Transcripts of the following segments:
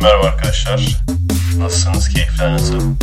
Merhaba arkadaşlar. Nasılsınız? Keyifler nasıl?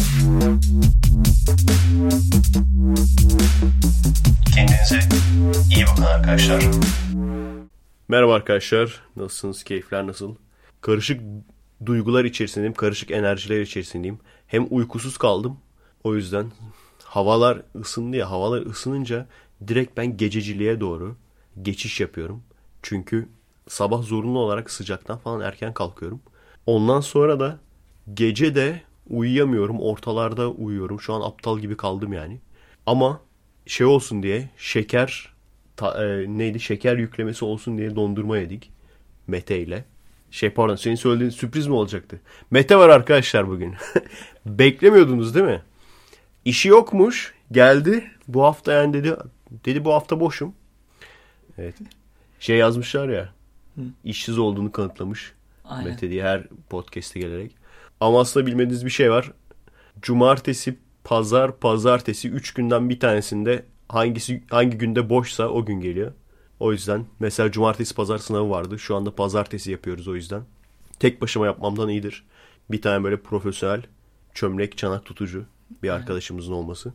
Kendinize iyi bakın arkadaşlar. Merhaba arkadaşlar. Nasılsınız? Keyifler nasıl? Karışık duygular içerisindeyim. Karışık enerjiler içerisindeyim. Hem uykusuz kaldım. O yüzden havalar ısındı ya. Havalar ısınınca direkt ben gececiliğe doğru geçiş yapıyorum. Çünkü sabah zorunlu olarak sıcaktan falan erken kalkıyorum. Ondan sonra da gece de uyuyamıyorum. Ortalarda uyuyorum. Şu an aptal gibi kaldım yani. Ama şey olsun diye şeker şeker yüklemesi olsun diye dondurma yedik. Mete ile. Pardon, senin söylediğin sürpriz mi olacaktı? Mete var arkadaşlar bugün. Beklemiyordunuz değil mi? İşi yokmuş. Geldi. Bu hafta yani dedi bu hafta boşum. Evet. Yazmışlar ya. İşsiz olduğunu kanıtlamış. Aynen. Mete diye her podcast'e gelerek. Ama aslında bilmediğiniz bir şey var. Cumartesi, pazartesi 3 günden bir tanesinde hangi günde boşsa o gün geliyor. O yüzden mesela cumartesi pazar sınavı vardı. Şu anda pazartesi yapıyoruz o yüzden. Tek başıma yapmamdan iyidir. Bir tane böyle profesyonel çömlek çanak tutucu bir arkadaşımızın olması.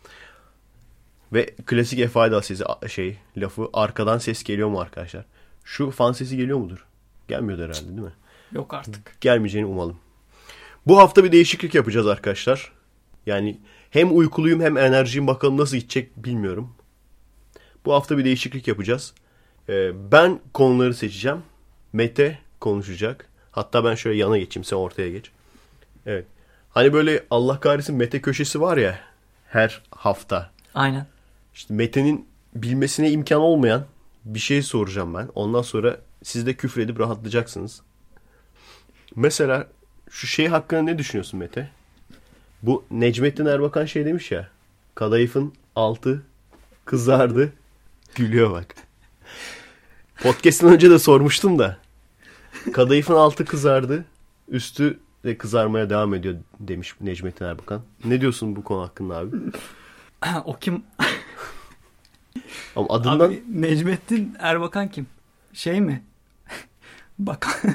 Ve klasik F-Fayda lafı, arkadan ses geliyor mu arkadaşlar? Şu fan sesi geliyor mudur? Gelmiyordur herhalde değil mi? Yok artık. Gelmeyeceğini umalım. Bu hafta bir değişiklik yapacağız arkadaşlar. Yani hem uykuluyum hem enerjim, bakalım nasıl gidecek bilmiyorum. Bu hafta bir değişiklik yapacağız. Ben konuları seçeceğim. Mete konuşacak. Hatta ben şöyle yana geçeyim, sen ortaya geç. Evet. Hani böyle Allah kahretsin Mete köşesi var ya her hafta. Aynen. İşte Mete'nin bilmesine imkan olmayan bir şey soracağım ben. Ondan sonra siz de küfredip rahatlayacaksınız. Mesela şu şey hakkında ne düşünüyorsun Mete? Bu Necmettin Erbakan demiş ya. Kadayıfın altı kızardı. Gülüyor bak. Podcast'tan önce de sormuştum da. Kadayıfın altı kızardı. Üstü de kızarmaya devam ediyor demiş Necmettin Erbakan. Ne diyorsun bu konu hakkında abi? O kim? Ama adından... Abi, Necmettin Erbakan kim? Şey mi? Bakan.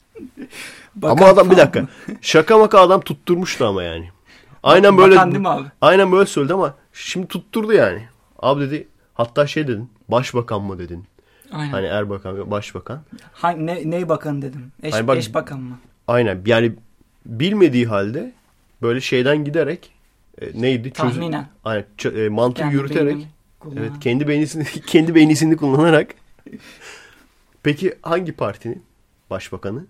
Ama adam bir dakika. Şaka maka adam tutturmuştu ama yani. Aynen böyle. Bakan değil mi abi? Aynen böyle söyledi ama şimdi tutturdu yani. Abi dedi, hatta dedin. Başbakan mı dedin? Aynen. Hani Erbakan başbakan. Ney bakan dedim. Eş bakan mı? Aynen. Yani bilmediği halde böyle şeyden giderek neydi? Tahminen. Aynen. Mantığı yürüterek. Evet, kendi beynisini kullanarak. Peki hangi partinin başbakanı?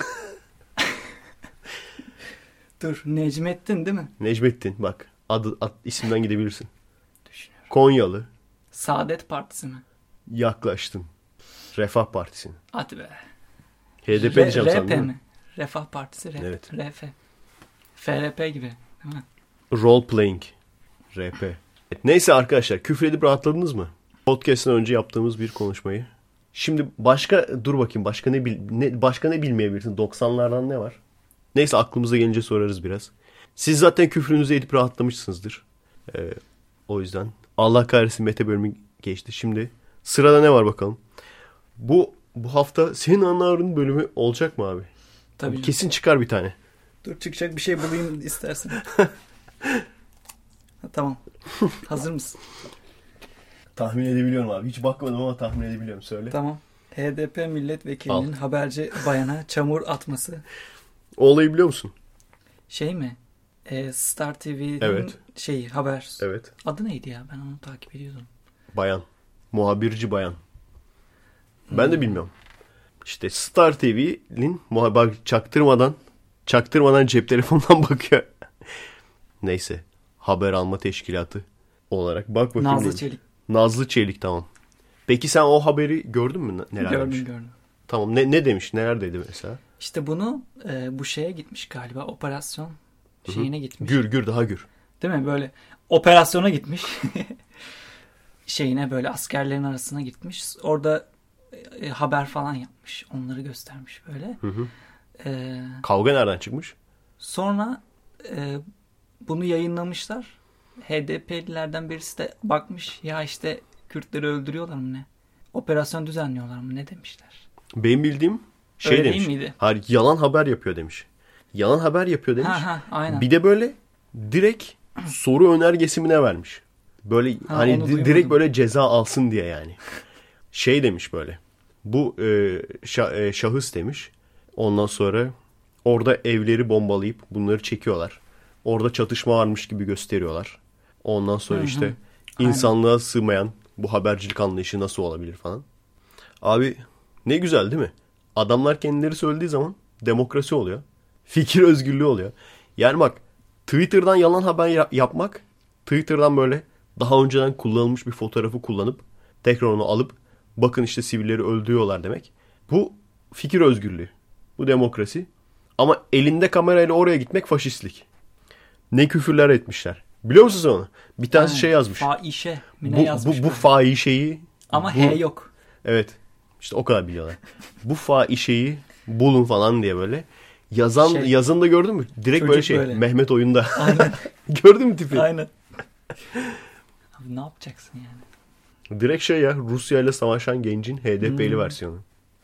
Dur, Necmettin değil mi? Necmettin, bak. İsimden gidebilirsin. Düşünüyorum. Konyalı. Saadet Partisi mi? Yaklaştın. Refah Partisi. Hadi be. HDP diyeceğim RP sandım. mi? Refah Partisi. Evet. RF. FRP gibi. Değil mi? Role playing. RP. Neyse arkadaşlar, küfredip rahatladınız mı? Podcast'tan önce yaptığımız bir konuşmayı. Şimdi dur bakayım, başka ne bilmeyebilirsin? 90'lardan ne var? Neyse, aklımıza gelince sorarız biraz. Siz zaten küfrünüzü edip rahatlamışsınızdır. O yüzden Allah kahretsin Mete bölümü geçti. Şimdi sırada ne var bakalım? Bu hafta senin anıların bölümü olacak mı abi? Tabii. Kesin çıkar bir tane. Dur, çıkacak bir şey bulayım istersen. Tamam. Hazır mısın? Tahmin edebiliyorum abi. Hiç bakmadım ama tahmin edebiliyorum. Söyle. Tamam. HDP milletvekilinin haberci bayana çamur atması. O olayı biliyor musun? Şey mi? Star TV'nin evet. haber. Evet. Adı neydi ya? Ben onu takip ediyordum. Bayan. Muhabirci bayan. Ben de bilmiyorum. İşte Star TV'nin çaktırmadan cep telefonundan bakıyor. Neyse. Haber alma teşkilatı olarak. Bak bakayım. Nazlı Çelik, tamam. Peki sen o haberi gördün mü? Neler demiş? Gördüm. Tamam. Ne demiş? Neler dedi mesela? İşte bunu bu şeye gitmiş galiba. Operasyon şeyine gitmiş. Gür daha gür. Değil mi? Böyle operasyona gitmiş. Şeyine böyle askerlerin arasına gitmiş. Orada haber falan yapmış. Onları göstermiş böyle. Kavga nereden çıkmış? Sonra bunu yayınlamışlar. HDP'lilerden birisi de bakmış. Ya işte Kürtleri öldürüyorlar mı ne? Operasyon düzenliyorlar mı ne demişler. Benim bildiğim Öyle demiş. değil miydi? Hayır, yalan haber yapıyor demiş. Yalan haber yapıyor demiş. Aynen. Bir de böyle direkt soru önergesimine vermiş. Böyle hani direkt böyle ceza alsın diye yani. Demiş böyle. Bu şahıs demiş. Ondan sonra orada evleri bombalayıp bunları çekiyorlar. Orada çatışma varmış gibi gösteriyorlar. Ondan sonra işte insanlığa sığmayan bu habercilik anlayışı nasıl olabilir falan. Abi ne güzel değil mi? Adamlar kendileri söylediği zaman demokrasi oluyor. Fikir özgürlüğü oluyor. Yani bak, Twitter'dan yalan haber yapmak, Twitter'dan böyle daha önceden kullanılmış bir fotoğrafı kullanıp tekrar onu alıp bakın işte sivilleri öldürüyorlar demek. Bu fikir özgürlüğü. Bu demokrasi. Ama elinde kamerayla oraya gitmek faşistlik. Ne küfürler etmişler. Biliyor musunuz onu? Bir tanesi yazmış. Fahişe mi ne yazmış? Bu fahişeyi. Ama H yok. Evet. İşte o kadar biliyorlar. Bu fahişeyi bulun falan diye böyle. Yazın da gördün mü? Direkt böyle Mehmet oyunda. Aynen. Gördün mü tipi? Aynen. Abi ne yapacaksın yani? Direkt Rusya ile savaşan gencin HDP'li versiyonu.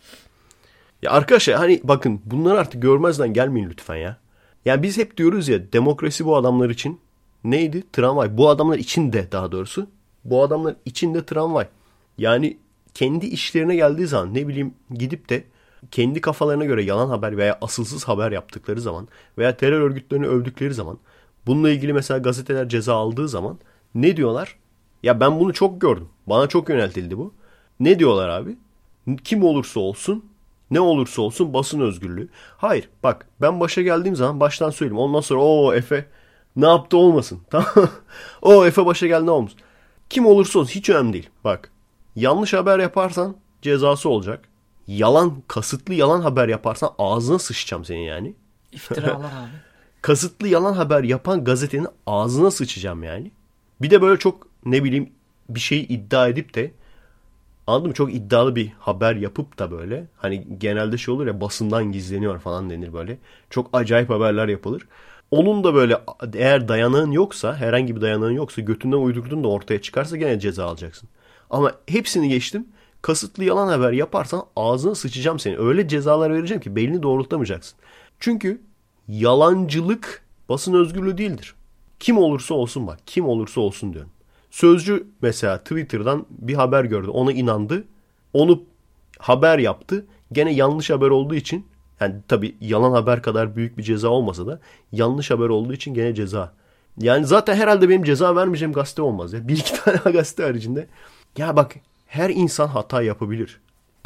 Ya arkadaşlar hani bakın, bunları artık görmezden gelmeyin lütfen ya. Yani biz hep diyoruz ya, demokrasi bu adamlar için neydi? Tramvay. Bu adamlar için de daha doğrusu. Bu adamlar için de tramvay. Yani kendi işlerine geldiği zaman ne bileyim gidip de kendi kafalarına göre yalan haber veya asılsız haber yaptıkları zaman veya terör örgütlerini övdükleri zaman, bununla ilgili mesela gazeteler ceza aldığı zaman ne diyorlar? Ya ben bunu çok gördüm. Bana çok yöneltildi bu. Ne diyorlar abi? Kim olursa olsun, ne olursa olsun basın özgürlüğü. Hayır bak, ben başa geldiğim zaman baştan söyleyeyim. Ondan sonra Efe ne yaptı olmasın. Tamam. Efe başa geldi ne olmuş. Kim olursa olsun hiç önemli değil. Bak, yanlış haber yaparsan cezası olacak. Kasıtlı yalan haber yaparsan ağzına sıçacağım senin yani. İftiralar abi. Kasıtlı yalan haber yapan gazetenin ağzına sıçacağım yani. Bir de böyle çok ne bileyim bir şeyi iddia edip de, anladın mı? Çok iddialı bir haber yapıp da böyle hani genelde olur ya, basından gizleniyor falan denir böyle. Çok acayip haberler yapılır. Onun da böyle eğer dayanağın yoksa, herhangi bir dayanağın yoksa, götünden uydurdun da ortaya çıkarsa gene ceza alacaksın. Ama hepsini geçtim. Kasıtlı yalan haber yaparsan ağzına sıçacağım seni. Öyle cezalar vereceğim ki belini doğrultamayacaksın. Çünkü yalancılık basın özgürlüğü değildir. Kim olursa olsun bak. Kim olursa olsun diyorum. Sözcü mesela Twitter'dan bir haber gördü. Ona inandı. Onu haber yaptı. Gene yanlış haber olduğu için, yani tabii yalan haber kadar büyük bir ceza olmasa da yanlış haber olduğu için gene ceza. Yani zaten herhalde benim ceza vermeyeceğim gazete olmaz ya. Bir iki tane gazete haricinde. Ya bak, her insan hata yapabilir.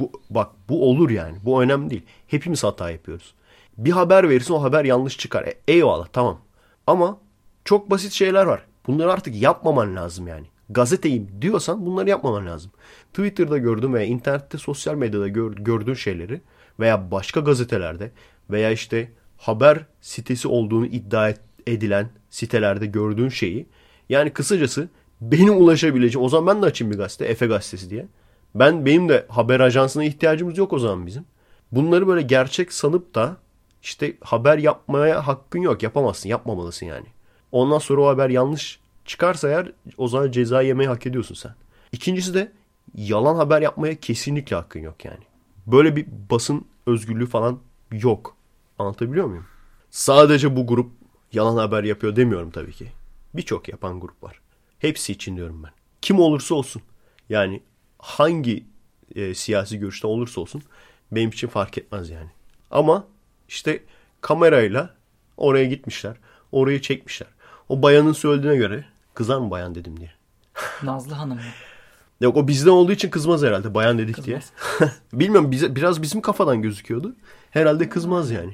Bu olur yani. Bu önemli değil. Hepimiz hata yapıyoruz. Bir haber verirsin, o haber yanlış çıkar. Eyvallah, tamam. Ama çok basit şeyler var. Bunları artık yapmaman lazım yani. Gazeteyim diyorsan bunları yapmaman lazım. Twitter'da gördüğün veya internette, sosyal medyada gördüğün şeyleri veya başka gazetelerde veya işte haber sitesi olduğunu iddia edilen sitelerde gördüğün şeyi, yani kısacası benim ulaşabileceğim, o zaman ben de açayım bir gazete, Efe Gazetesi diye. Benim de haber ajansına ihtiyacımız yok o zaman bizim. Bunları böyle gerçek sanıp da işte haber yapmaya hakkın yok. Yapamazsın, yapmamalısın yani. Ondan sonra o haber yanlış çıkarsa eğer, o zaman ceza yemeyi hak ediyorsun sen. İkincisi de yalan haber yapmaya kesinlikle hakkın yok yani. Böyle bir basın özgürlüğü falan yok. Anlatabiliyor muyum? Sadece bu grup yalan haber yapıyor demiyorum tabii ki. Birçok yapan grup var. Hepsi için diyorum ben. Kim olursa olsun. Yani hangi siyasi görüşten olursa olsun benim için fark etmez yani. Ama işte kamerayla oraya gitmişler. Orayı çekmişler. O bayanın söylediğine göre, kızar mı bayan dedim diye. Nazlı Hanım mı? Yok, o bizden olduğu için kızmaz herhalde, bayan dedik kızmaz diye. Bilmiyorum, biraz bizim kafadan gözüküyordu. Herhalde kızmaz yani.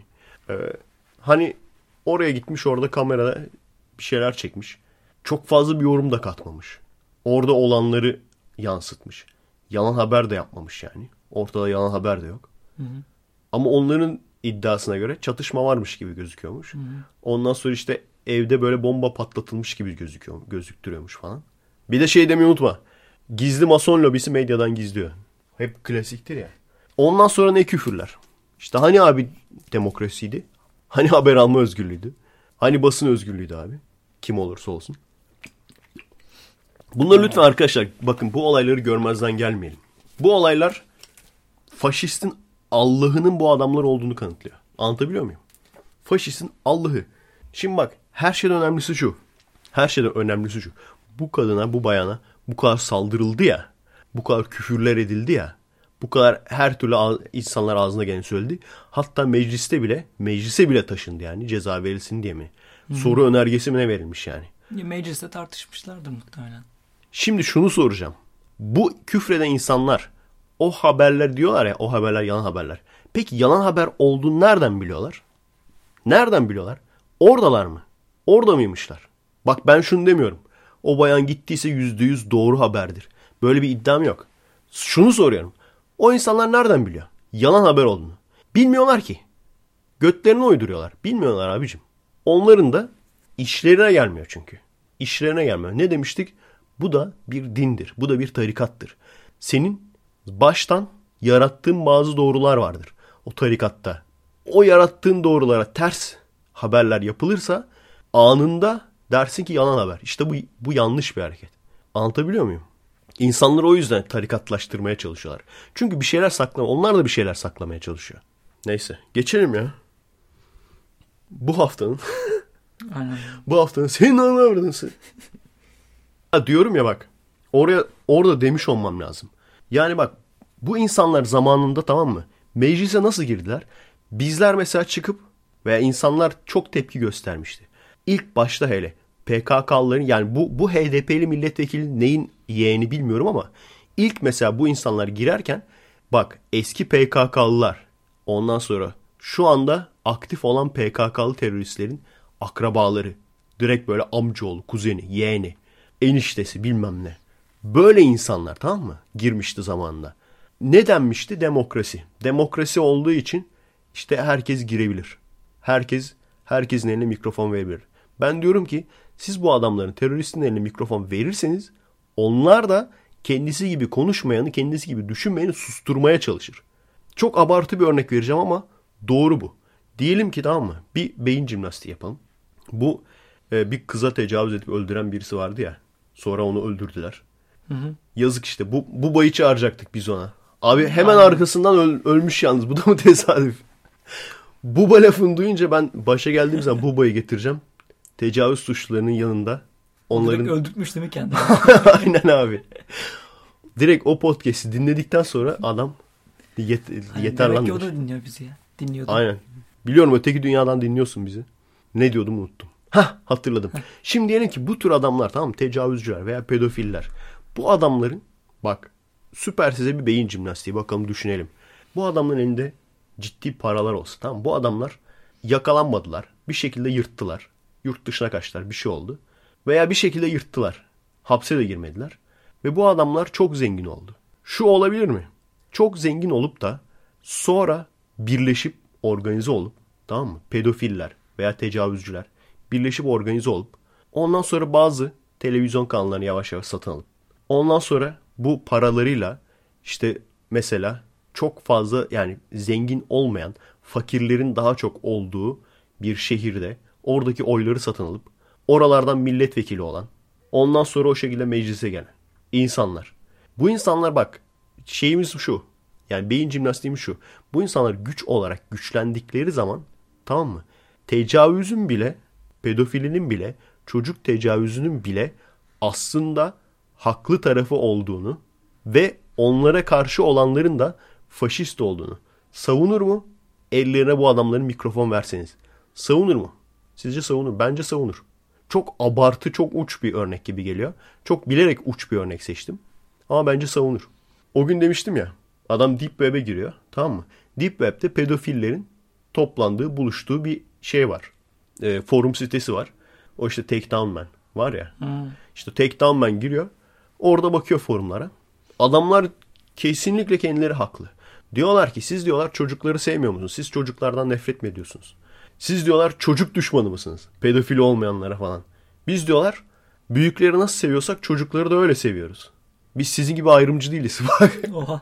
Hani oraya gitmiş, orada kamerada bir şeyler çekmiş. Çok fazla bir yorum da katmamış. Orada olanları yansıtmış. Yalan haber de yapmamış yani. Ortada yalan haber de yok. Hı hı. Ama onların iddiasına göre çatışma varmış gibi gözüküyormuş. Hı hı. Ondan sonra işte evde böyle bomba patlatılmış gibi gözüktürüyormuş falan. Bir de şey demeyi unutma. Gizli mason lobisi medyadan gizliyor. Hep klasiktir ya. Ondan sonra ne küfürler. İşte hani abi demokrasiydi? Hani haber alma özgürlüğüydü? Hani basın özgürlüğüydü abi? Kim olursa olsun. Bunları lütfen arkadaşlar bakın, bu olayları görmezden gelmeyelim. Bu olaylar faşistin Allah'ının bu adamlar olduğunu kanıtlıyor. Anlatabiliyor muyum? Faşistin Allah'ı. Şimdi bak, her şeyden önemlisi şu. Her şeyden önemlisi şu. Bu kadına, bu bayana bu kadar saldırıldı ya. Bu kadar küfürler edildi ya. Bu kadar her türlü insanlar ağzına geleni söyledi. Hatta meclise bile taşındı yani, ceza verilsin diye mi? Soru önergesi mi ne verilmiş yani? Mecliste tartışmışlardır muhtemelen. Şimdi şunu soracağım. Bu küfreden insanlar, o haberler diyorlar ya, o haberler yalan haberler. Peki yalan haber olduğunu nereden biliyorlar? Nereden biliyorlar? Oradalar mı? Orada mıymışlar? Bak, ben şunu demiyorum. O bayan gittiyse %100 doğru haberdir. Böyle bir iddiam yok. Şunu soruyorum. O insanlar nereden biliyor yalan haber olduğunu? Bilmiyorlar ki. Götlerini uyduruyorlar. Bilmiyorlar abicim. Onların da işlerine gelmiyor çünkü. İşlerine gelmiyor. Ne demiştik? Bu da bir dindir. Bu da bir tarikattır. Senin baştan yarattığın bazı doğrular vardır o tarikatta. O yarattığın doğrulara ters haberler yapılırsa anında dersin ki yalan haber. İşte bu yanlış bir hareket. Anlatabiliyor muyum? İnsanları o yüzden tarikatlaştırmaya çalışıyorlar. Çünkü bir şeyler onlar da bir şeyler saklamaya çalışıyor. Neyse, geçelim ya. Bu haftanın Aynen. bu haftanın senin anlamadığın. Diyorum ya bak. Orada demiş olmam lazım. Yani bak, bu insanlar zamanında, tamam mı, meclise nasıl girdiler? Bizler mesela çıkıp veya insanlar çok tepki göstermişti. İlk başta hele PKK'lıların, yani bu HDP'li milletvekili neyin yeğeni bilmiyorum ama ilk mesela bu insanlar girerken bak, eski PKK'lılar, ondan sonra şu anda aktif olan PKK'lı teröristlerin akrabaları, direkt böyle amcaoğlu, kuzeni, yeğeni, eniştesi, bilmem ne. Böyle insanlar, tamam mı, girmişti zamanında. Ne denmişti? Demokrasi. Demokrasi olduğu için işte herkes girebilir. Herkesin eline mikrofon verebilir. Ben diyorum ki siz bu adamların, teröristin eline mikrofon verirseniz onlar da kendisi gibi konuşmayanı, kendisi gibi düşünmeyeni susturmaya çalışır. Çok abartı bir örnek vereceğim ama doğru bu. Diyelim ki, tamam mı, bir beyin jimnastiği yapalım. Bu bir kıza tecavüz edip öldüren birisi vardı ya. Sonra onu öldürdüler. Hı. Yazık işte. Bu bayı çağıracaktık biz ona. Abi hemen arkasından ölmüş yalnız. Bu da mı tesadüf? Buba lafını duyunca ben başa geldiğim zaman Buba'yı getireceğim. Tecavüz suçlularının yanında. Onların... Direkt öldürtmüş değil mi kendini? Aynen abi. Direkt o podcast'i dinledikten sonra adam yeter lan demek demek ki o da dinliyor bizi ya. Dinliyordu. Aynen. Biliyorum, öteki dünyadan dinliyorsun bizi. Ne diyordum unuttum. Hatırladım. Şimdi diyelim ki bu tür adamlar, tamam mı, tecavüzcüler veya pedofiller. Bu adamların, bak, süper size bir beyin jimnastiği, bakalım düşünelim. Bu adamların elinde ciddi paralar olsa, tamam mı? Bu adamlar yakalanmadılar. Bir şekilde yırttılar. Yurt dışına kaçtılar. Bir şey oldu. Veya bir şekilde yırttılar. Hapse de girmediler. Ve bu adamlar çok zengin oldu. Şu olabilir mi? Çok zengin olup da sonra birleşip organize olup, tamam mı, pedofiller veya tecavüzcüler birleşip organize olup ondan sonra bazı televizyon kanallarını yavaş yavaş satın alıp ondan sonra bu paralarıyla işte mesela çok fazla, yani zengin olmayan, fakirlerin daha çok olduğu bir şehirde oradaki oyları satın alıp oralardan milletvekili olan, ondan sonra o şekilde meclise gelen insanlar. Bu insanlar, bak, şeyimiz şu, yani beyin jimnastiğimiz şu. Bu insanlar güç olarak güçlendikleri zaman, tamam mı, tecavüzün bile, pedofilinin bile, çocuk tecavüzünün bile aslında haklı tarafı olduğunu ve onlara karşı olanların da faşist olduğunu savunur mu? Ellerine bu adamların mikrofon verseniz. Savunur mu? Sizce savunur? Bence savunur. Çok abartı, çok uç bir örnek gibi geliyor. Çok bilerek uç bir örnek seçtim. Ama bence savunur. O gün demiştim ya, adam Deep Web'e giriyor, tamam mı? Deep Web'de pedofillerin toplandığı, buluştuğu bir şey var. Forum sitesi var. O işte Take Down Man var ya. İşte Take Down Man giriyor. Orada bakıyor forumlara. Adamlar kesinlikle kendileri haklı. Diyorlar ki siz, diyorlar, çocukları sevmiyor musunuz? Siz çocuklardan nefret mi ediyorsunuz? Siz, diyorlar, çocuk düşmanı mısınız? Pedofili olmayanlara falan. Biz, diyorlar, büyükleri nasıl seviyorsak çocukları da öyle seviyoruz. Biz sizin gibi ayrımcı değiliz. Oha.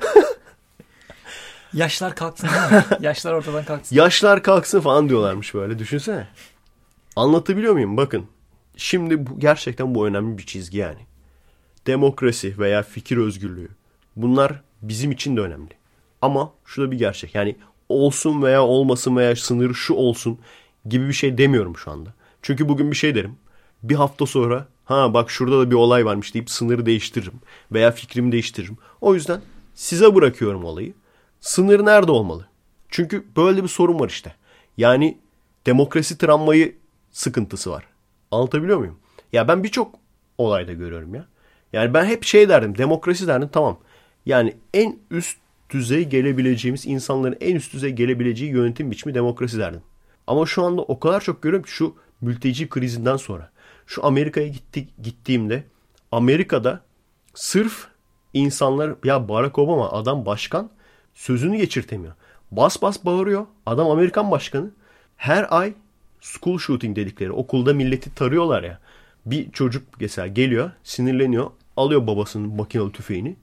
Yaşlar kalksın değil mi? Yaşlar ortadan kalksın. Yaşlar kalksın falan diyorlarmış böyle. Düşünsene. Anlatabiliyor muyum? Bakın. Şimdi gerçekten bu önemli bir çizgi yani. Demokrasi veya fikir özgürlüğü. Bunlar bizim için de önemli. Ama şu da bir gerçek. Yani olsun veya olmasın veya sınır şu olsun gibi bir şey demiyorum şu anda. Çünkü bugün bir şey derim. Bir hafta sonra ha bak şurada da bir olay varmış deyip sınırı değiştiririm. Veya fikrimi değiştiririm. O yüzden size bırakıyorum olayı. Sınır nerede olmalı? Çünkü böyle bir sorun var işte. Yani demokrasi travmayı sıkıntısı var. Anlatabiliyor muyum? Ya ben birçok olayda görüyorum ya. Yani ben hep şey derdim. Demokrasi derdim, tamam. Yani en üst düzey gelebileceğimiz, insanların en üst düzey gelebileceği yönetim biçimi demokrasi derdim. Ama şu anda o kadar çok görüyorum ki şu mülteci krizinden sonra. Şu Amerika'ya gittiğimde Amerika'da sırf insanlar, ya Barack Obama adam başkan, sözünü geçirtemiyor. Bas bas bağırıyor. Adam Amerikan başkanı. Her ay school shooting dedikleri, okulda milleti tarıyorlar ya. Bir çocuk mesela geliyor, sinirleniyor, alıyor babasının makinalı tüfeğini.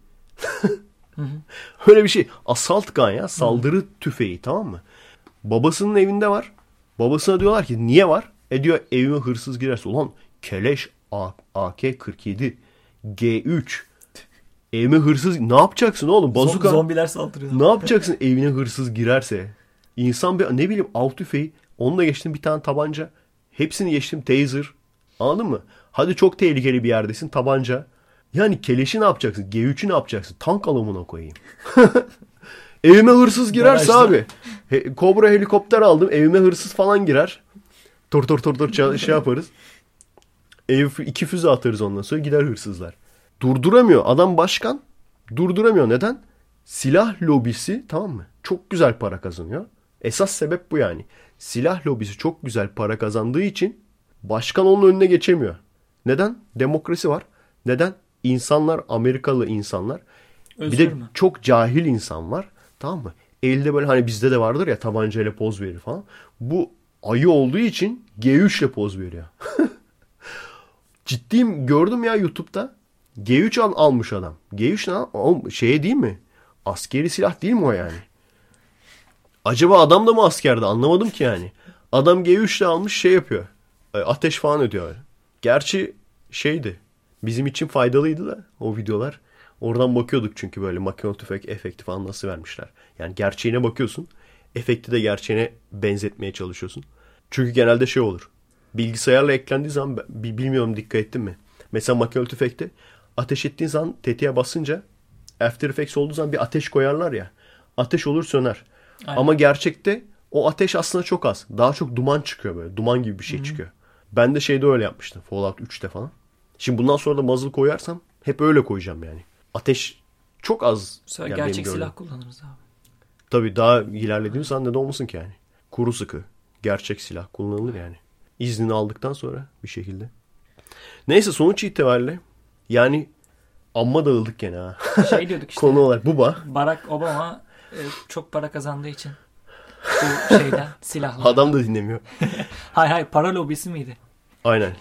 Öyle bir şey. Assault gun ya. Saldırı tüfeği, tamam mı? Babasının evinde var. Babasına diyorlar ki niye var? Diyor evime hırsız girerse. Ulan keleş AK-47 G3 evime hırsız, ne yapacaksın oğlum? Bazuka. Zombiler saldırıyor. Ne yapacaksın evine hırsız girerse? İnsan bir, ne bileyim, av tüfeği. Onunla geçtim, bir tane tabanca. Hepsini geçtim, taser. Anladın mı? Hadi çok tehlikeli bir yerdesin, tabanca. Yani keleşi ne yapacaksın? G3'ü ne yapacaksın? Tank alımına koyayım. Evime hırsız girerse abi. Kobra helikopter aldım. Evime hırsız falan girer. Tor şey yaparız. 2 füze atarız ondan sonra gider hırsızlar. Durduramıyor. Adam başkan. Durduramıyor. Neden? Silah lobisi, tamam mı? Çok güzel para kazanıyor. Esas sebep bu yani. Silah lobisi çok güzel para kazandığı için başkan onun önüne geçemiyor. Neden? Demokrasi var. Neden? İnsanlar, Amerikalı insanlar. Özgür Bir de mü? çok cahil insan var. Tamam mı? Elde böyle, hani bizde de vardır ya, tabancayla poz verir falan. Bu ayı olduğu için G3 ile poz veriyor. Ciddiyim, gördüm ya YouTube'da. G3 almış adam. G3 şeye değil mi? Askeri silah değil mi o yani? Acaba adam da mı askerdi? Anlamadım ki yani. Adam G3 ile almış, şey yapıyor. Ateş falan ediyor. Gerçi şeydi. Bizim için faydalıydı da o videolar. Oradan bakıyorduk çünkü böyle makinalı tüfek efekti falan nasıl vermişler. Yani gerçeğine bakıyorsun. Efekti de gerçeğine benzetmeye çalışıyorsun. Çünkü genelde şey olur. Bilgisayarla eklendiği zaman, bilmiyorum dikkat ettin mi? Mesela makinalı tüfekte ateş ettiğin zaman tetiğe basınca After Effects olduğu zaman bir ateş koyarlar ya. Ateş olur, söner. Aynen. Ama gerçekte o ateş aslında çok az. Daha çok duman çıkıyor böyle. Duman gibi bir şey çıkıyor. Ben de şeyde öyle yapmıştım. Fallout 3'te falan. Şimdi bundan sonra da muzzle koyarsam hep öyle koyacağım yani. Ateş çok az. Yani gerçek silah kullanırız abi. Tabii daha ilerlediğimiz zaman neden olmasın ki yani. Kuru sıkı. Gerçek silah kullanılır yani. İznini aldıktan sonra bir şekilde. Neyse, sonuç itibariyle yani amma dağıldık gene ha. Şey diyorduk işte. Konu olarak Barack Obama çok para kazandığı için bu şeyden silahlar. Adam da dinlemiyor. Hayır, para lobisi miydi? Aynen.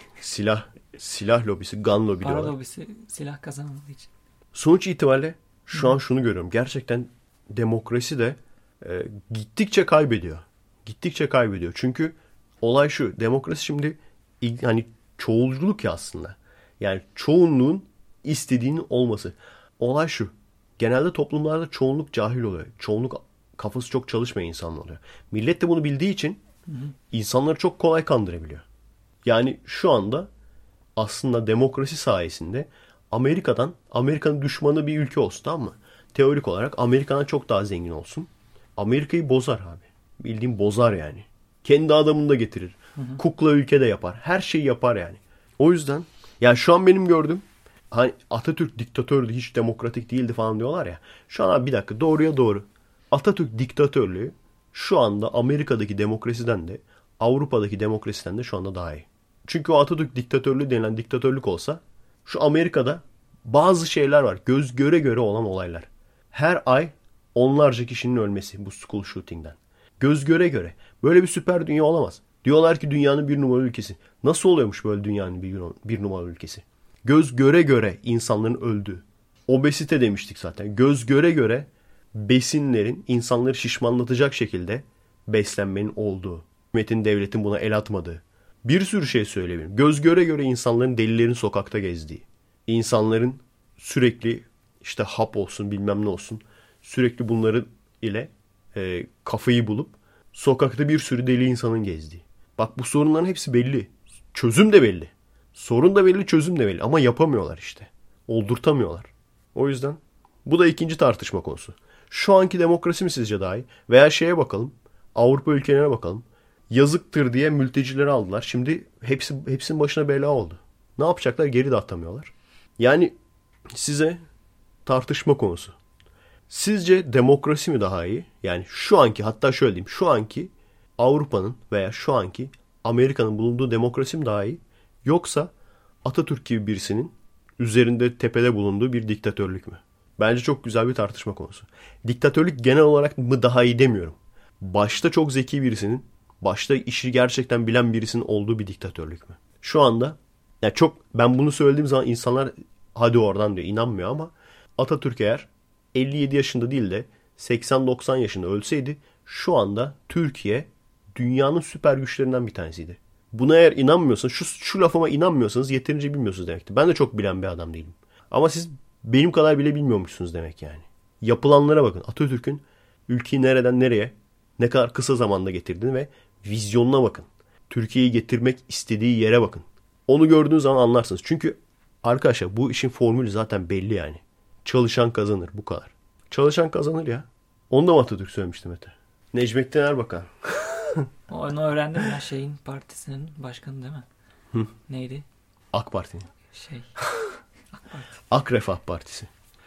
Silah lobisi, gun lobby para diyorlar. lobisi silah kazanmadığı için. Sonuç itibariyle şu an şunu görüyorum. Gerçekten demokrasi de gittikçe kaybediyor. Gittikçe kaybediyor. Çünkü olay şu. Demokrasi şimdi hani çoğulculuk ya aslında. Yani çoğunluğun istediğinin olması. Olay şu. Genelde toplumlarda çoğunluk cahil oluyor. Çoğunluk kafası çok çalışmayan insanlar oluyor. Millet de bunu bildiği için insanları çok kolay kandırabiliyor. Yani şu anda aslında demokrasi sayesinde Amerika'nın düşmanı bir ülke olsun, tamam mı? Teorik olarak Amerika'dan çok daha zengin olsun. Amerika'yı bozar abi. Bildiğin bozar yani. Kendi adamını da getirir. Kukla ülke de yapar. Her şeyi yapar yani. O yüzden yani şu an benim gördüğüm, hani Atatürk diktatördü, hiç demokratik değildi falan diyorlar ya. Şu an abi bir dakika, doğruya doğru. Atatürk diktatörlüğü şu anda Amerika'daki demokrasiden de Avrupa'daki demokrasiden de şu anda daha iyi. Çünkü o Atatürk diktatörlüğü denilen diktatörlük olsa, şu Amerika'da bazı şeyler var. Göz göre göre olan olaylar. Her ay onlarca kişinin ölmesi bu school shooting'den. Göz göre göre. Böyle bir süper dünya olamaz. Diyorlar ki dünyanın bir numaralı ülkesi. Nasıl oluyormuş böyle dünyanın bir numaralı ülkesi? Göz göre göre insanların öldüğü. Obezite demiştik zaten. Göz göre göre besinlerin insanları şişmanlatacak şekilde beslenmenin olduğu. Hükümetin, devletin buna el atmadığı. Bir sürü şey söyleyebilirim. Göz göre göre insanların, delilerin sokakta gezdiği. İnsanların sürekli işte hap olsun bilmem ne olsun, sürekli bunları ile kafayı bulup sokakta bir sürü deli insanın gezdiği. Bak bu sorunların hepsi belli. Çözüm de belli. Sorun da belli, çözüm de belli. Ama yapamıyorlar işte. Oldurtamıyorlar. O yüzden bu da ikinci tartışma konusu. Şu anki demokrasi mi sizce daha iyi? Veya şeye bakalım. Avrupa ülkelerine bakalım. Yazıktır diye mültecileri aldılar. Şimdi hepsinin başına bela oldu. Ne yapacaklar? Geri de atamıyorlar. Yani size tartışma konusu. Sizce demokrasi mi daha iyi? Yani şu anki, hatta şöyle diyeyim. Şu anki Avrupa'nın veya şu anki Amerika'nın bulunduğu demokrasi mi daha iyi? Yoksa Atatürk gibi birisinin üzerinde tepede bulunduğu bir diktatörlük mü? Bence çok güzel bir tartışma konusu. Diktatörlük genel olarak mı daha iyi demiyorum. Başta çok zeki birisinin, başta işi gerçekten bilen birisinin olduğu bir diktatörlük mü? Şu anda ya ben bunu söylediğim zaman insanlar hadi oradan diyor, inanmıyor ama Atatürk eğer 57 yaşında değil de 80-90 yaşında ölseydi şu anda Türkiye dünyanın süper güçlerinden bir tanesiydi. Buna eğer inanmıyorsanız, şu lafıma inanmıyorsanız yeterince bilmiyorsunuz demektir. Ben de çok bilen bir adam değilim. Ama siz benim kadar bile bilmiyormuşsunuz demek yani. Yapılanlara bakın. Atatürk'ün ülkeyi nereden nereye ne kadar kısa zamanda getirdiğini ve vizyonuna bakın. Türkiye'yi getirmek istediği yere bakın. Onu gördüğünüz zaman anlarsınız. Çünkü arkadaşlar bu işin formülü zaten belli yani. Çalışan kazanır, bu kadar. Çalışan kazanır ya. Onu da mı Atatürk söylemişti Mete? Necmettin Erbakan. Onu öğrendim ya, şeyin partisinin başkanı değil mi? Hı. Neydi? AK Parti'nin. AK Parti. AK Refah Partisi.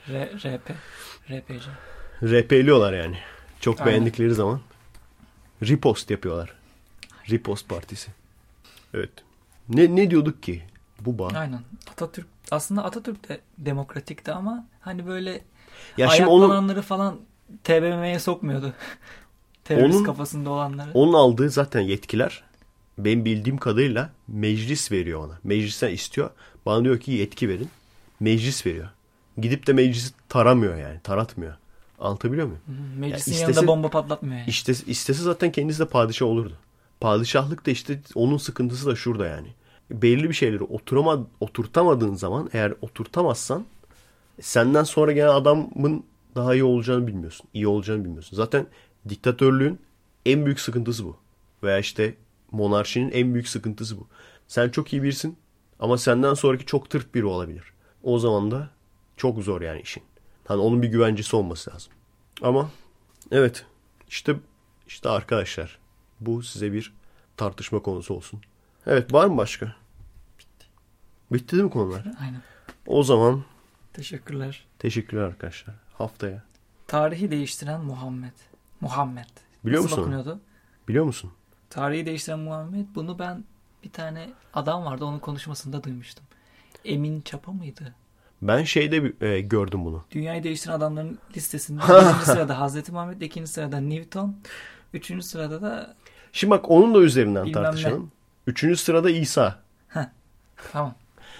RPC. RP'liyorlar yani. Çok Aynen. beğendikleri zaman repost yapıyorlar. Repost Partisi. Evet. Ne diyorduk ki? Aynen. Atatürk, aslında Atatürk de demokratikti ama hani böyle ya ayaklananları falan TBMM'ye sokmuyordu. Terörist kafasında olanları. Onun aldığı zaten yetkiler benim bildiğim kadarıyla meclis veriyor ona. Meclisten istiyor. Bana diyor ki yetki verin. Meclis veriyor. Gidip de meclisi taramıyor yani. Taratmıyor. Anlatabiliyor muyum? Meclisin yanında bomba patlatmıyor yani. İstese zaten kendisi de padişah olurdu. Padişahlık da işte onun sıkıntısı da şurada yani. Belli bir şeyleri oturtamadığın zaman, eğer oturtamazsan senden sonra gelen adamın daha iyi olacağını bilmiyorsun. İyi olacağını bilmiyorsun. Zaten diktatörlüğün en büyük sıkıntısı bu. Veya işte monarşinin en büyük sıkıntısı bu. Sen çok iyi birisin ama senden sonraki çok tırt biri olabilir. O zaman da çok zor yani işin. Hani onun bir güvencesi olması lazım. Ama evet işte arkadaşlar bu size bir tartışma konusu olsun. Evet, var mı başka? Bitti. Bitti değil mi konular? Aynen. O zaman teşekkürler arkadaşlar. Haftaya. Tarihi değiştiren Muhammed. Biliyor Nasıl musun? okunuyordu? Biliyor musun? Tarihi değiştiren Muhammed. Bunu ben bir tane adam vardı, onun konuşmasında duymuştum. Emin Çapa mıydı? Ben şeyde gördüm bunu. Dünyayı değiştiren adamların listesinde 1. sırada Hazreti Muhammed, 2. sırada Newton, 3. sırada da şimdi bak onun da üzerinden bilmem tartışalım. 3. sırada İsa. Tamam.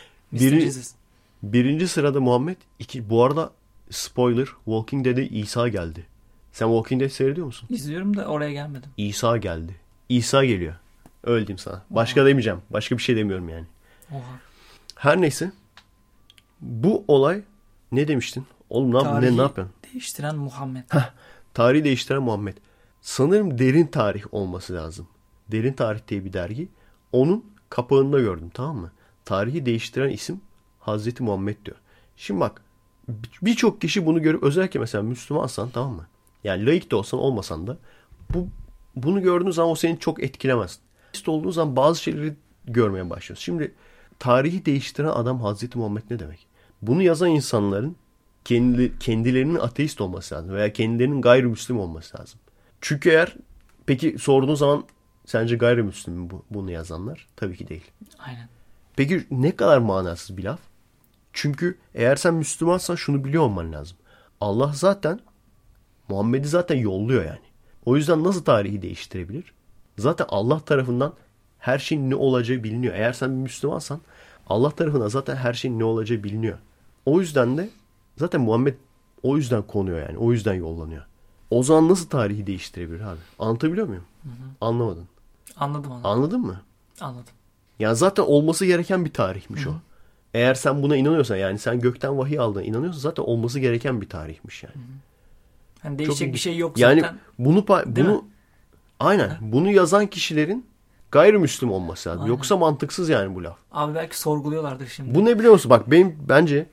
Birinci sırada Muhammed. Bu arada spoiler, Walking Dead'e İsa geldi. Sen Walking Dead seyrediyor musun? İzliyorum da oraya gelmedim. İsa geldi. İsa geliyor. Öyle diyeyim sana. Başka demeyeceğim. Başka bir şey demiyorum yani. Oha. Her neyse. Bu olay ne demiştin? Oğlum ne yapıyorsun? Değiştiren Muhammed. Tarihi değiştiren Muhammed. Sanırım Derin Tarih olması lazım. Derin Tarih diye bir dergi. Onun kapağında gördüm, tamam mı? Tarihi değiştiren isim Hazreti Muhammed diyor. Şimdi bak, birçok kişi bunu görüp, özellikle mesela Müslümansan, tamam mı? Yani laik de olsan olmasan da bunu gördüğün zaman o seni çok etkilemez. İşte olduğun zaman bazı şeyleri görmeye başlıyorsun. Şimdi tarihi değiştiren adam Hazreti Muhammed ne demek? Bunu yazan insanların kendilerinin ateist olması lazım veya kendilerinin gayrimüslim olması lazım. Çünkü peki sorduğun zaman sence gayrimüslim mi bunu yazanlar? Tabii ki değil. Aynen. Peki ne kadar manasız bir laf? Çünkü eğer sen Müslümansan şunu biliyor olman lazım. Allah zaten Muhammed'i zaten yolluyor yani. O yüzden nasıl tarihi değiştirebilir? Zaten Allah tarafından her şeyin ne olacağı biliniyor. Eğer sen bir Müslümansan Allah tarafından zaten her şeyin ne olacağı biliniyor. O yüzden de zaten Muhammed o yüzden konuyor yani. O yüzden yollanıyor. O zaman nasıl tarihi değiştirebilir abi? Anlatabiliyor muyum? Hı. Anlamadın. Anladım. Anladın mı? Anladım. Yani zaten olması gereken bir tarihmiş o. Eğer sen buna inanıyorsan, yani sen gökten vahiy aldığına inanıyorsan zaten olması gereken bir tarihmiş yani. Hani değişecek bir şey yok yani zaten. bunu aynen bunu yazan kişilerin gayrimüslim olması lazım. Aynen. Yoksa mantıksız yani bu laf. Abi belki sorguluyorlardır şimdi. Bu ne biliyor musun? Bak bence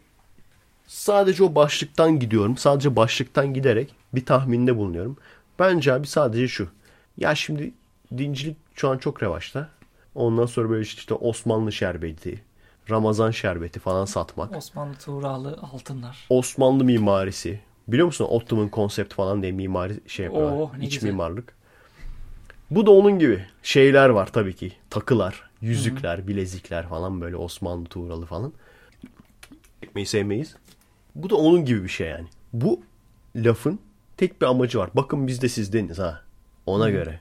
sadece o başlıktan gidiyorum. Sadece başlıktan giderek bir tahminde bulunuyorum. Bence abi sadece şu. Ya şimdi dincilik şu an çok revaçta. Ondan sonra böyle işte Osmanlı şerbeti, Ramazan şerbeti falan satmak. Osmanlı Tuğralı altınlar. Osmanlı mimarisi. Biliyor musun? Ottoman konsept falan diye mimari şey yapıyorlar. Oh, ne İç güzel. mimarlık. Bu da onun gibi şeyler var tabii ki. Takılar, yüzükler, bilezikler falan böyle Osmanlı Tuğralı falan. Ekmeği sevmeyiz. Bu da onun gibi bir şey yani. Bu lafın tek bir amacı var. Bakın biz de sizdeniz ha. Ona göre.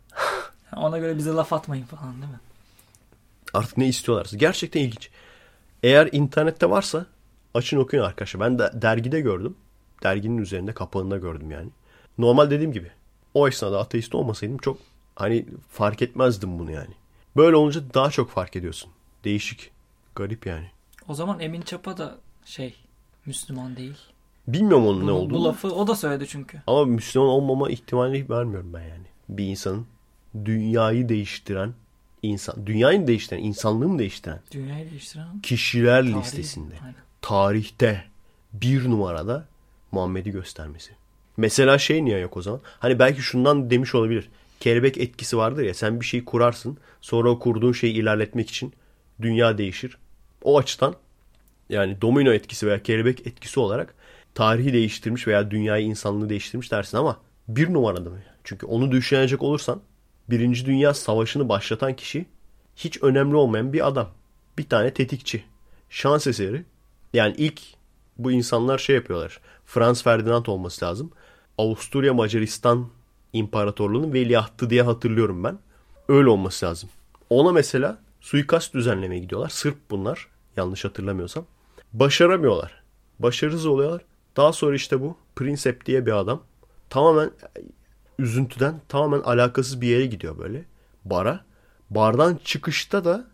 Ona göre bize laf atmayın falan değil mi? Artık ne istiyorlarsa. Gerçekten ilginç. Eğer internette varsa açın okuyun arkadaşlar. Ben de dergide gördüm. Derginin üzerinde kapağında gördüm yani. Normal dediğim gibi. O esnada ateist olmasaydım çok hani fark etmezdim bunu yani. Böyle olunca daha çok fark ediyorsun. Değişik. Garip yani. O zaman Emin Çapa da Müslüman değil. Bilmiyorum onun ne Bu olduğunu. lafı o da söyledi çünkü. Ama Müslüman olmama ihtimali vermiyorum ben yani. Bir insanın dünyayı değiştiren insan, dünyayı değiştiren, insanlığı mı değiştiren Dünyayı değiştiren kişiler tarihi. listesinde, Aynen. tarihte bir numarada Muhammed'i göstermesi. Mesela şey niye yok o zaman? Hani belki şundan demiş olabilir. Kelebek etkisi vardır ya, sen bir şey kurarsın, sonra o kurduğun şeyi ilerletmek için dünya değişir. O açıdan yani domino etkisi veya kelebek etkisi olarak tarihi değiştirmiş veya dünyayı, insanlığı değiştirmiş dersin ama bir numarada mı? Çünkü onu düşünecek olursan Birinci Dünya Savaşı'nı başlatan kişi hiç önemli olmayan bir adam. Bir tane tetikçi. Şans eseri. Yani ilk bu insanlar şey yapıyorlar. Franz Ferdinand olması lazım. Avusturya Macaristan İmparatorluğu'nun veliahtı diye hatırlıyorum ben. Öyle olması lazım. Ona mesela suikast düzenlemeye gidiyorlar. Sırp bunlar. Yanlış hatırlamıyorsam. Başaramıyorlar. Başarısız oluyorlar. Daha sonra işte bu Princeps diye bir adam tamamen üzüntüden tamamen alakasız bir yere gidiyor böyle. Bara. Bardan çıkışta da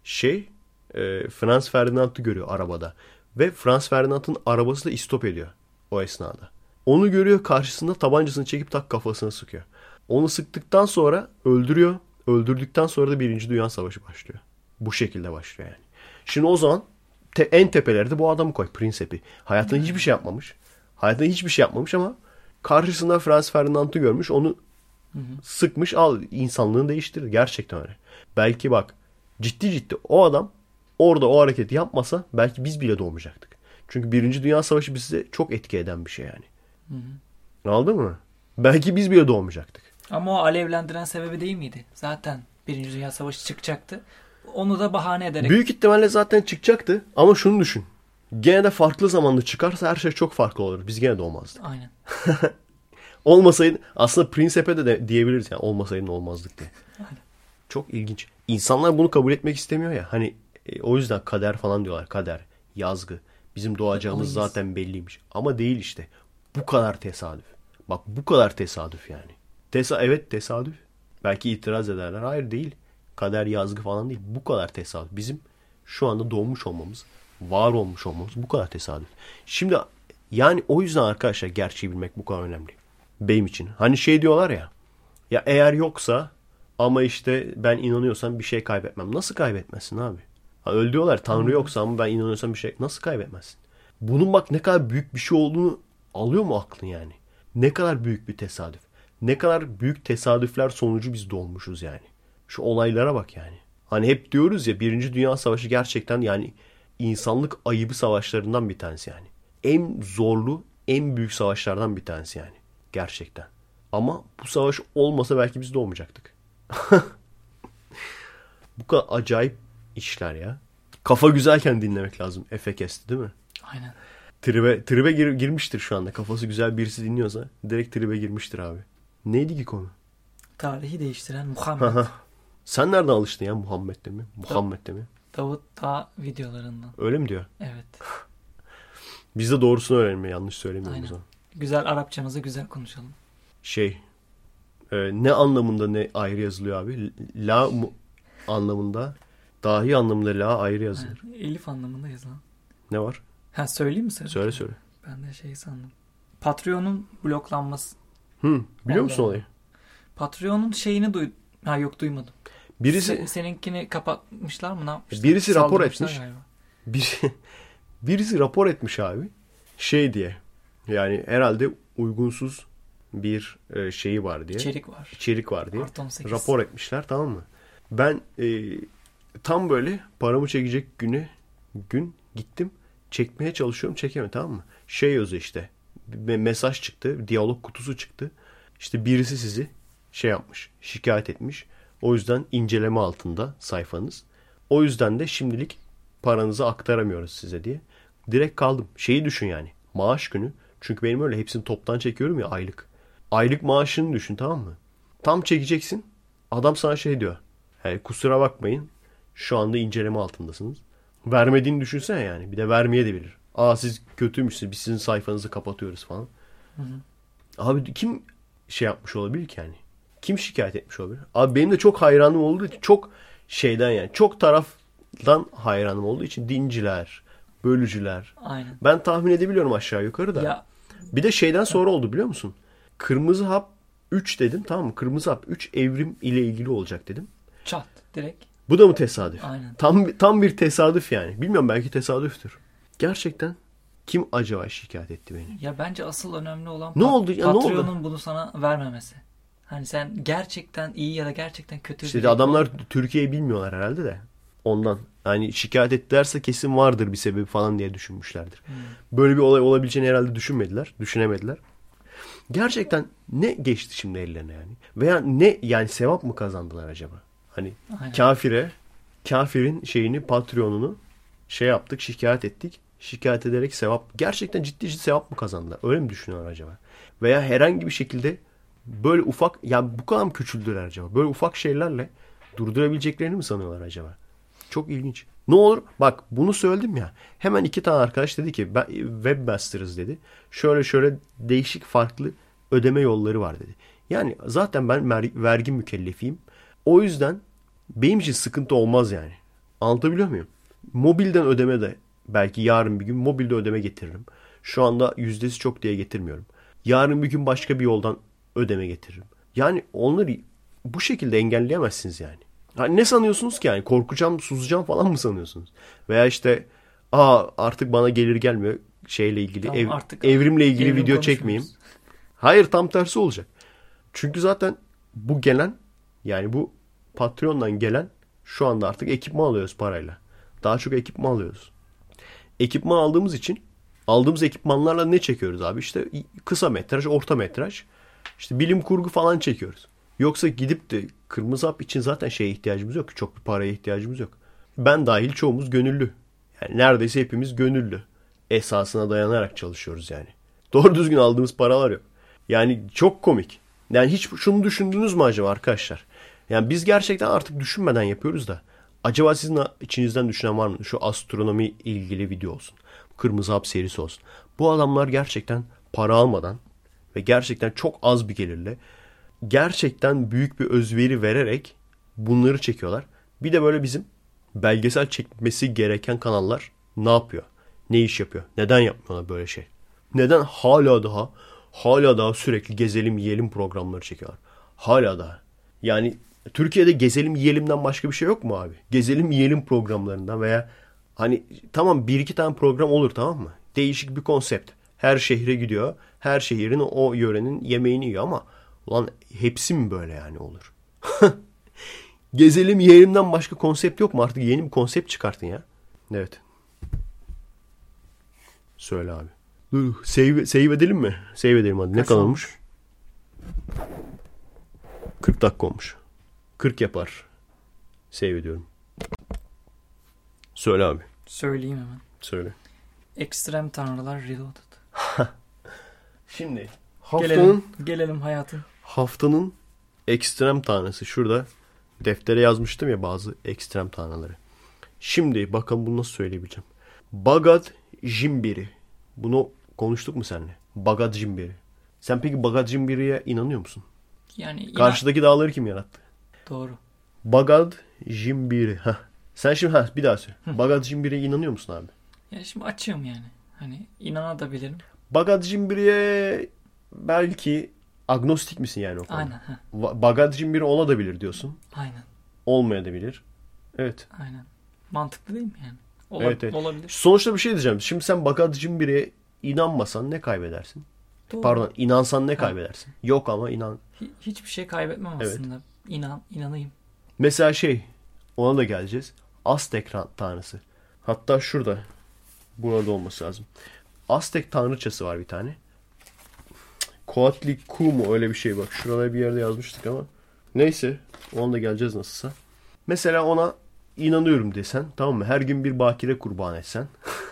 Franz Ferdinand'ı görüyor arabada. Ve Franz Ferdinand'ın arabası da istop ediyor o esnada. Onu görüyor, karşısında tabancasını çekip tak kafasına sıkıyor. Onu sıktıktan sonra öldürüyor. Öldürdükten sonra da Birinci Dünya Savaşı başlıyor. Bu şekilde başlıyor yani. Şimdi o zaman en tepelerde bu adamı koy, Princepi. Hayatında hiçbir şey yapmamış. Hayatında hiçbir şey yapmamış ama karşısında Franz Ferdinand'ı görmüş, onu sıkmış, al insanlığını değiştirdi. Gerçekten öyle. Belki bak ciddi o adam orada o hareketi yapmasa belki biz bile doğmayacaktık. Çünkü Birinci Dünya Savaşı bize çok etki eden bir şey yani. Anladın mı? Belki biz bile doğmayacaktık. Ama o alevlendiren sebebi değil miydi? Zaten Birinci Dünya Savaşı çıkacaktı. Onu da bahane ederek. Büyük ihtimalle zaten çıkacaktı ama şunu düşün. Gene de farklı zamanda çıkarsa her şey çok farklı olur. Biz gene doğmazdık. Aynen. Olmasaydı aslında Princepe de diyebiliriz yani, olmasaydın olmazdık diye. Aynen. Çok ilginç. İnsanlar bunu kabul etmek istemiyor ya. Hani o yüzden kader falan diyorlar. Kader, yazgı. Bizim doğacağımız zaten belliymiş. Ama değil işte. Bu kadar tesadüf. Bak bu kadar tesadüf yani. Evet tesadüf. Belki itiraz ederler. Hayır değil. Kader, yazgı falan değil. Bu kadar tesadüf. Bizim şu anda doğmuş olmamız, var olmuş olmamız bu kadar tesadüf. Şimdi yani o yüzden arkadaşlar gerçeği bilmek bu kadar önemli. Benim için. Hani şey diyorlar ya. Ya eğer yoksa ama işte ben inanıyorsam bir şey kaybetmem. Nasıl kaybetmezsin abi? Ha, öyle diyorlar. Tanrı yoksa ama ben inanıyorsam bir şey. Nasıl kaybetmezsin? Bunun bak ne kadar büyük bir şey olduğunu alıyor mu aklın yani? Ne kadar büyük bir tesadüf. Ne kadar büyük tesadüfler sonucu biz doğmuşuz yani. Şu olaylara bak yani. Hani hep diyoruz ya, Birinci Dünya Savaşı gerçekten yani insanlık ayıbı savaşlarından bir tanesi yani. En zorlu, en büyük savaşlardan bir tanesi yani. Gerçekten. Ama bu savaş olmasa belki biz doğmayacaktık. Bu kadar acayip işler ya. Kafa güzelken dinlemek lazım. Efekesti değil mi? Aynen. Tribe girmiştir şu anda. Kafası güzel birisi dinliyorsa direkt tribe girmiştir abi. Neydi ki konu? Tarihi değiştiren Muhammed. Sen nereden alıştın ya Muhammed'de mi? Muhammed'de mi? Davut Dağ videolarından. Öyle mi diyor? Evet. Biz de doğrusunu öğrenelim. Yanlış söylemiyorum Aynen. o zaman. Güzel Arapçamızı güzel konuşalım. Ne anlamında ne ayrı yazılıyor abi? Anlamında, dahi anlamında la ayrı yazılır. Elif anlamında yazılan. Ne var? Ha söyleyeyim mi sen? Söyle. Ben de sandım. Patreon'un bloklanması. Biliyor musun Allah. olayı? Patreon'un şeyini yok, duymadım. Birisi Seninkini kapatmışlar mı, ne yapmışlar? Birisi rapor Saldırmışlar etmiş. galiba. Birisi rapor etmiş abi. Şey diye. Yani herhalde uygunsuz bir şeyi var diye. İçerik var diye. Artı 18. Rapor etmişler, tamam mı? Ben tam böyle paramı çekecek gün gittim. Çekmeye çalışıyorum, çekemedim, tamam mı? Şey yazıyor işte. Bir mesaj çıktı. Diyalog kutusu çıktı. İşte birisi sizi şey yapmış. Şikayet etmiş. O yüzden inceleme altında sayfanız. O yüzden de şimdilik paranızı aktaramıyoruz size diye. Direkt kaldım. Şeyi düşün yani. Maaş günü. Çünkü benim öyle hepsini toptan çekiyorum ya, aylık. Aylık maaşını düşün, tamam mı? Tam çekeceksin. Adam sana şey diyor. Yani kusura bakmayın. Şu anda inceleme altındasınız. Vermediğini düşünsene yani. Bir de vermeye de bilir. Siz kötüymüşsünüz. Biz sizin sayfanızı kapatıyoruz falan. Hı. Abi kim şey yapmış olabilir ki yani? Kim şikayet etmiş olabilir? Abi benim de çok hayranım olduğu için, çok şeyden yani, çok taraftan hayranım olduğu için, dinciler, bölücüler. Aynen. Ben tahmin edebiliyorum aşağı yukarı da. Ya. Bir de şeyden sonra oldu biliyor musun? Kırmızı Hap 3 dedim, tamam mı? Kırmızı Hap 3 evrim ile ilgili olacak dedim. Çat direkt. Bu da mı tesadüf? Aynen. Tam bir tesadüf yani. Bilmiyorum, belki tesadüftür. Gerçekten kim acaba şikayet etti beni? Ya bence asıl önemli olan ne oldu? Ya, Patreon'un bunu sana vermemesi. Hani sen gerçekten iyi ya da gerçekten kötü. İşte adamlar Türkiye'yi bilmiyorlar herhalde de. Ondan. Yani şikayet ettilerse kesin vardır bir sebebi falan diye düşünmüşlerdir. Böyle bir olay olabileceğini herhalde düşünemediler. Gerçekten ne geçti şimdi ellerine yani? Veya ne yani, sevap mı kazandılar acaba? Hani Aynen. kafirin şeyini, Patreon'unu şey yaptık, şikayet ettik. Şikayet ederek sevap, gerçekten ciddi sevap mı kazandılar? Öyle mi düşünüyorlar acaba? Veya herhangi bir şekilde böyle ufak, ya bu kadar mı küçüldüler acaba? Böyle ufak şeylerle durdurabileceklerini mi sanıyorlar acaba? Çok ilginç. Ne olur bak, bunu söyledim ya. Hemen 2 tane arkadaş dedi ki webmaster'ız dedi. Şöyle değişik farklı ödeme yolları var dedi. Yani zaten ben vergi mükellefiyim. O yüzden benim için sıkıntı olmaz yani. Anlatabiliyor muyum? Mobilden ödeme de belki yarın bir gün mobilde ödeme getiririm. Şu anda yüzdesi çok diye getirmiyorum. Yarın bir gün başka bir yoldan ödeme getiririm. Yani onları bu şekilde engelleyemezsiniz yani. Yani ne sanıyorsunuz ki yani? Korkacağım, susacağım falan mı sanıyorsunuz? Veya işte artık bana gelir gelmiyor şeyle ilgili, Tamam, evrimle ilgili video çekmeyeyim. Hayır, tam tersi olacak. Çünkü zaten bu gelen, yani bu Patreon'dan gelen, şu anda artık ekipman alıyoruz parayla. Daha çok ekipman alıyoruz. Ekipman aldığımız için aldığımız ekipmanlarla ne çekiyoruz abi? İşte kısa metraj, orta metraj, işte bilim kurgu falan çekiyoruz. Yoksa gidip de Kırmızı Hap için zaten şeye ihtiyacımız yok. Çok bir paraya ihtiyacımız yok. Ben dahil çoğumuz gönüllü. Yani neredeyse hepimiz gönüllü. Esasına dayanarak çalışıyoruz yani. Doğru düzgün aldığımız paralar yok. Yani çok komik. Yani hiç şunu düşündünüz mü acaba arkadaşlar? Yani biz gerçekten artık düşünmeden yapıyoruz da. Acaba sizin içinizden düşünen var mı? Şu astronomi ilgili video olsun. Kırmızı Hap serisi olsun. Bu adamlar gerçekten para almadan ve gerçekten çok az bir gelirle, gerçekten büyük bir özveri vererek bunları çekiyorlar. Bir de böyle bizim belgesel çekmesi gereken kanallar ne yapıyor? Ne iş yapıyor? Neden yapmıyorlar böyle şey? Neden hala daha sürekli gezelim yiyelim programları çekiyorlar? Hala daha. Yani Türkiye'de gezelim yiyelimden başka bir şey yok mu abi? Gezelim yiyelim programlarından veya hani tamam, 1-2 tane program olur, tamam mı? Değişik bir konsept. Her şehre gidiyor. Her şehrin o yörenin yemeğini yiyor ama ulan hepsi mi böyle yani olur? Gezelim yiyelimden başka konsept yok mu? Artık yeni bir konsept çıkartın ya. Evet. Söyle abi. Dur, save edelim mi? Save edelim hadi. Ne kadar olmuş? 40 dakika olmuş. 40 yapar. Save ediyorum. Söyle abi. Söyleyeyim hemen. Söyle. Ekstrem Tanrılar Reloaded. Şimdi Gelelim hayatın. Haftanın ekstrem tanrısı. Şurada deftere yazmıştım ya bazı ekstrem tanrıları. Şimdi bakalım bunu nasıl söyleyebileceğim. Bagad Jimbiri. Bunu konuştuk mu seninle? Bagad Jimbiri. Sen peki Bagad Jimbiri'ye inanıyor musun? Yani karşıdaki dağları kim yarattı? Doğru. Bagad Jimbiri. Sen şimdi bir daha söyle. Bagad Jimbiri'ye inanıyor musun abi? Ya şimdi açığım yani. Hani inanabilirim. Bhagat Jimbiri'ye belki agnostik misin yani o konuda? Aynen. Bhagat Jimbiri olabilir diyorsun. Aynen. Olmayabilir. Evet. Aynen. Mantıklı değil mi yani? Evet. Olabilir. Sonuçta bir şey diyeceğim. Şimdi sen Bhagat Jimbiri'ye inanmasan ne kaybedersin? Doğru. Pardon, inansan ne kaybedersin? Yok ama inan. Hiçbir şey kaybetmem aslında. İnanayım. Mesela ona da geleceğiz. Aztek tanrısı. Hatta burada olması lazım. Aztek tanrıçası var bir tane. Coatlicue mu öyle bir şey bak. Şurada bir yerde yazmıştık ama. Neyse, ona da geleceğiz nasılsa. Mesela ona inanıyorum desen, tamam mı? Her gün bir bakire kurban etsen.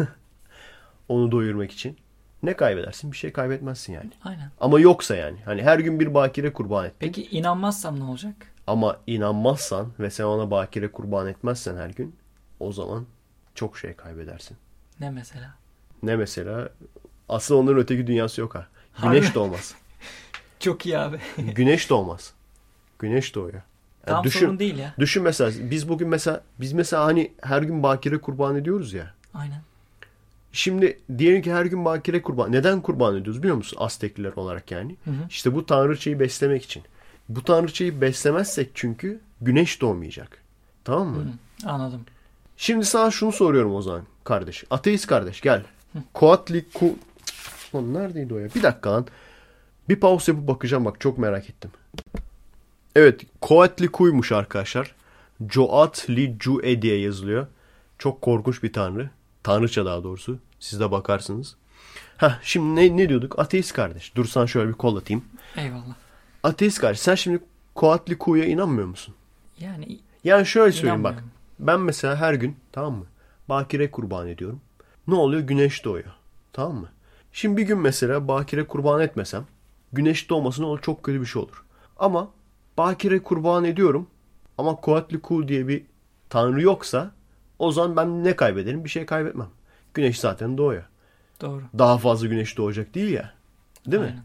Onu doyurmak için. Ne kaybedersin? Bir şey kaybetmezsin yani. Aynen. Ama yoksa yani. Hani her gün bir bakire kurban ettin. Peki inanmazsam ne olacak? Ama inanmazsan ve sen ona bakire kurban etmezsen her gün, o zaman çok şey kaybedersin. Ne mesela? Ne mesela? Aslında onların öteki dünyası yok ha. Güneş doğmaz. Çok iyi abi. Güneş doğmaz. Güneş doğuyor. Yani Tam sorun değil ya. Düşün mesela biz mesela hani her gün bakire kurban ediyoruz ya. Aynen. Şimdi diyelim ki her gün bakire kurban. Neden kurban ediyoruz biliyor musun? Aztekliler olarak yani. Hı hı. İşte bu tanrıçayı beslemek için. Bu tanrıçayı beslemezsek çünkü güneş doğmayacak. Tamam mı? Hı, anladım. Şimdi sana şunu soruyorum o zaman kardeş. Ateist kardeş gel. Coatlicue... Lan neredeydi o ya? Bir dakika lan. Bir pause yapıp bakacağım bak, çok merak ettim. Evet, Coatlicue'ymuş arkadaşlar. Coatlicue diye yazılıyor. Çok korkunç bir tanrı. Tanrıça daha doğrusu. Siz de bakarsınız. Şimdi ne diyorduk? Ateist kardeş. Dur sana şöyle bir kol atayım. Eyvallah. Ateist kardeş, sen şimdi Coatlicue'ya inanmıyor musun? Yani şöyle söyleyeyim bak. Ben mesela her gün, tamam mı, bakire kurban ediyorum. Ne oluyor? Güneş doğuyor. Tamam mı? Şimdi bir gün mesela bakire kurban etmesem, güneş doğması ne olur? Çok kötü bir şey olur. Ama bakire kurban ediyorum ama Coatlicue diye bir tanrı yoksa, o zaman ben ne kaybederim? Bir şey kaybetmem. Güneş zaten doğuyor. Doğru. Daha fazla güneş doğacak değil ya. Değil Aynen. mi?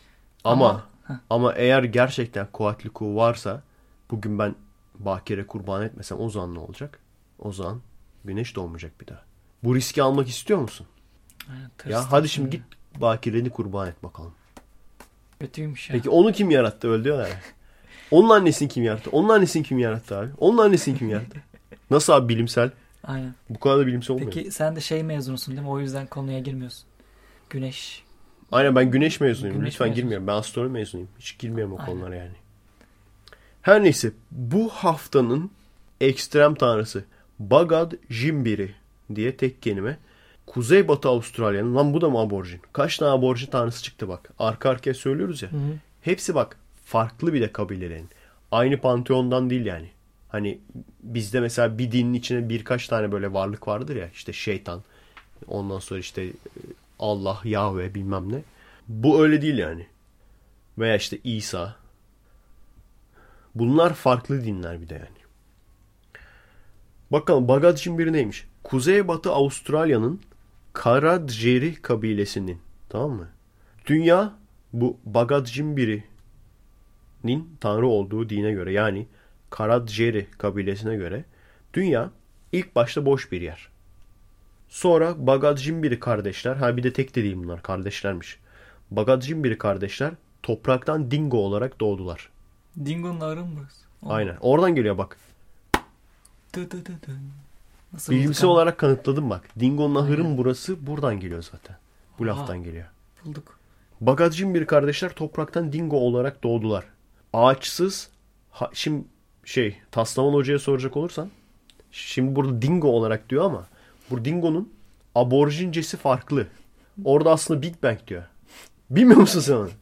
Ama eğer gerçekten Coatlicue varsa, bugün ben bakire kurban etmesem, o zaman ne olacak? O zaman güneş doğmayacak bir daha. Bu riski almak istiyor musun? Aynen, Ya hadi şimdi git bakireni kurban et bakalım. Kötüymüş ya. Peki onu kim yarattı? Öyle diyorlar ya. Onun annesini kim yarattı? Onun annesini kim yarattı abi? Onun annesini kim yarattı? Nasıl abi, bilimsel? Aynen. Bu kadar da bilimsel olmuyor. Peki sen de mezunusun değil mi? O yüzden konuya girmiyorsun. Güneş. Aynen, ben güneş mezunuyum. Güneş Lütfen mezunu. girmiyorum. Ben astronomi mezunuyum. Hiç girmiyorum o konulara yani. Her neyse, bu haftanın ekstrem tanrısı Bhagat Jimbiri diye tek kelime. Kuzeybatı Avustralya'nın, lan bu da mı aborjin? Kaç tane aborjin tanrısı çıktı bak. Arka arkaya söylüyoruz ya. Hı hı. Hepsi bak farklı bir de kabilelerin. Aynı panteondan değil yani. Hani bizde mesela bir dinin içine birkaç tane böyle varlık vardır ya. İşte şeytan. Ondan sonra işte Allah, Yahve bilmem ne. Bu öyle değil yani. Veya işte İsa. Bunlar farklı dinler bir de yani. Bakalım Bhagat Jimbiri neymiş? Kuzeybatı Avustralya'nın Karadjeri kabilesinin, tamam mı? Dünya bu Bhagat Jimbiri'nin tanrı olduğu dine göre, yani Karadjeri kabilesine göre dünya ilk başta boş bir yer. Sonra Bhagat Jimbiri kardeşler, bir de tek de değil bunlar, kardeşlermiş. Bhagat Jimbiri kardeşler topraktan dingo olarak doğdular. Dingo'nun ağrı mı burası? Aynen. Oradan geliyor bak. Nasıl Bilimsel olarak kanıtladım bak. Dingo'nun ahırın Aynen. burası buradan geliyor zaten. Bu Aha. laftan geliyor. Bulduk. Bhagat Jimbiri kardeşler topraktan dingo olarak doğdular. Ağaçsız, şimdi Taslaman Hoca'ya soracak olursan, şimdi burada dingo olarak diyor ama bu dingonun aborjincesi farklı. Orada aslında Big Bang diyor. Bilmiyor musun sen onu?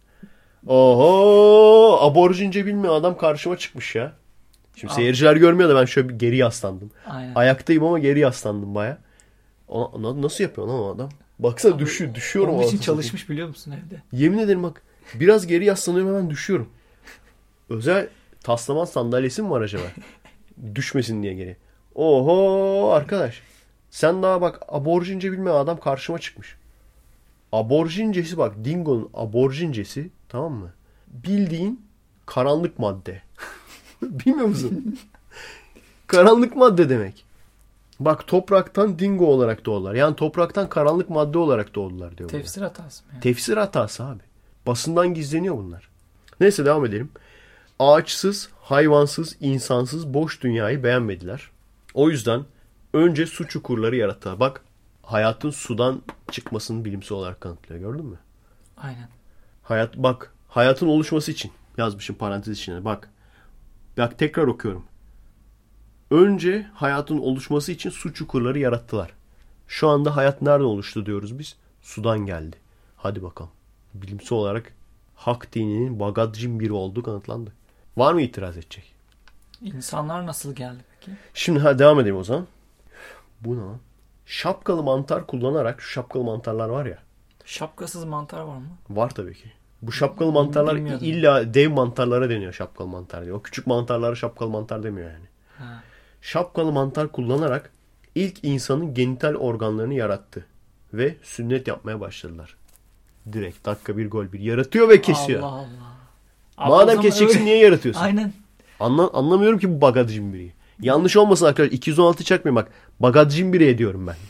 Oho, aborjince bilmiyor adam karşıma çıkmış ya. Şimdi seyirciler görmüyor da ben şöyle bir geri yaslandım. Aynen. Ayaktayım ama geri yaslandım baya. Nasıl yapıyor lan o adam? Baksana düşüyorum. Onun için çalışmış biliyor musun evde? Yemin ederim bak, biraz geri yaslanıyorum, hemen düşüyorum. Özel taslaman sandalyesi mi var acaba? Düşmesin diye geri. Oho arkadaş. Sen daha bak, aborjince bilmeyen adam karşıma çıkmış. Aborjincesi bak, dingonun aborjincesi, tamam mı? Bildiğin karanlık madde. Bilmiyor musun? Karanlık madde demek. Bak topraktan dingo olarak doğdular. Yani topraktan karanlık madde olarak doğdular diyor. Tefsir hatası mı? Yani? Tefsir hatası abi. Basından gizleniyor bunlar. Neyse devam edelim. Ağaçsız, hayvansız, insansız boş dünyayı beğenmediler. O yüzden önce su çukurları yarattılar. Bak hayatın sudan çıkmasını bilimsel olarak kanıtlıyor. Gördün mü? Aynen. Hayatın oluşması için yazmışım parantez içine. Bak tekrar okuyorum. Önce hayatın oluşması için su çukurları yarattılar. Şu anda hayat nereden oluştu diyoruz biz? Sudan geldi. Hadi bakalım. Bilimsel olarak Hak dininin Bhagavad biri olduğu kanıtlandı. Var mı itiraz edecek? İnsanlar nasıl geldi peki? Şimdi devam edelim o zaman. Bu ne lan? Şapkalı mantar kullanarak, şu şapkalı mantarlar var ya. Şapkasız mantar var mı? Var tabii ki. Bu şapkalı mantarlar illa dev mantarlara deniyor şapkalı mantar diyor. O küçük mantarlara şapkalı mantar demiyor yani. Ha. Şapkalı mantar kullanarak ilk insanın genital organlarını yarattı. Ve sünnet yapmaya başladılar. Direkt dakika bir gol bir yaratıyor ve kesiyor. Allah Allah. Madem keseceksin niye yaratıyorsun? Aynen. Anlamıyorum ki bu Bhagavad biri. Yanlış olmasın arkadaşlar. 216 çakmayın bak. Bhagavad biri diyorum ben.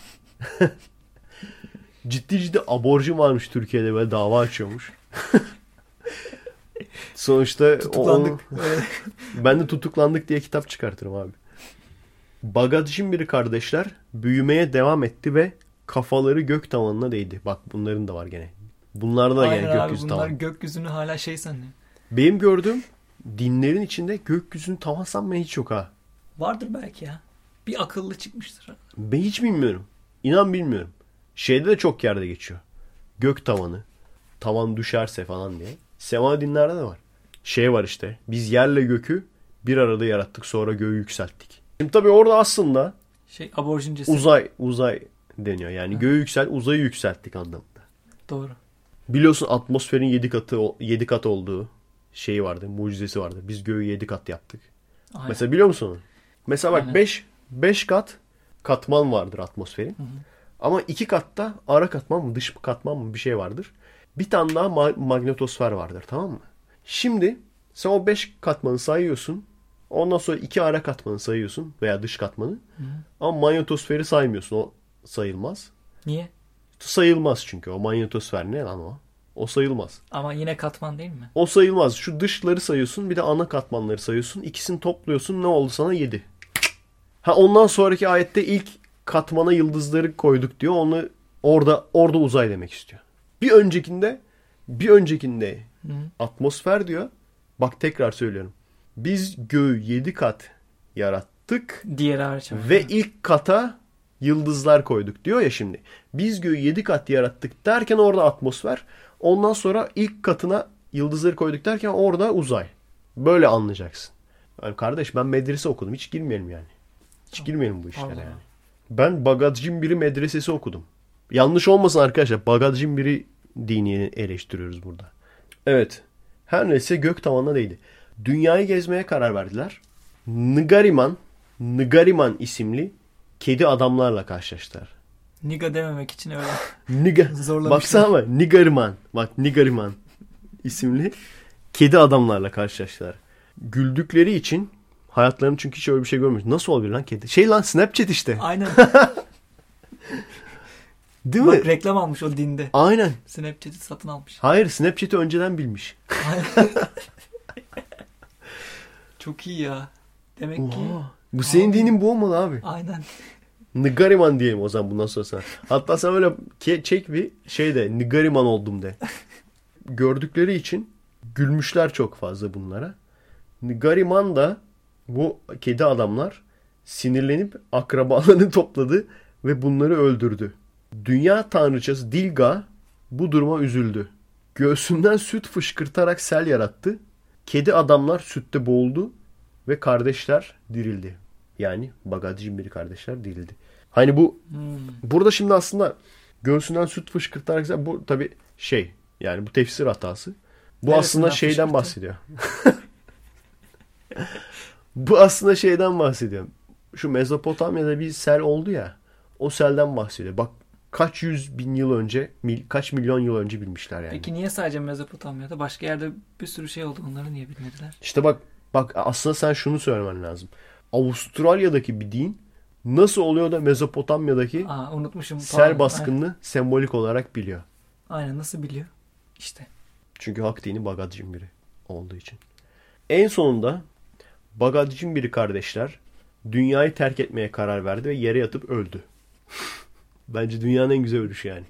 Ciddi aborjin varmış Türkiye'de böyle dava açıyormuş. Sonuçta tutuklandık. Ben de tutuklandık diye kitap çıkartırım abi. Bhagavad biri kardeşler büyümeye devam etti ve kafaları gök tavanına değdi. Bak bunların da var gene. Bunlarda da aynen gene gökyüzü tavan. Bunlar gökyüzünü hala şey sanıyor. Benim gördüğüm dinlerin içinde gökyüzünü tavan sanmayan hiç yok ha. Vardır belki ya. Bir akıllı çıkmıştır. Ben hiç bilmiyorum. İnan bilmiyorum. Şeyde de çok yerde geçiyor. Gök tavanı. Tavan düşerse falan diye. Sema dinlerde de var. Şey var işte. Biz yerle gökü bir arada yarattık. Sonra göğü yükselttik. Şimdi tabii orada aslında aborjincesi. Uzay deniyor. Yani göğü uzayı yükselttik anlamında. Doğru. Biliyorsun atmosferin 7 kat olduğu şeyi vardı. Mucizesi vardı. Biz göğü 7 kat yaptık. Aynen. Mesela biliyor musun onu? Mesela bak 5 kat katman vardır atmosferin. Hı hı. Ama 2 katta ara katman mı dış katman mı bir şey vardır. Bir tane daha magnetosfer vardır, tamam mı? Şimdi sen o 5 katmanı sayıyorsun. Ondan sonra 2 ara katmanı sayıyorsun veya dış katmanı. Hı. Ama manyetosferi saymıyorsun. O sayılmaz. Niye? Sayılmaz çünkü o manyetosfer ne lan o? O sayılmaz. Ama yine katman değil mi? O sayılmaz. Şu dışları sayıyorsun, bir de ana katmanları sayıyorsun. İkisini topluyorsun, ne oldu sana? 7. Ondan sonraki ayette ilk katmana yıldızları koyduk diyor. Onu orada uzay demek istiyor. Bir öncekinde atmosfer diyor. Bak tekrar söylüyorum. Biz göğü 7 kat yarattık. Diğer hariç. Ve ilk kata yıldızlar koyduk diyor ya şimdi. Biz göğü 7 kat yarattık derken orada atmosfer. Ondan sonra ilk katına yıldızları koyduk derken orada uzay. Böyle anlayacaksın. Yani kardeş ben medrese okudum. Hiç girmeyelim yani. Hiç girmeyelim bu işlere Allah. yani. Ben Bhagavad biri medresesi okudum. Yanlış olmasın arkadaşlar. Bhagavad biri dinini eleştiriyoruz burada. Evet. Her neyse gök tavanına değdi. Dünyayı gezmeye karar verdiler. Nigariman isimli kedi adamlarla karşılaştılar. Niga dememek için öyle. Niga. Baksana ama Nigariman. Bak Nigariman isimli kedi adamlarla karşılaştılar. Güldükleri için hayatlarını çünkü hiç öyle bir şey görmemiş. Nasıl olabilir lan kedi? Şey lan Snapchat işte. Aynen. Değil Bak, mi? reklam almış o dinde. Aynen. Snapchat'i satın almış. Hayır Snapchat'i önceden bilmiş. Çok iyi ya. Demek ki. Bu senin dinin bu olmalı abi. Aynen. Nigariman diyelim o zaman bundan sonra sana. Hatta sen öyle çek bir şeyde Nigariman oldum de. Gördükleri için gülmüşler çok fazla bunlara. Nigariman da bu kedi adamlar sinirlenip akrabalarını topladı ve bunları öldürdü. Dünya tanrıçası Dilga bu duruma üzüldü. Göğsünden süt fışkırtarak sel yarattı. Kedi adamlar sütte boğuldu ve kardeşler dirildi. Yani Bhagavad biri kardeşler dirildi. Hani bu burada şimdi aslında göğsünden süt fışkırtarak bu tabi yani bu tefsir hatası. Bu aslında şeyden bahsediyor. Bu aslında şeyden bahsediyor. Şu Mezopotamya'da bir sel oldu ya. O selden bahsediyor. Bak kaç yüz bin yıl önce, kaç milyon yıl önce bilmişler yani. Peki niye sadece Mezopotamya'da? Başka yerde bir sürü şey oldu. Onları niye bilmediler? İşte bak aslında sen şunu söylemen lazım. Avustralya'daki bir din Nasıl oluyor da Mezopotamya'daki Unutmuşum. Ser baskınını sembolik olarak biliyor. Aynen, nasıl biliyor? İşte. Çünkü hak dini Bagad Cimbiri olduğu için. En sonunda Bagad Cimbiri kardeşler dünyayı terk etmeye karar verdi ve yere yatıp öldü. Bence dünyanın en güzel ölüşü yani.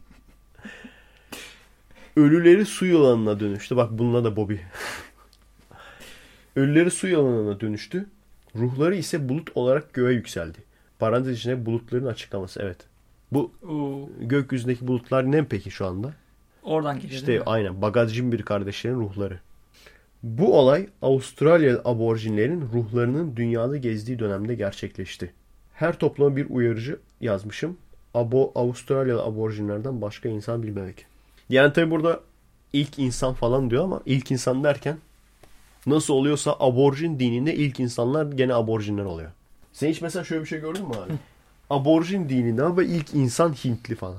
Ölüleri su yılanına dönüştü. Bak bununla da Bobby. Ölüleri su yılanına dönüştü. Ruhları ise bulut olarak göğe yükseldi. Parantez içinde bulutların açıklaması. Evet. Bu gökyüzündeki bulutlar ne peki şu anda? Oradan geliyor İşte değil mi? aynen. Bagad Cimbiri kardeşlerin ruhları. Bu olay Avustralya aborjinlerin ruhlarının dünyada gezdiği dönemde gerçekleşti. Her topluma bir uyarıcı yazmışım. Avustralyalı aborjinlerden başka insan bilmemek. Yani tabi burada ilk insan falan diyor ama ilk insan derken nasıl oluyorsa aborjin dininde ilk insanlar gene aborjinler oluyor. Sen hiç mesela şöyle bir şey gördün mü abi? Aborjin dininde ama ilk insan Hintli falan.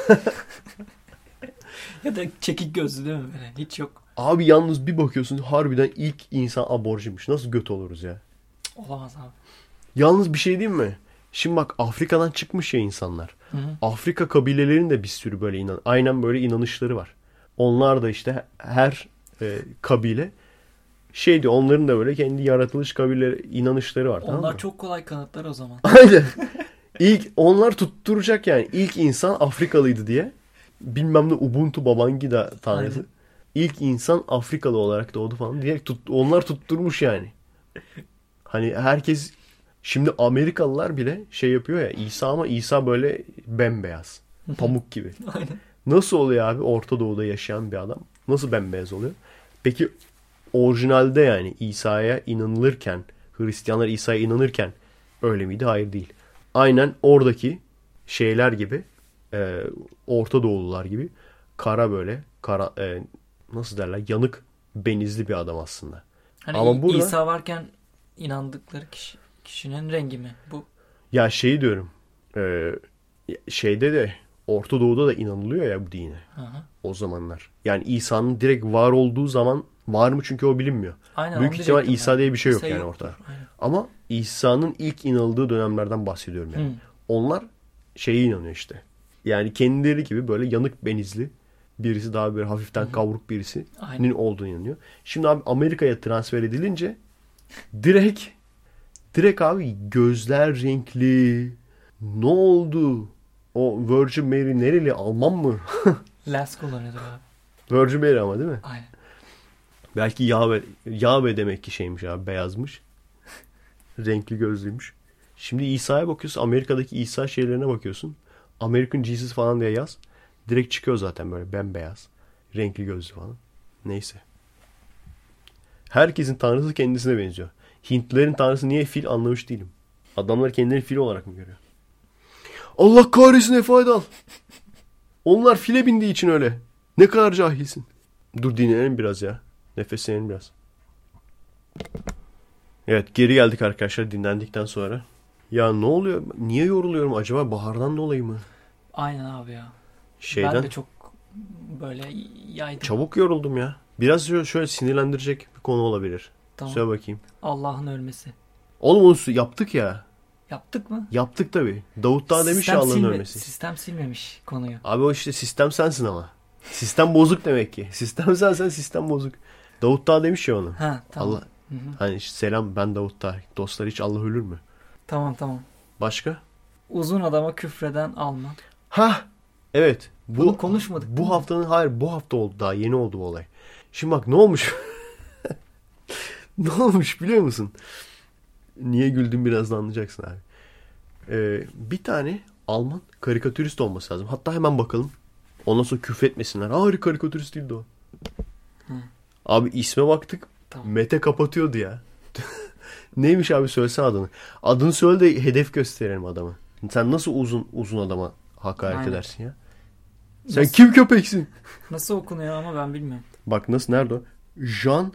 Ya da çekik gözlü değil mi böyle? Hiç yok. Abi yalnız bir bakıyorsun harbiden ilk insan aborjinmiş. Nasıl göt oluruz ya? Olamaz abi. Yalnız bir şey diyeyim mi? Şimdi bak Afrika'dan çıkmış ya insanlar. Hı. Afrika kabilelerinin de bir sürü böyle aynen böyle inanışları var. Onlar da işte her kabile şey diyor, onların da böyle kendi yaratılış kabile inanışları var. Onlar tamam çok kolay kanıtlar o zaman. Aynen. Onlar tutturacak yani. İlk insan Afrikalıydı diye. Bilmem ne Ubuntu Babangida tanrısı. Aynen. İlk insan Afrikalı olarak doğdu falan diye onlar tutturmuş yani. Hani herkes şimdi Amerikalılar bile şey yapıyor ya İsa ama İsa böyle bembeyaz. Pamuk gibi. Aynen. Nasıl oluyor abi Orta Doğu'da yaşayan bir adam? Nasıl bembeyaz oluyor? Peki orijinalde yani İsa'ya inanılırken, Hristiyanlar İsa'ya inanırken öyle miydi? Hayır değil. Aynen oradaki şeyler gibi, Orta Doğulular gibi kara böyle, nasıl derler? Yanık benizli bir adam aslında. Hani ama burada İsa varken inandıkları kişinin rengi mi bu? ya şey diyorum. Şeyde de Orta Doğu'da da inanılıyor ya bu dine. Hı. O zamanlar. Yani İsa'nın direkt var olduğu zaman var mı çünkü o bilinmiyor. Aynen, Büyük ihtimal İsa yani. diye bir şey yok İsa yani yoktur. ortada. Aynen. Ama İsa'nın ilk inanıldığı dönemlerden bahsediyorum yani. Onlar şeye inanıyor işte. Yani kendileri gibi böyle yanık benizli birisi, daha böyle hafiften kavruk birisinin olduğunu inanıyor. Şimdi abi Amerika'ya transfer edilince direkt abi gözler renkli. Ne oldu? O Virgin Mary nereli? Alman mı? Lens kullanıyordur abi. Virgin Mary ama değil mi? Aynen. Belki Yahve demek ki şeymiş abi, beyazmış. Renkli gözlüymüş. Şimdi İsa'ya bakıyorsun. Amerika'daki İsa şeylerine bakıyorsun. American Jesus falan diye yaz. Direkt çıkıyor zaten böyle bembeyaz. Renkli gözlü falan. Neyse. Herkesin tanrısı kendisine benziyor. Hintlilerin tanrısı niye fil anlamış değilim. Adamlar kendilerini fil olarak mı görüyor? Allah kahretsin Efe Aydal. Onlar file bindiği için öyle. Ne kadar cahilsin. Dur dinlenelim biraz ya. Nefeslenelim biraz. Evet, geri geldik arkadaşlar dinlendikten sonra. Ya ne oluyor? Niye yoruluyorum acaba? Bahardan dolayı mı? Aynen abi ya. Şeyden. Ben de çok böyle yaydım. Çabuk yoruldum ya. Biraz şöyle sinirlendirecek bir konu olabilir. Tamam. Söyle bakayım. Allah'ın ölmesi. Oğlum onu yaptık ya. Yaptık mı? Yaptık tabii. Davut Dağ demiş ya Allah'ın ölmesi. Sistem silmemiş konuyu. Abi o işte sistem sensin ama. Sistem bozuk demek ki. Sistem sensen sistem bozuk. Davut Dağ demiş ya onu. Ha tamam. Allah. Hani işte, selam ben Davut Dağ. Dostlar hiç Allah ölür mü? Tamam. Başka? Uzun adama küfreden Alman. Ha, evet. Bunu konuşmadık. Bu haftanın bu hafta oldu, daha yeni oldu bu olay. Şimdi bak ne olmuş? Ne olmuş biliyor musun? Niye güldüm biraz da anlayacaksın abi. Bir tane Alman karikatürist olması lazım. Hatta hemen bakalım. Ondan sonra küfretmesinler. Hayır, karikatürist değildi o. Abi isme baktık. Tamam. Mete kapatıyordu ya. Neymiş abi, söylesene adını. Adını söyle de hedef gösterelim adamı. Sen nasıl uzun adama hakaret edersin ya? Sen nasıl, kim köpeksin? Nasıl okunuyor ama ben bilmiyorum. Bak nasıl, nerede o? Jean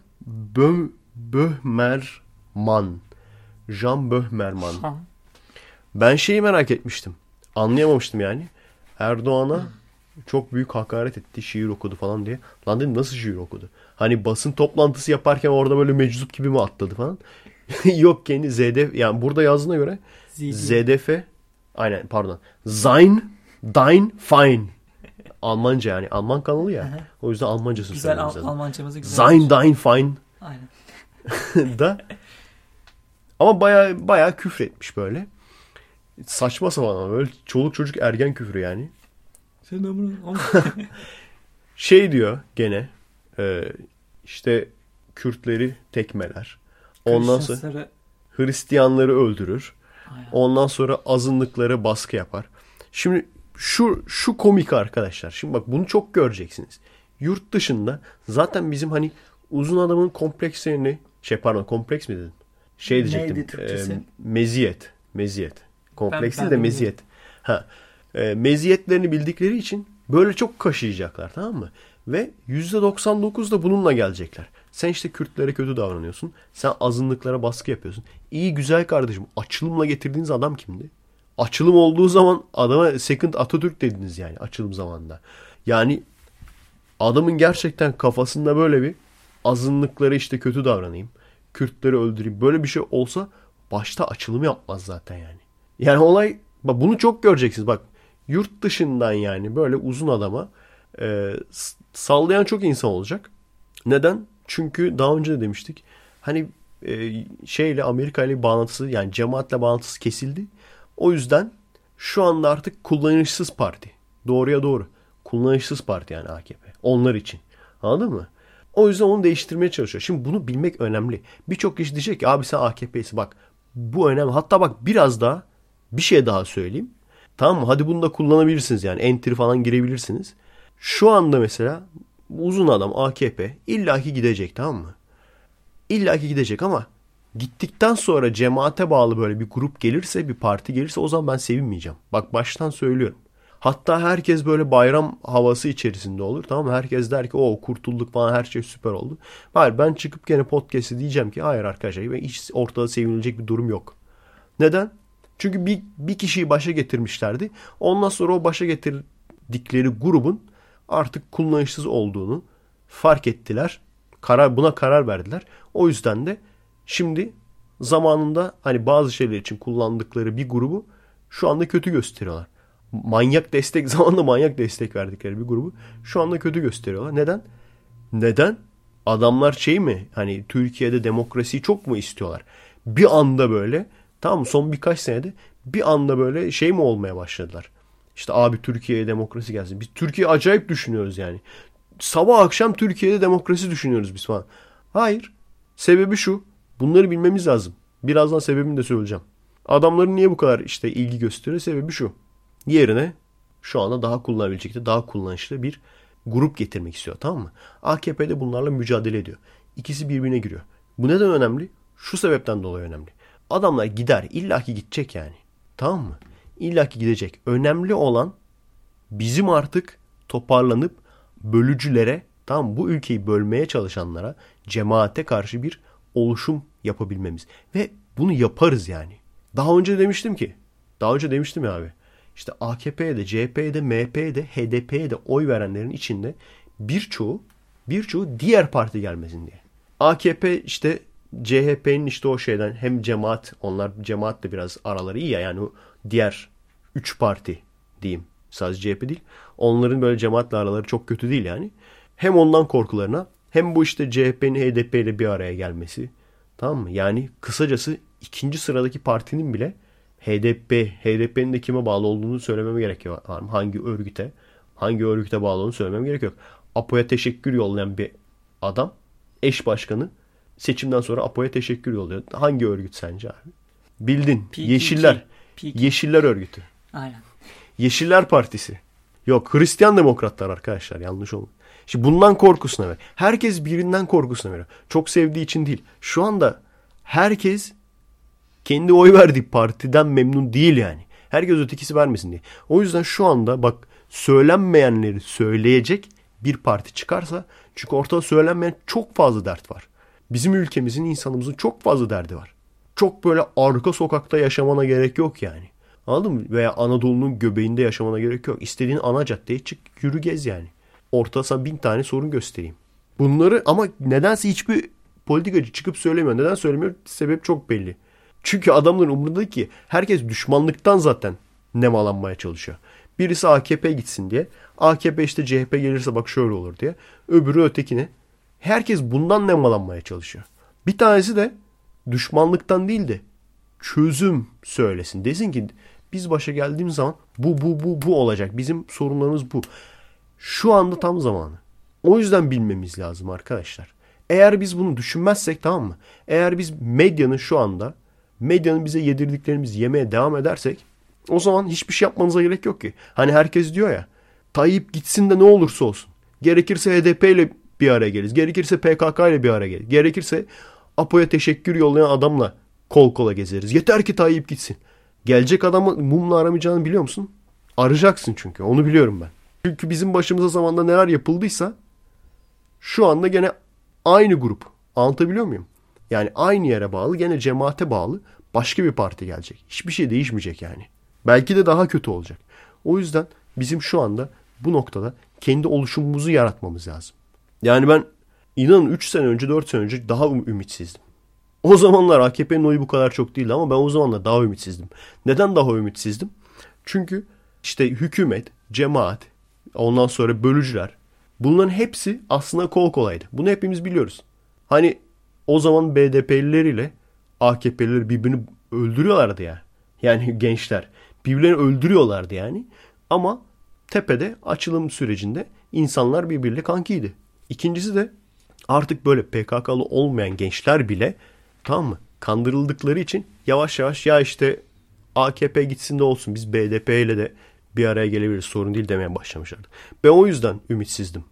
Böhmermann. Jean Böhmermann. Ben şeyi merak etmiştim. Anlayamamıştım yani. Erdoğan'a çok büyük hakaret etti. Şiir okudu falan diye. Lan dedim nasıl şiir okudu? Hani basın toplantısı yaparken orada böyle meczup gibi mi atladı falan. Yok, kendi ZDF, yani burada yazdığına göre ZDF, aynen, pardon. Sein, Dein, Fein. Almanca, yani Alman kanalı ya. O yüzden Almancasını güzel, Almancamızı güzel. Sein, Dein, Fein. Aynen. Da ama baya küfür etmiş böyle. Saçma sapan ama böyle çoluk çocuk ergen küfürü yani. Şey diyor gene işte Kürtleri tekmeler. Ondan sonra Hristiyanları öldürür. Aynen. Ondan sonra azınlıklara baskı yapar. Şimdi şu komik arkadaşlar. Şimdi bak, bunu çok göreceksiniz. Yurt dışında zaten bizim hani uzun adamın komplekslerini kompleks mi dedin? Diyecektim. Neydi Türkçesi? Meziyet. Kompleks değil de meziyet. Meziyetlerini bildikleri için böyle çok kaşıyacaklar, tamam mı? Ve %99 da bununla gelecekler. Sen işte Kürtlere kötü davranıyorsun. Sen azınlıklara baskı yapıyorsun. İyi güzel kardeşim, açılımla getirdiğiniz adam kimdi? Açılım olduğu zaman adama Second Atatürk dediniz yani, açılım zamanında. Yani adamın gerçekten kafasında böyle bir azınlıklara işte kötü davranayım, Kürtleri öldüreyim, böyle bir şey olsa başta açılım yapmaz zaten yani. Yani olay, bak bunu çok göreceksiniz. Bak, yurt dışından yani böyle uzun adama sallayan çok insan olacak. Neden? Çünkü daha önce de demiştik. Hani Amerika ile bağlantısı, yani cemaatle bağlantısı kesildi. O yüzden şu anda artık kullanışsız parti. Doğruya doğru. Kullanışsız parti yani AKP. Onlar için. Anladın mı? O yüzden onu değiştirmeye çalışıyor. Şimdi bunu bilmek önemli. Birçok kişi diyecek ki abi sen AKP'si, bak bu önemli. Hatta bak biraz daha bir şey daha söyleyeyim. Tamam mı? Hadi bunu da kullanabilirsiniz yani. Enter falan girebilirsiniz. Şu anda mesela uzun adam AKP illaki gidecek, tamam mı? İllaki gidecek ama gittikten sonra cemaate bağlı böyle bir grup gelirse, bir parti gelirse, o zaman ben sevinmeyeceğim. Bak baştan söylüyorum. Hatta herkes böyle bayram havası içerisinde olur, tamam mı? Herkes der ki o kurtulduk falan, her şey süper oldu. Hayır, ben çıkıp gene podcast'e diyeceğim ki hayır arkadaşlar, hiç ortada sevinilecek bir durum yok. Neden? Çünkü bir kişiyi başa getirmişlerdi. Ondan sonra o başa getirdikleri grubun artık kullanışsız olduğunu fark ettiler. Buna karar verdiler. O yüzden de şimdi zamanında hani bazı şeyler için kullandıkları bir grubu şu anda kötü gösteriyorlar. Zamanında manyak destek verdikleri bir grubu şu anda kötü gösteriyorlar. Neden? Neden? Adamlar hani Türkiye'de demokrasiyi çok mu istiyorlar? Bir anda böyle, tamam mı, son birkaç senede bir anda böyle mi olmaya başladılar? İşte abi Türkiye'ye demokrasi gelsin. Biz Türkiye acayip düşünüyoruz yani. Sabah akşam Türkiye'de demokrasi düşünüyoruz biz falan. Hayır. Sebebi şu. Bunları bilmemiz lazım. Birazdan sebebini de söyleyeceğim. Adamların niye bu kadar işte ilgi gösteriyor? Sebebi şu. Yerine şu anda daha kullanabilecek, daha kullanışlı bir grup getirmek istiyor, tamam mı? AKP de bunlarla mücadele ediyor. İkisi birbirine giriyor. Bu neden önemli? Şu sebepten dolayı önemli. Adamlar gider. İllaki gidecek yani. Tamam mı? İllaki gidecek. Önemli olan bizim artık toparlanıp bölücülere, tamam mı, bu ülkeyi bölmeye çalışanlara, cemaate karşı bir oluşum yapabilmemiz. Ve bunu yaparız yani. Daha önce demiştim ya abi. İşte AKP'ye de, CHP'ye de, MHP'ye de, HDP'ye de oy verenlerin içinde birçoğu diğer parti gelmesin diye. AKP işte CHP'nin işte o şeyden hem cemaat, onlar cemaatle biraz araları iyi ya, yani o diğer 3 parti diyeyim. Sadece CHP değil. Onların böyle cemaatle araları çok kötü değil yani. Hem ondan korkularına hem bu işte CHP'nin HDP ile bir araya gelmesi. Tamam mı? Yani kısacası ikinci sıradaki partinin bile HDP'nin de kime bağlı olduğunu söylememe gerek yok. Hangi örgüte bağlı olduğunu söylemem gerek yok. APO'ya teşekkür yollayan bir adam, eş başkanı seçimden sonra APO'ya teşekkür yolluyor. Hangi örgüt sence abi? Bildin. Yeşiller. Yeşiller örgütü. Aynen. Yeşiller Partisi. Yok, Hristiyan Demokratlar arkadaşlar, yanlış oldu. Şimdi bundan korkusuna ver. Herkes birinden korkusuna veriyor. Çok sevdiği için değil. Şu anda herkes kendi oy verdiği partiden memnun değil yani. Herkes ötekisi vermesin diye. O yüzden şu anda bak, söylenmeyenleri söyleyecek bir parti çıkarsa, çünkü ortada söylenmeyen çok fazla dert var. Bizim ülkemizin, insanımızın çok fazla derdi var. Çok böyle arka sokakta yaşamana gerek yok yani. Anladın mı? Veya Anadolu'nun göbeğinde yaşamana gerek yok. İstediğin ana caddeye çık, yürü gez yani. Ortada sana 1000 tane sorun göstereyim. Bunları ama nedense hiçbir politikacı çıkıp söylemiyor. Neden söylemiyor? Sebep çok belli. Çünkü adamların umurunda ki herkes düşmanlıktan zaten nemalanmaya çalışıyor. Birisi AKP gitsin diye. AKP işte CHP gelirse bak şöyle olur diye. Öbürü ötekine. Herkes bundan nemalanmaya çalışıyor. Bir tanesi de düşmanlıktan değil de çözüm söylesin. Desin ki biz başa geldiğimiz zaman bu olacak. Bizim sorunlarımız bu. Şu anda tam zamanı. O yüzden bilmemiz lazım arkadaşlar. Eğer biz bunu düşünmezsek, tamam mı? Eğer biz medyanın bize yedirdiklerimizi yemeye devam edersek, o zaman hiçbir şey yapmanıza gerek yok ki. Hani herkes diyor ya, Tayyip gitsin de ne olursa olsun. Gerekirse HDP ile bir araya geliriz. Gerekirse PKK ile bir araya geliriz. Gerekirse APO'ya teşekkür yollayan adamla kol kola gezeriz. Yeter ki Tayyip gitsin. Gelecek adamı mumla aramayacağını biliyor musun? Arayacaksın çünkü. Onu biliyorum ben. Çünkü bizim başımıza zamanda neler yapıldıysa şu anda gene aynı grup. Anlatabiliyor muyum? Yani aynı yere bağlı, gene cemaate bağlı başka bir parti gelecek. Hiçbir şey değişmeyecek yani. Belki de daha kötü olacak. O yüzden bizim şu anda bu noktada kendi oluşumumuzu yaratmamız lazım. Yani ben inanın 3 sene önce 4 sene önce daha ümitsizdim. O zamanlar AKP'nin oyu bu kadar çok değildi ama ben o zamanlar daha ümitsizdim. Neden daha ümitsizdim? Çünkü işte hükümet, cemaat, ondan sonra bölücüler, bunların hepsi aslında kol kolaydı. Bunu hepimiz biliyoruz. Hani o zaman BDP'liler ile AKP'liler birbirini öldürüyorlardı ya. Yani gençler birbirlerini öldürüyorlardı yani. Ama tepede açılım sürecinde insanlar birbiriyle kankiydi. İkincisi de artık böyle PKK'lı olmayan gençler bile, tamam mı, kandırıldıkları için yavaş yavaş ya işte AKP gitsin de olsun, biz BDP ile de bir araya gelebiliriz, sorun değil demeye başlamışlardı. Ben o yüzden ümitsizdim.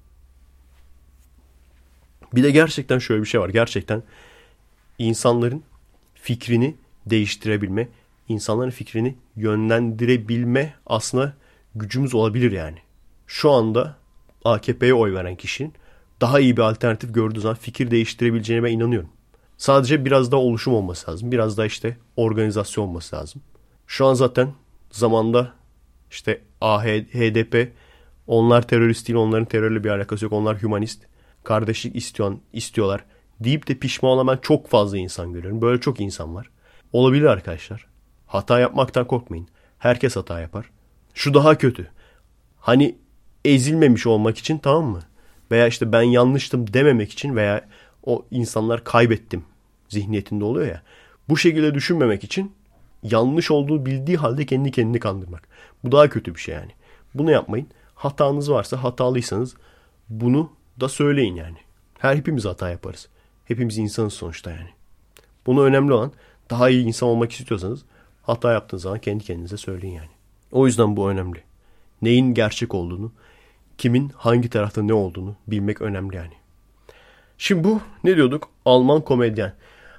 Bir de gerçekten şöyle bir şey var. Gerçekten insanların fikrini değiştirebilme, insanların fikrini yönlendirebilme aslında gücümüz olabilir yani. Şu anda AKP'ye oy veren kişinin daha iyi bir alternatif gördüğü zaman fikir değiştirebileceğine ben inanıyorum. Sadece biraz daha oluşum olması lazım. Biraz daha işte organizasyon olması lazım. Şu an zaten zamanda işte HDP, onlar terörist değil, onların terörle bir alakası yok. Onlar hümanist, kardeşlik istiyorlar deyip de pişman olan ben çok fazla insan görüyorum. Böyle çok insan var. Olabilir arkadaşlar. Hata yapmaktan korkmayın. Herkes hata yapar. Şu daha kötü. Hani ezilmemiş olmak için, tamam mı? Veya işte ben yanlıştım dememek için veya o insanlar kaybettim zihniyetinde oluyor ya. Bu şekilde düşünmemek için yanlış olduğu bildiği halde kendi kendini kandırmak. Bu daha kötü bir şey yani. Bunu yapmayın. Hatanız varsa, hatalıysanız bunu da söyleyin yani. Hepimiz hata yaparız. Hepimiz insanız sonuçta yani. Bunu önemli olan, daha iyi insan olmak istiyorsanız hata yaptığınız zaman kendi kendinize söyleyin yani. O yüzden bu önemli. Neyin gerçek olduğunu, kimin hangi tarafta ne olduğunu bilmek önemli yani. Şimdi bu ne diyorduk? Alman komedyen.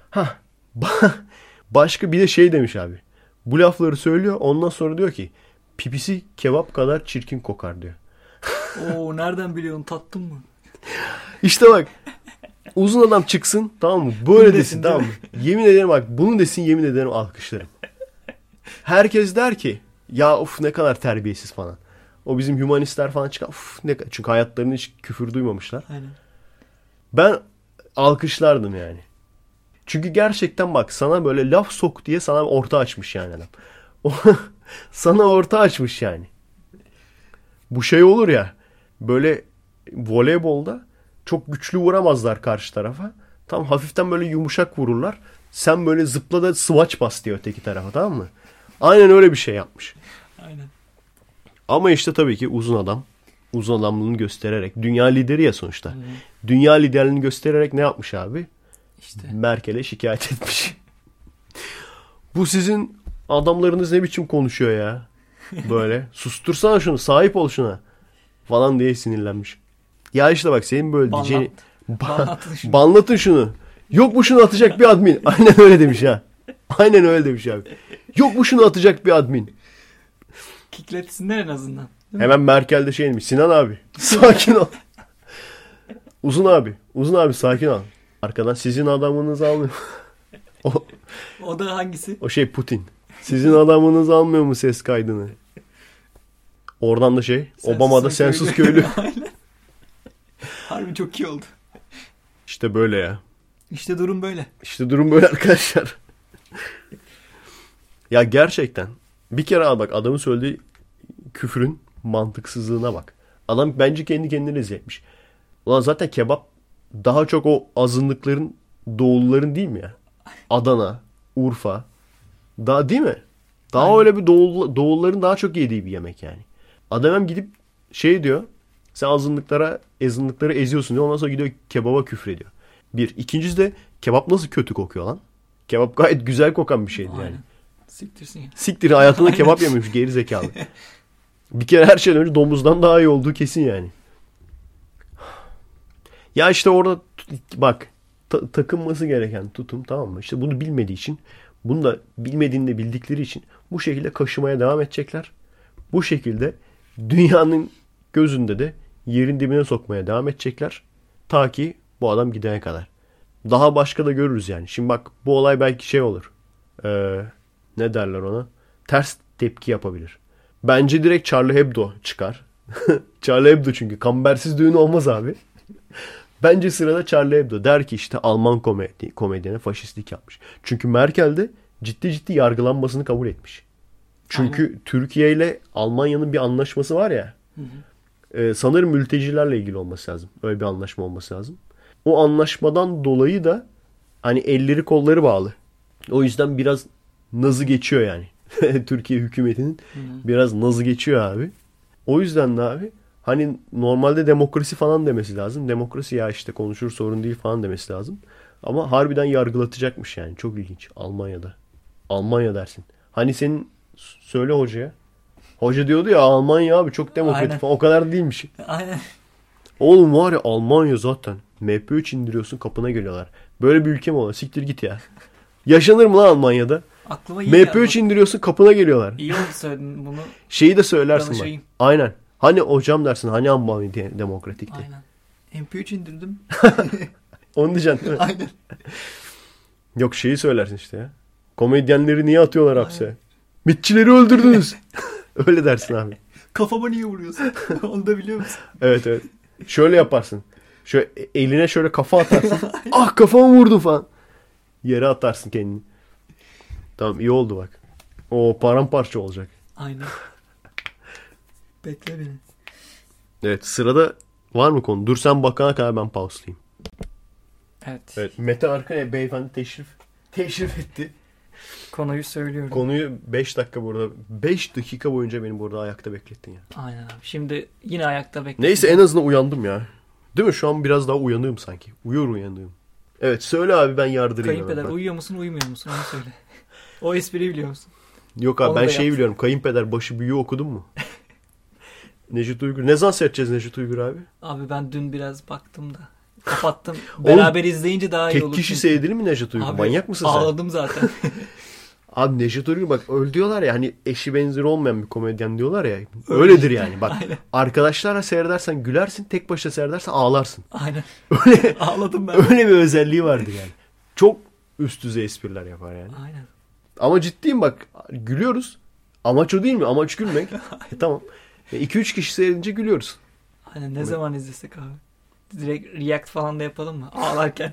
Başka bir de şey demiş abi. Bu lafları söylüyor, ondan sonra diyor ki pipisi kebap kadar çirkin kokar diyor. Oo, nereden biliyorsun, tattın mı? İşte bak, uzun adam çıksın, tamam mı? Böyle desin, tamam mı? Yemin ederim bak, bunu desin, yemin ederim alkışlarım. Herkes der ki ya uf ne kadar terbiyesiz falan. O bizim hümanistler falan çıkar. Uf ne, çünkü hayatlarında hiç küfür duymamışlar. Aynen. Ben alkışlardım yani. Çünkü gerçekten bak, sana böyle laf sok diye sana orta açmış yani adam. Sana orta açmış yani. Bu şey olur ya, böyle voleybolda çok güçlü vuramazlar karşı tarafa. Tam hafiften böyle yumuşak vururlar. Sen böyle zıpla da smaç bas diyor öteki tarafa, tamam mı? Aynen öyle bir şey yapmış. Aynen. Ama işte tabii ki uzun adamlığını göstererek, dünya lideri ya sonuçta. Dünya liderliğini göstererek ne yapmış abi? İşte. Merkel'e şikayet etmiş. Bu sizin adamlarınız ne biçim konuşuyor ya? Böyle sustursana şunu, sahip ol şuna falan diye sinirlenmiş. Ya işte bak, senin böyle diyeceğini banlatın şunu. Yok mu şunu atacak bir admin? Aynen öyle demiş ha. Aynen öyle demiş abi. Yok mu şunu atacak bir admin? Kikletsinler en azından. Hemen Merkel'de şey demiş. Sinan abi sakin ol. Uzun abi sakin ol. Arkadan sizin adamınız almıyor. O da hangisi? O şey Putin. Sizin adamınız almıyor mu ses kaydını? Oradan da şey Obama'da sensus köylü. Harbi çok iyi oldu. İşte böyle ya. İşte durum böyle. İşte durum böyle arkadaşlar. Ya gerçekten bir kere bak adamın söylediği küfrün mantıksızlığına bak. Adam bence kendi kendine rezil etmiş. Ulan zaten kebap daha çok o azınlıkların, doğuluların değil mi ya? Adana, Urfa. Daha değil mi? Daha Aynen. öyle bir doğulların daha çok yediği bir yemek yani. Adam hem gidip şey diyor. Sen azınlıkları eziyorsun diyor. Ondan sonra gidiyor kebaba küfrediyor. Bir. İkincisi de kebap nasıl kötü kokuyor lan? Kebap gayet güzel kokan bir şeydi yani. Aynen. Siktirsin ya. Siktir hayatında Aynen. kebap yememiş geri zekalı. Bir kere her şeyden önce domuzdan daha iyi olduğu kesin yani. Ya işte orada bak takınması gereken tutum, tamam mı? İşte bunu bilmediği için, bunu da bilmediğini de bildikleri için bu şekilde kaşımaya devam edecekler. Bu şekilde dünyanın gözünde de yerin dibine sokmaya devam edecekler. Ta ki bu adam gidene kadar. Daha başka da görürüz yani. Şimdi bak bu olay belki şey olur. Ne derler ona? Ters tepki yapabilir. Bence direkt Charlie Hebdo çıkar. Charlie Hebdo çünkü kambersiz düğün olmaz abi. Bence sırada Charlie Hebdo der ki işte Alman komedyene faşistlik yapmış. Çünkü Merkel de ciddi yargılanmasını kabul etmiş. Çünkü Aynen. Türkiye ile Almanya'nın bir anlaşması var ya. Sanırım mültecilerle ilgili olması lazım. Öyle bir anlaşma olması lazım. O anlaşmadan dolayı da hani elleri kolları bağlı. O yüzden biraz nazı geçiyor yani. Türkiye hükümetinin biraz nazı geçiyor abi. O yüzden de abi hani normalde demokrasi falan demesi lazım. Demokrasi ya işte konuşur sorun değil falan demesi lazım. Ama harbiden yargılatacakmış yani. Çok ilginç. Almanya'da. Almanya dersin. Hani senin söyle hocaya. Hoca diyordu ya Almanya abi çok demokratik Aynen. falan. O kadar değilmiş. Aynen. Oğlum var ya Almanya zaten. MP3 indiriyorsun kapına geliyorlar. Böyle bir ülke mi olur? Siktir git ya. Yaşanır mı lan Almanya'da? Aklıma iyi geldi. MP3 indiriyorsun kapına geliyorlar. İyi oldu söyledin bunu. Şeyi de söylersin bak. Danışayım. Aynen. Hani hocam dersin hani Almanya demokratikti. Aynen. MP3 indirdim. Onu diyeceksin değil mi? Aynen. Yok şeyi söylersin işte ya. Komedyenleri niye atıyorlar hapse? Aynen. Mitçileri öldürdünüz. Öyle dersin abi. Kafama niye vuruyorsun? Onu da biliyor musun? Evet. Şöyle yaparsın. Şöyle eline şöyle kafa atarsın. Ah kafamı vurdum falan. Yere atarsın kendini. Tamam iyi oldu bak. O paramparça olacak. Aynen. Bekle beni. Evet sırada var mı konu? Dur sen bakana kadar ben pauselayayım. Evet. Mete Arkaya beyefendi teşrif etti. Konuyu söylüyorum. Konuyu 5 dakika burada 5 dakika boyunca beni burada ayakta beklettin ya. Aynen abi. Şimdi yine ayakta bekliyorum. Neyse en azından uyandım ya. Değil mi? Şu an biraz daha uyanığım sanki. Uyandığım. Evet söyle abi ben yardırayım. Kayınpeder hemen. uyuyor musun uyumuyor musun onu söyle. O espriyi biliyor musun? Yok abi Onu ben da şeyi yap. biliyorum. Kayınpeder başı büyüğü okudun mu? Necdet Uygur. Ne zaman seyredeceğiz Necdet Uygur abi? Abi ben dün biraz baktım da. Kapattım. Beraber izleyince daha iyi Tek olur. kişi çünkü. seyredildi mi Necdet Uygur? Abi, Manyak mısın sen? ağladım zaten. Abi Necdet Uygur bak öyle diyorlar ya hani eşi benzeri olmayan bir komedyen diyorlar ya. Öyledir yani bak. Aynen. Arkadaşlarla seyredersen gülersin. Tek başına seyredersen ağlarsın. Aynen. Öyle, Ağladım ben. öyle bir özelliği vardır yani. Çok üst düzey espriler yapar yani. Aynen. Ama ciddiyim bak. Gülüyoruz. Amaç o değil mi? Amaç gülmek. Tamam. 2-3 kişi seyredince gülüyoruz. Aynen ne zaman izlesek abi. Direkt react falan da yapalım mı? Ağlarken.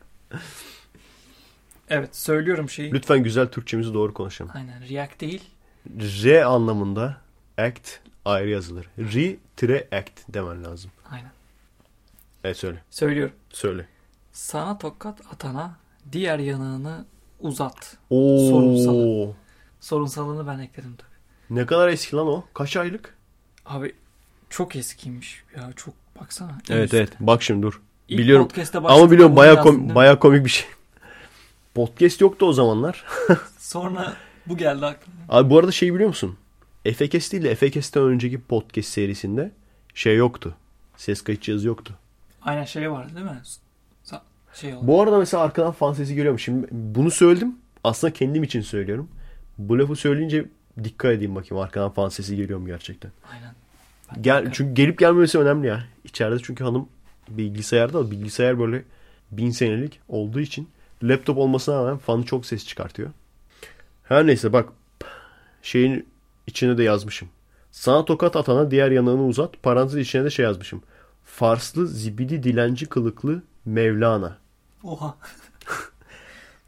Evet söylüyorum şeyi. Lütfen güzel Türkçemizi doğru konuşalım. Aynen react değil. R anlamında act ayrı yazılır. Re-act demen lazım. Aynen. Evet söyle. Söylüyorum. Söyle. Sana tokat atana diğer yanağını uzat. Oo. Sorunsalı. Sorunsalını ben ekledim tabii. Ne kadar eski lan o? Kaç aylık? Abi çok eskiymiş ya çok baksana. Evet. Bak şimdi dur. İlk biliyorum. podcast'te Ama başladığında biliyorum bunu yazdın, değil mi? baya komik bir şey. Podcast yoktu o zamanlar. Sonra bu geldi aklıma. Abi bu arada şey biliyor musun? Efekes değil de Efekes'ten önceki podcast serisinde şey yoktu. Ses kayıt cihazı yoktu. Aynen şey vardı değil mi? Şey oldu. Bu arada mesela arkadan fan sesi geliyormuş. Şimdi bunu söyledim. Aslında kendim için söylüyorum. Bu lafı söyleyince dikkat edeyim bakayım. Arkadan fan sesi geliyor mu gerçekten? Aynen. Çünkü gelip gelmemesi önemli ya. İçeride çünkü hanım bilgisayarda bilgisayar böyle 1000 senelik olduğu için laptop olmasına rağmen fanı çok ses çıkartıyor. Her neyse bak şeyin içine de yazmışım. Sana tokat atana diğer yanağını uzat. Parantez içine de şey yazmışım. Farslı zibidi dilenci kılıklı Mevlana. Oha.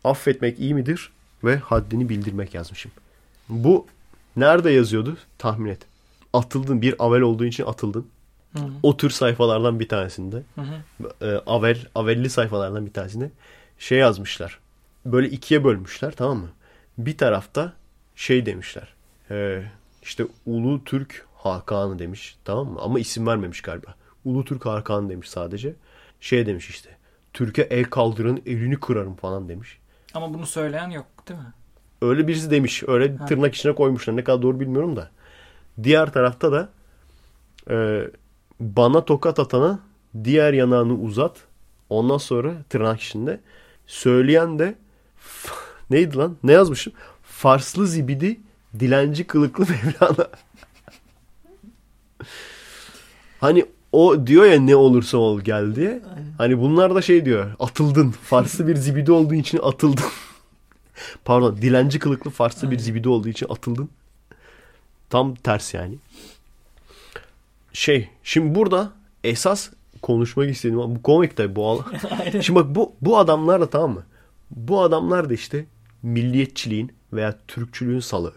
affetmek iyi midir ve haddini bildirmek yazmışım. Bu nerede yazıyordu? Tahmin et. Atıldın. Bir avel olduğu için atıldın. Hı-hı. O tür sayfalardan bir tanesinde. Avelli sayfalardan bir tanesinde şey yazmışlar. Böyle ikiye bölmüşler, tamam mı? Bir tarafta şey demişler. İşte Ulu Türk Hakanı demiş, tamam mı? Ama isim vermemiş galiba. Ulu Türk Hakanı demiş sadece. Şey demiş işte. Türkiye el kaldırın, elini kırarım falan demiş. Ama bunu söyleyen yok değil mi? Öyle birisi demiş. Öyle tırnak içine koymuşlar. Ne kadar doğru bilmiyorum da. Diğer tarafta da bana tokat atana diğer yanağını uzat. Ondan sonra tırnak içinde söyleyen de neydi lan? Ne yazmışım? Farslı zibidi dilenci kılıklı Mevlana. Hani o diyor ya ne olursa ol gel diye. Hani bunlar da şey diyor. Atıldın. Farslı bir zibidi olduğu için atıldın. Pardon. Dilenci kılıklı Farslı bir zibidi olduğu için atıldın. Tam ters yani. Şimdi burada esas konuşmak istediğim bu komik tabii bu. Şimdi bak bu adamlar da, tamam mı? Bu adamlar da işte milliyetçiliğin veya Türkçülüğün salı.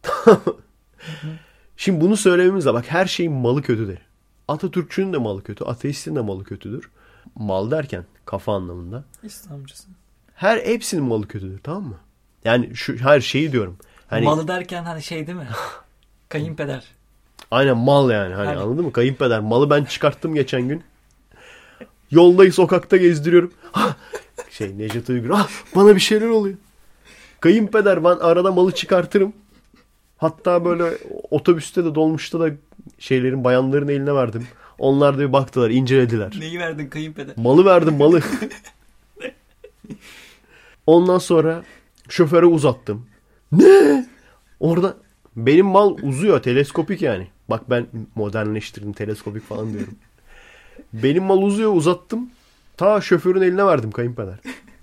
Şimdi bunu söylememiz bak her şeyin malı kötüdür. Atatürkçünün de malı kötü, ateistin de malı kötüdür. Mal derken kafa anlamında. İslamcısı. Hepsinin malı kötüdür, tamam mı? Yani şu her şeyi diyorum. Hani, malı derken hani şey değil mi? Kayınpeder. Aynen mal yani. Hani anladın mı? Kayınpeder. Malı ben çıkarttım geçen gün. Yoldayı sokakta gezdiriyorum. Necdet Uygur. Bana bir şeyler oluyor. Kayınpeder, ben arada malı çıkartırım. Hatta böyle otobüste de dolmuşta da bayanların eline verdim. Onlar da bir baktılar, incelediler. Neyi verdin kayınpeder? Malı verdim, malı. Ondan sonra şoföre uzattım. Ne? Orada benim mal uzuyor, teleskopik yani. Bak ben modernleştirdim, teleskopik falan diyorum. Benim mal uzuyor, uzattım. Ta şoförün eline verdim kayınpeder.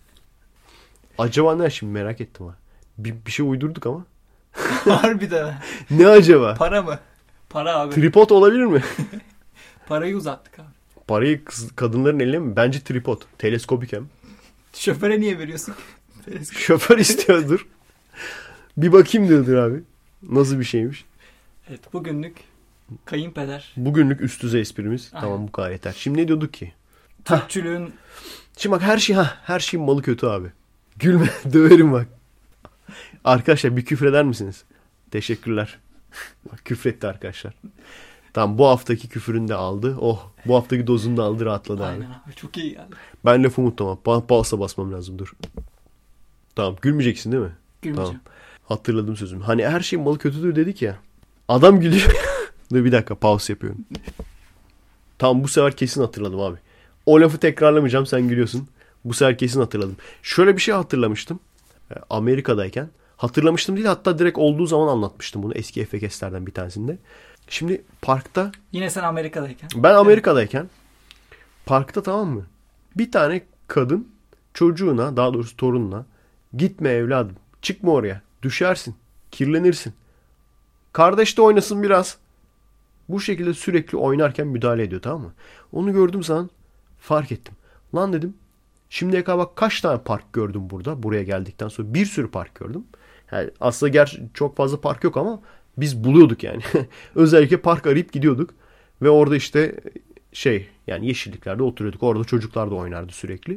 Acaba ne, şimdi merak ettim ha. Bir şey uydurduk ama. Harbiden. Ne acaba? Para mı? Para abi. Tripod olabilir mi? Parayı uzattık abi. Parayı kadınların eline mi? Bence tripod. Teleskopik hem. Şoföre niye veriyorsun? Şoför istiyordur. Bir bakayım diyordur abi. Nasıl bir şeymiş. Evet, bugünlük kayınpeder. Bugünlük üst düzey esprimiz. Aynen. Tamam, bu kadar yeter. Şimdi ne diyorduk ki? Türkçülüğün... Şimdi bak her şeyin malı kötü abi. Gülme, döverim bak. Arkadaşlar bir küfreder misiniz? Teşekkürler. Bak, küfretti arkadaşlar. Tamam, bu haftaki küfürünü de aldı. Bu haftaki dozunu da aldı, rahatladı abi. Aynen abi, çok iyi geldi. Ben lafı unuttum ama pausa basmam lazım, dur. Tamam, gülmeyeceksin değil mi? Gülmeyeceğim. Tamam. Hatırladım sözümü. Hani her şeyin malı kötüdür dedik ya. Adam gülüyor. Dur bir dakika, pause yapıyorum. Tamam, bu sefer kesin hatırladım abi. O lafı tekrarlamayacağım, sen gülüyorsun. Bu sefer kesin hatırladım. Şöyle bir şey hatırlamıştım. Amerika'dayken. Hatırlamıştım değil, hatta direkt olduğu zaman anlatmıştım bunu eski FKS'lerden bir tanesinde. Şimdi parkta. Yine sen Amerika'dayken. Ben Amerika'dayken. Parkta, tamam mı? Bir tane kadın çocuğuna, daha doğrusu torununa, gitme evladım, çıkma oraya, düşersin, kirlenirsin. Kardeş de oynasın biraz. Bu şekilde sürekli oynarken müdahale ediyor, tamam mı? Onu gördüğüm zaman fark ettim. Lan dedim, şimdiye kadar bak kaç tane park gördüm burada. Buraya geldikten sonra bir sürü park gördüm. Yani aslında gerçi çok fazla park yok ama biz buluyorduk yani. Özellikle park arayıp gidiyorduk. Ve orada işte yani yeşilliklerde oturuyorduk. Orada çocuklar da oynardı sürekli.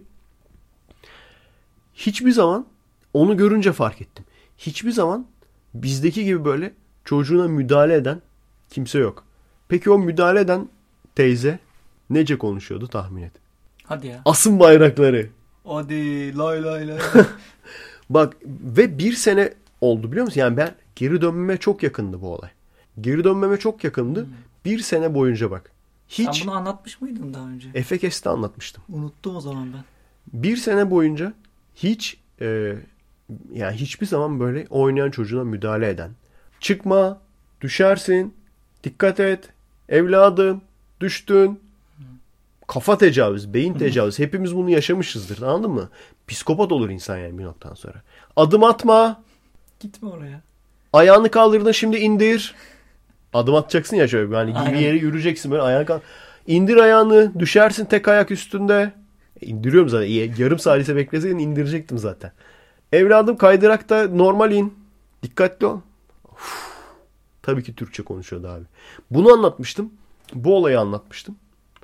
Hiçbir zaman onu görünce fark ettim. Hiçbir zaman bizdeki gibi böyle çocuğuna müdahale eden kimse yok. Peki o müdahale eden teyze nece konuşuyordu, tahmin et. Hadi ya. Asın bayrakları. Hadi lay lay lay. Bak ve 1 sene oldu, biliyor musun? Yani ben geri dönmeme çok yakındı bu olay. Geri dönmeme çok yakındı. 1 sene boyunca bak. Hiç. Sen bunu anlatmış mıydın daha önce? FKS'te anlatmıştım. Unuttum o zaman ben. 1 sene boyunca hiç yani hiçbir zaman böyle oynayan çocuğuna müdahale eden. Çıkma, düşersin, dikkat et, evladım, düştün. Kafa tecavüz, beyin tecavüz. Hepimiz bunu yaşamışızdır, anladın mı? Psikopat olur insan yani bir noktadan sonra. Adım atma. Gitme oraya. Ayağını kaldırdın, şimdi indir. Adım atacaksın ya şöyle. Yani bir yere yürüyeceksin böyle, ayağını kaldır. İndir ayağını, düşersin tek ayak üstünde. İndiriyorum zaten. Yarım salise bekleseydin indirecektim zaten. Evladım kaydırakta normal in. Dikkatli ol. Tabii ki Türkçe konuşuyordu abi. Bunu anlatmıştım. Bu olayı anlatmıştım.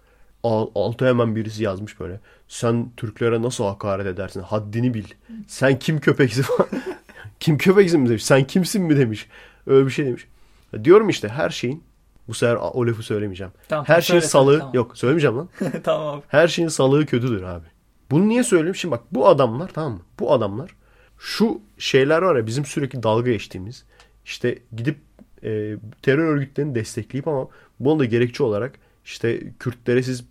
Alta hemen birisi yazmış böyle. Sen Türklere nasıl hakaret edersin? Haddini bil. Sen kim köpeksin falan. Kim köpeksin mi demiş. Sen kimsin mi demiş. Öyle bir şey demiş. Diyorum işte her şeyin, bu sefer o lafı söylemeyeceğim. Tamam, her şeyin salığı tamam. yok söylemeyeceğim lan. Tamam abi. Her şeyin salığı kötüdür abi. Bunu niye söyleyeyim? Şimdi bak bu adamlar, tamam mı? Bu adamlar şu şeyler var ya, bizim sürekli dalga geçtiğimiz, işte gidip terör örgütlerini destekleyip ama bunu da gerekçe olarak işte Kürtlere siz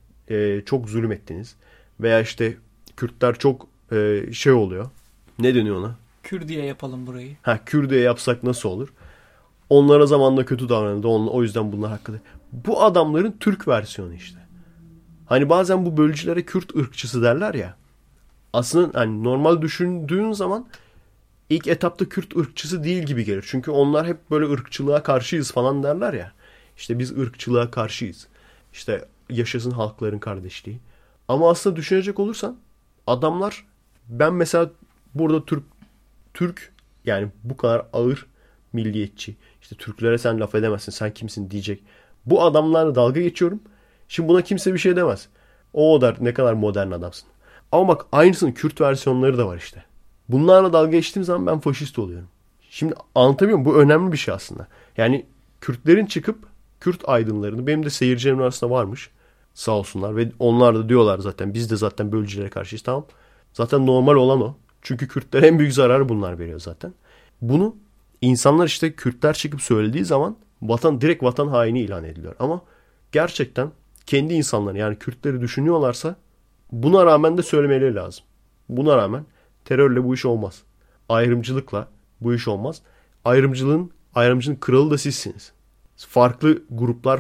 çok zulüm ettiniz veya işte Kürtler çok şey oluyor. Ne deniyor ona? Kürdiye yapalım burayı. Kürdiye yapsak nasıl olur? Onlara zamanla kötü davranıldı. O yüzden bunlar hakkında. Bu adamların Türk versiyonu işte. Hani bazen bu bölücülere Kürt ırkçısı derler ya. Aslında hani normal düşündüğün zaman ilk etapta Kürt ırkçısı değil gibi gelir. Çünkü onlar hep böyle ırkçılığa karşıyız falan derler ya. İşte biz ırkçılığa karşıyız. İşte yaşasın halkların kardeşliği. Ama aslında düşünecek olursan adamlar, ben mesela burada Türk yani bu kadar ağır milliyetçi, işte Türklere sen laf edemezsin, sen kimsin diyecek. Bu adamlarla dalga geçiyorum. Şimdi buna kimse bir şey demez. O der ne kadar modern adamsın. Ama bak aynısının Kürt versiyonları da var işte. Bunlarla dalga geçtiğim zaman ben faşist oluyorum. Şimdi anlatabiliyor muyum? Bu önemli bir şey aslında. Yani Kürtlerin çıkıp Kürt aydınlarını, benim de seyircilerim arasında varmış. Sağ olsunlar ve onlar da diyorlar zaten biz de zaten bölücülere karşıyız, tamam. Zaten normal olan o. Çünkü Kürtlere en büyük zararı bunlar veriyor zaten. Bunu insanlar işte Kürtler çıkıp söylediği zaman direkt vatan haini ilan ediliyor. Ama gerçekten kendi insanları yani Kürtleri düşünüyorlarsa buna rağmen de söylemeleri lazım. Buna rağmen terörle bu iş olmaz. Ayrımcılıkla bu iş olmaz. Ayrımcılığın kralı da sizsiniz. Farklı gruplar,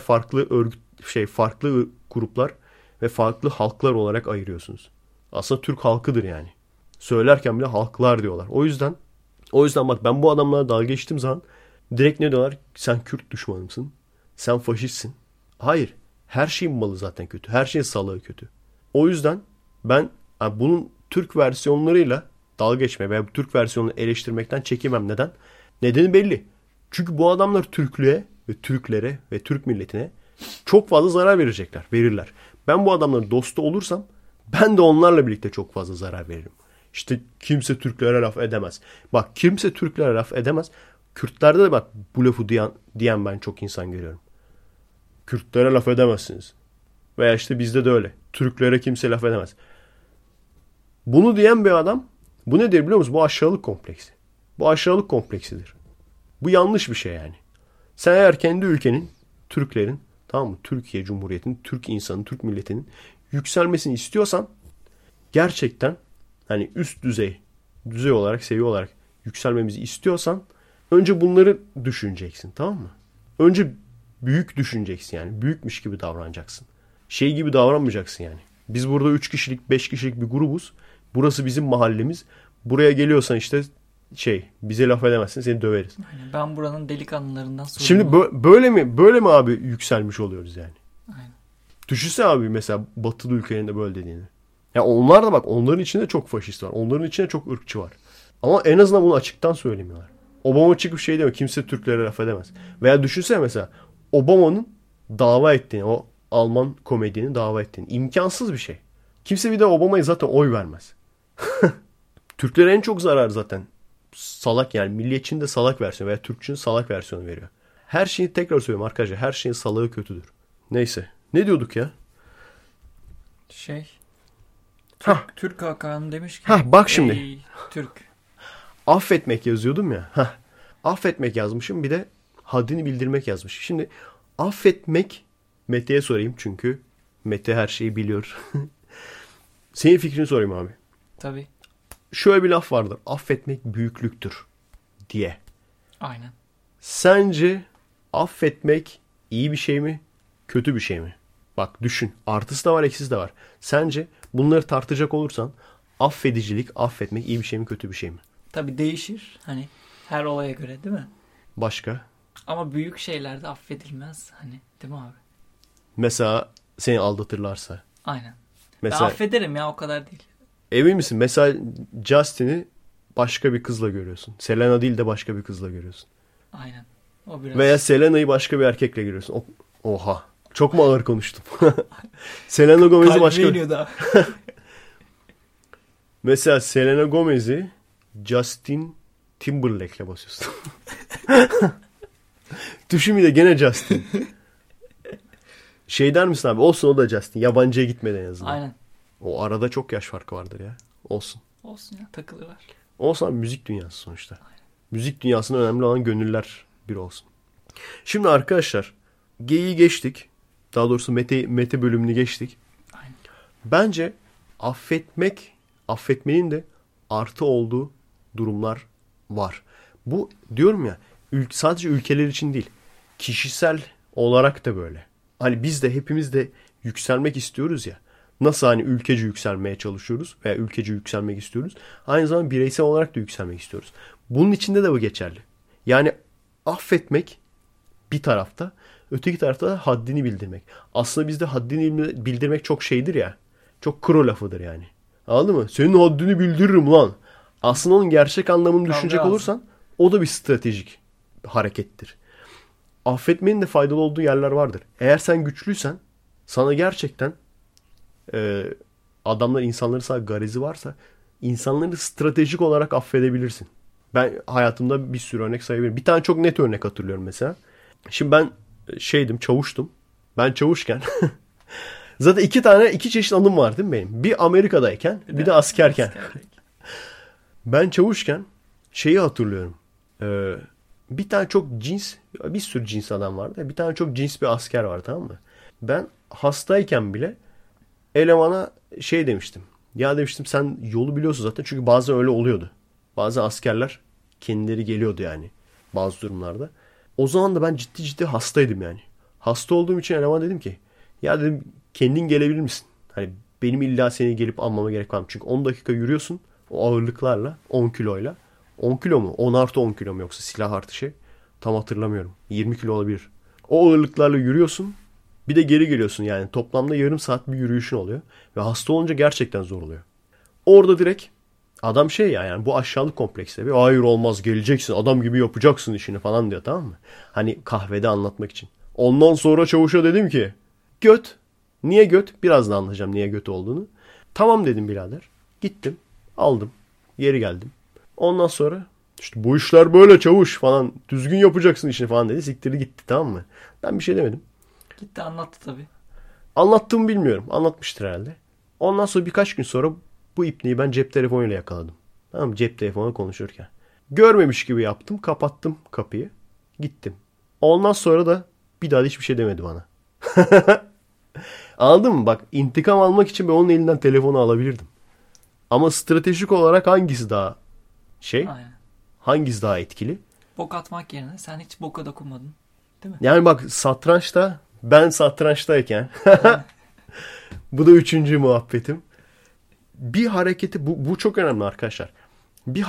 farklı gruplar ve farklı halklar olarak ayırıyorsunuz. Aslında Türk halkıdır yani. Söylerken bile halklar diyorlar. O yüzden bak ben bu adamlara dalga geçtiğim zaman direkt ne diyorlar? Sen Kürt düşmanı mısın? Sen faşistsin. Hayır. Her şeyin malı zaten kötü. Her şeyin salağı kötü. O yüzden ben bunun Türk versiyonlarıyla dalga geçmeye veya Türk versiyonunu eleştirmekten çekinmem. Neden? Nedeni belli. Çünkü bu adamlar Türklüğe ve Türklere ve Türk milletine çok fazla zarar verirler. Ben bu adamların dostu olursam ben de onlarla birlikte çok fazla zarar veririm. İşte kimse Türklere laf edemez. Bak kimse Türklere laf edemez. Kürtlerde de bak bu lafı diyen ben çok insan görüyorum. Kürtlere laf edemezsiniz. Veya işte bizde de öyle. Türklere kimse laf edemez. Bunu diyen bir adam, bu nedir biliyor musun? Bu aşağılık kompleksi. Bu aşağılık kompleksidir. Bu yanlış bir şey yani. Sen eğer kendi ülkenin, Türklerin, tamam mı? Türkiye Cumhuriyeti'nin, Türk insanın, Türk milletinin yükselmesini istiyorsan, gerçekten hani üst düzey olarak, seviye olarak yükselmemizi istiyorsan önce bunları düşüneceksin, tamam mı? Önce büyük düşüneceksin yani. Büyükmüş gibi davranacaksın. Şey gibi davranmayacaksın yani. Biz burada 3 kişilik, 5 kişilik bir grubuz. Burası bizim mahallemiz. Buraya geliyorsan işte bize laf edemezsin, seni döveriz. Aynen. Ben buranın delikanlılarından sorumluyum. Şimdi böyle mi abi yükselmiş oluyoruz yani? Aynen. Düşünsene abi mesela batılı ülkelerinde böyle dediğini. Ya onlar da bak onların içinde çok faşist var. Onların içinde çok ırkçı var. Ama en azından bunu açıktan söylemiyorlar. Obama çıkıp demiyor. Kimse Türklere laf edemez. Veya düşünsene mesela Obama'nın dava ettiğini, o Alman komedyeni dava ettiğini. İmkansız bir şey. Kimse bir de Obama'ya zaten oy vermez. Türklere en çok zarar zaten salak yani milliyetçinin de salak versiyonu veya Türkçünün salak versiyonu veriyor. Her şeyi tekrar söylüyorum arkadaşlar. Her şeyin salağı kötüdür. Neyse. Ne diyorduk ya? Türk Hakan demiş ki. Bak şimdi. Ey Türk. Affetmek yazıyordum ya. Affetmek yazmışım. Bir de haddini bildirmek yazmış. Şimdi affetmek Mete'ye sorayım çünkü Mete her şeyi biliyor. Senin fikrini sorayım abi. Tabii. Şöyle bir laf vardır. Affetmek büyüklüktür diye. Aynen. Sence affetmek iyi bir şey mi? Kötü bir şey mi? Bak düşün. Artısı da var, eksisi de var. Sence bunları tartacak olursan affetmek iyi bir şey mi, kötü bir şey mi? Tabii değişir. Hani her olaya göre değil mi? Başka? Ama büyük şeylerde affedilmez. Hani değil mi abi? Mesela seni aldatırlarsa. Aynen. Mesela, ben affederim ya, o kadar değil. emin misin? Mesela Justin'i başka bir kızla görüyorsun. Selena değil de başka bir kızla görüyorsun. Aynen. O biraz... Veya Selena'yı başka bir erkekle görüyorsun. Oha. Çok mu ağır konuştum? Selena Gomez'i başka... Mesela Selena Gomez'i Justin Timberlake'le basıyorsun. Düşün bir de gene Justin. Şey der misin abi? Olsun, o da Justin. Yabancıya gitmeden en azından. Aynen. O arada çok yaş farkı vardır ya. Olsun. Olsun ya, takılırlar. Olsun abi, müzik dünyası sonuçta. Aynen. Müzik dünyasında önemli olan gönüller bir olsun. Şimdi arkadaşlar, G'yi geçtik. Daha doğrusu Mete bölümünü geçtik. Aynen. Bence affetmenin de artı olduğu durumlar var. Bu diyorum ya, sadece ülkeler için değil, kişisel olarak da böyle. Hani biz de hepimiz de yükselmek istiyoruz ya. Nasıl hani ülkece yükselmeye çalışıyoruz veya ülkece yükselmek istiyoruz. Aynı zamanda bireysel olarak da yükselmek istiyoruz. Bunun içinde de bu geçerli. Yani affetmek bir tarafta, öteki tarafta da haddini bildirmek. Aslında bizde haddini bildirmek çok şeydir ya. Çok kro lafıdır yani. Anladın mı? Senin haddini bildiririm lan. Aslında onun gerçek anlamını düşünecek olursan o da bir stratejik harekettir. Affetmenin de faydalı olduğu yerler vardır. Eğer sen güçlüysen, sana gerçekten insanların sana garezi varsa, insanları stratejik olarak affedebilirsin. Ben hayatımda bir sürü örnek sayabilirim. Bir tane çok net örnek hatırlıyorum mesela. Şimdi ben çavuştum. Ben çavuşken zaten iki çeşit anım var değil mi benim? Bir Amerika'dayken, bir de askerken. Ben çavuşken şeyi hatırlıyorum. Bir tane bir sürü cins adam vardı. Bir tane çok cins bir asker var, tamam mı? Ben hastayken bile elemana demiştim. Ya demiştim, sen yolu biliyorsun zaten. Çünkü bazen öyle oluyordu. Bazı askerler kendileri geliyordu yani bazı durumlarda. O zaman da ben ciddi hastaydım yani. Hasta olduğum için elemana dedim ki, ya dedim, kendin gelebilir misin? Hani benim illa seni gelip almama gerek var mı? Çünkü 10 dakika yürüyorsun o ağırlıklarla, 10 kiloyla. 10 kilo mu? 10 artı 10 kilo mu yoksa silah artı tam hatırlamıyorum. 20 kilo olabilir. O ağırlıklarla yürüyorsun. Bir de geri geliyorsun yani. Toplamda yarım saat bir yürüyüşün oluyor. Ve hasta olunca gerçekten zor oluyor. Orada direkt adam yani bu aşağılık kompleksle bir, hayır olmaz, geleceksin, adam gibi yapacaksın işini falan diyor, tamam mı? Hani kahvede anlatmak için. Ondan sonra çavuşa dedim ki, göt. Niye göt? Birazdan anlatacağım niye göt olduğunu. Tamam dedim birader. Gittim. Aldım. Geri geldim. Ondan sonra işte bu işler böyle çavuş falan, düzgün yapacaksın işini falan dedi. Siktirdi gitti, tamam mı? Ben bir şey demedim. Gitti anlattı tabii. Anlattığımı bilmiyorum. Anlatmıştır herhalde. Ondan sonra birkaç gün sonra bu ipneyi ben cep telefonuyla yakaladım. Tamam mı? Cep telefonu konuşurken. Görmemiş gibi yaptım. Kapattım kapıyı. Gittim. Ondan sonra da bir daha da hiçbir şey demedi bana. Anladın mı? Bak, intikam almak için ben onun elinden telefonu alabilirdim. Ama stratejik olarak hangisi daha Aynen. Hangisi daha etkili? Bok atmak yerine sen hiç boka dokunmadın. Değil mi? Yani bak, ben satrançtayken bu da 3. muhabbetim. Bir hareketi, bu çok önemli arkadaşlar. Bir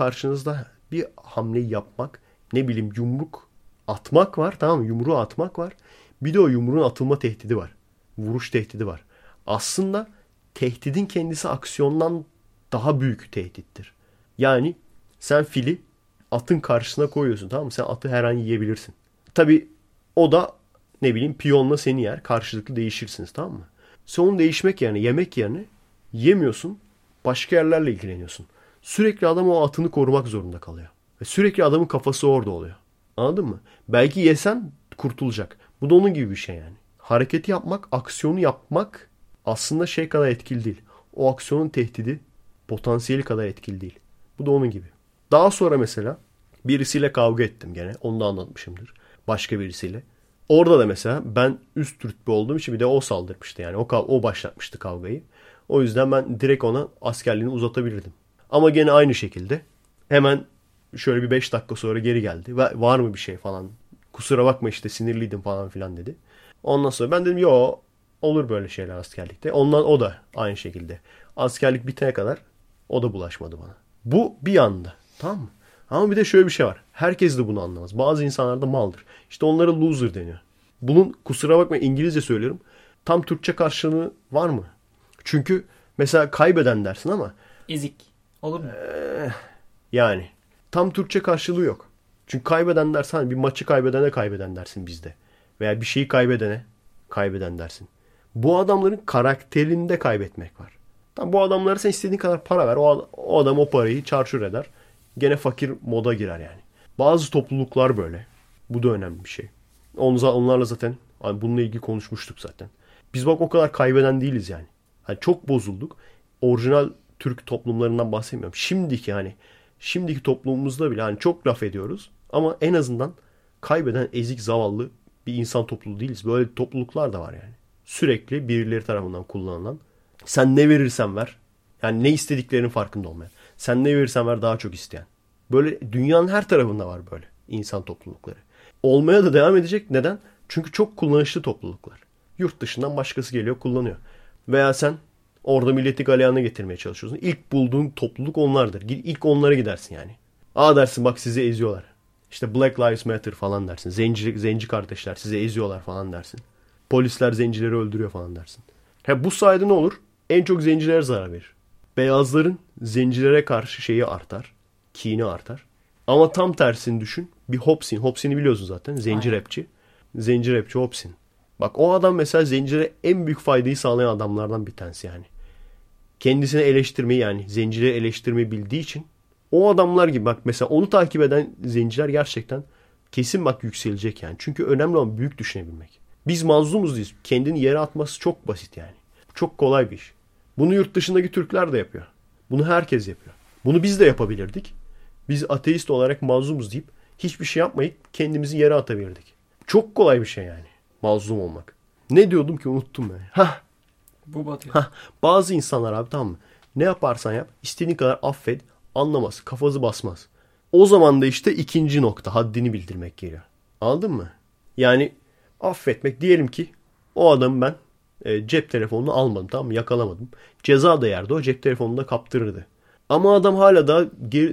hamleyi yapmak, ne bileyim, yumruk atmak var, tamam mı? Yumruğu atmak var. Bir de o yumruğun atılma tehdidi var. Vuruş tehdidi var. Aslında tehdidin kendisi aksiyondan daha büyük tehdittir. Yani sen fili atın karşısına koyuyorsun, tamam mı? Sen atı her an yiyebilirsin. Tabii o da ne bileyim piyonla seni yer. Karşılıklı değişirsiniz, tamam mı? Sen onu değişmek yerine, yemek yerine yemiyorsun. Başka yerlerle ilgileniyorsun. Sürekli adam o atını korumak zorunda kalıyor. Ve sürekli adamın kafası orada oluyor. Anladın mı? Belki yesen kurtulacak. Bu da onun gibi bir şey yani. Hareketi yapmak, aksiyonu yapmak aslında kadar etkili değil. O aksiyonun tehdidi potansiyeli kadar etkili değil. Bu da onun gibi. Daha sonra mesela birisiyle kavga ettim gene. Onu da anlatmışımdır. Başka birisiyle. Orada da mesela ben üst rütbe olduğum için bir de o saldırmıştı. Yani o başlatmıştı kavgayı. O yüzden ben direkt ona askerliğini uzatabilirdim. Ama gene aynı şekilde hemen şöyle bir 5 dakika sonra geri geldi. Var mı bir şey falan. Kusura bakma işte sinirliydim falan filan dedi. Ondan sonra ben dedim yo, olur böyle şeyler askerlikte. O da aynı şekilde. Askerlik bitene kadar o da bulaşmadı bana. Bu bir yanda, tamam mı? Ama bir de şöyle bir şey var. Herkes de bunu anlamaz. Bazı insanlar da maldır. İşte onlara loser deniyor. Bunun, kusura bakma İngilizce söylüyorum, tam Türkçe karşılığı var mı? Çünkü mesela kaybeden dersin ama ezik olur mu? Yani tam Türkçe karşılığı yok. Çünkü kaybeden dersen hani bir maçı kaybedene kaybeden dersin bizde. Veya bir şeyi kaybedene kaybeden dersin. Bu adamların karakterinde kaybetmek var. Tam bu adamlara sen istediğin kadar para ver. O adam o parayı çarçur eder. Gene fakir moda girer yani. Bazı topluluklar böyle. Bu da önemli bir şey. Onlarla zaten bununla ilgili konuşmuştuk zaten. Biz bak o kadar kaybeden değiliz yani. Hani çok bozulduk. Orijinal Türk toplumlarından bahsetmiyorum. Şimdiki toplumumuzda bile hani çok laf ediyoruz. Ama en azından kaybeden ezik zavallı bir insan topluluğu değiliz. Böyle topluluklar da var yani. Sürekli birileri tarafından kullanılan. Sen ne verirsen ver. Yani ne istediklerinin farkında olmayan. Sen ne verirsen ver daha çok isteyen. Böyle dünyanın her tarafında var böyle insan toplulukları. Olmaya da devam edecek. Neden? Çünkü çok kullanışlı topluluklar. Yurt dışından başkası geliyor kullanıyor. Veya sen orada milleti galeyana getirmeye çalışıyorsun. İlk bulduğun topluluk onlardır. İlk onlara gidersin yani. Dersin bak sizi eziyorlar. İşte Black Lives Matter falan dersin. Zenci kardeşler sizi eziyorlar falan dersin. Polisler zencileri öldürüyor falan dersin. Bu sayede ne olur? En çok zencilere zarar verir. Beyazların zencilere karşı şeyi artar. Kini artar. Ama tam tersini düşün. Bir Hopsin. Hopsin'i biliyorsun zaten. Zenci rapçi. Zenci rapçi Hopsin. Bak o adam mesela zencilere en büyük faydayı sağlayan adamlardan bir tanesi yani. Kendisini eleştirmeyi yani zencileri eleştirmeyi bildiği için o adamlar gibi bak mesela onu takip eden zenciler gerçekten kesin bak yükselecek yani. Çünkü önemli olan büyük düşünebilmek. Biz mazlumuz değiliz. Kendini yere atması çok basit yani. Çok kolay bir iş. Bunu yurt dışındaki Türkler de yapıyor. Bunu herkes yapıyor. Bunu biz de yapabilirdik. Biz ateist olarak mazlumuz deyip hiçbir şey yapmayıp kendimizi yere atabilirdik. Çok kolay bir şey yani. Mazlum olmak. Ne diyordum ki unuttum ben. Bu batıyor. Bazı insanlar abi tamam mı? Ne yaparsan yap istediğin kadar affet anlamaz. Kafası basmaz. O zaman da işte ikinci nokta haddini bildirmek geliyor. Anladın mı? Yani affetmek diyelim ki o adamı ben cep telefonunu almadım tamam mı? Yakalamadım. Ceza da yerdi o cep telefonunu da kaptırırdı. Ama adam hala da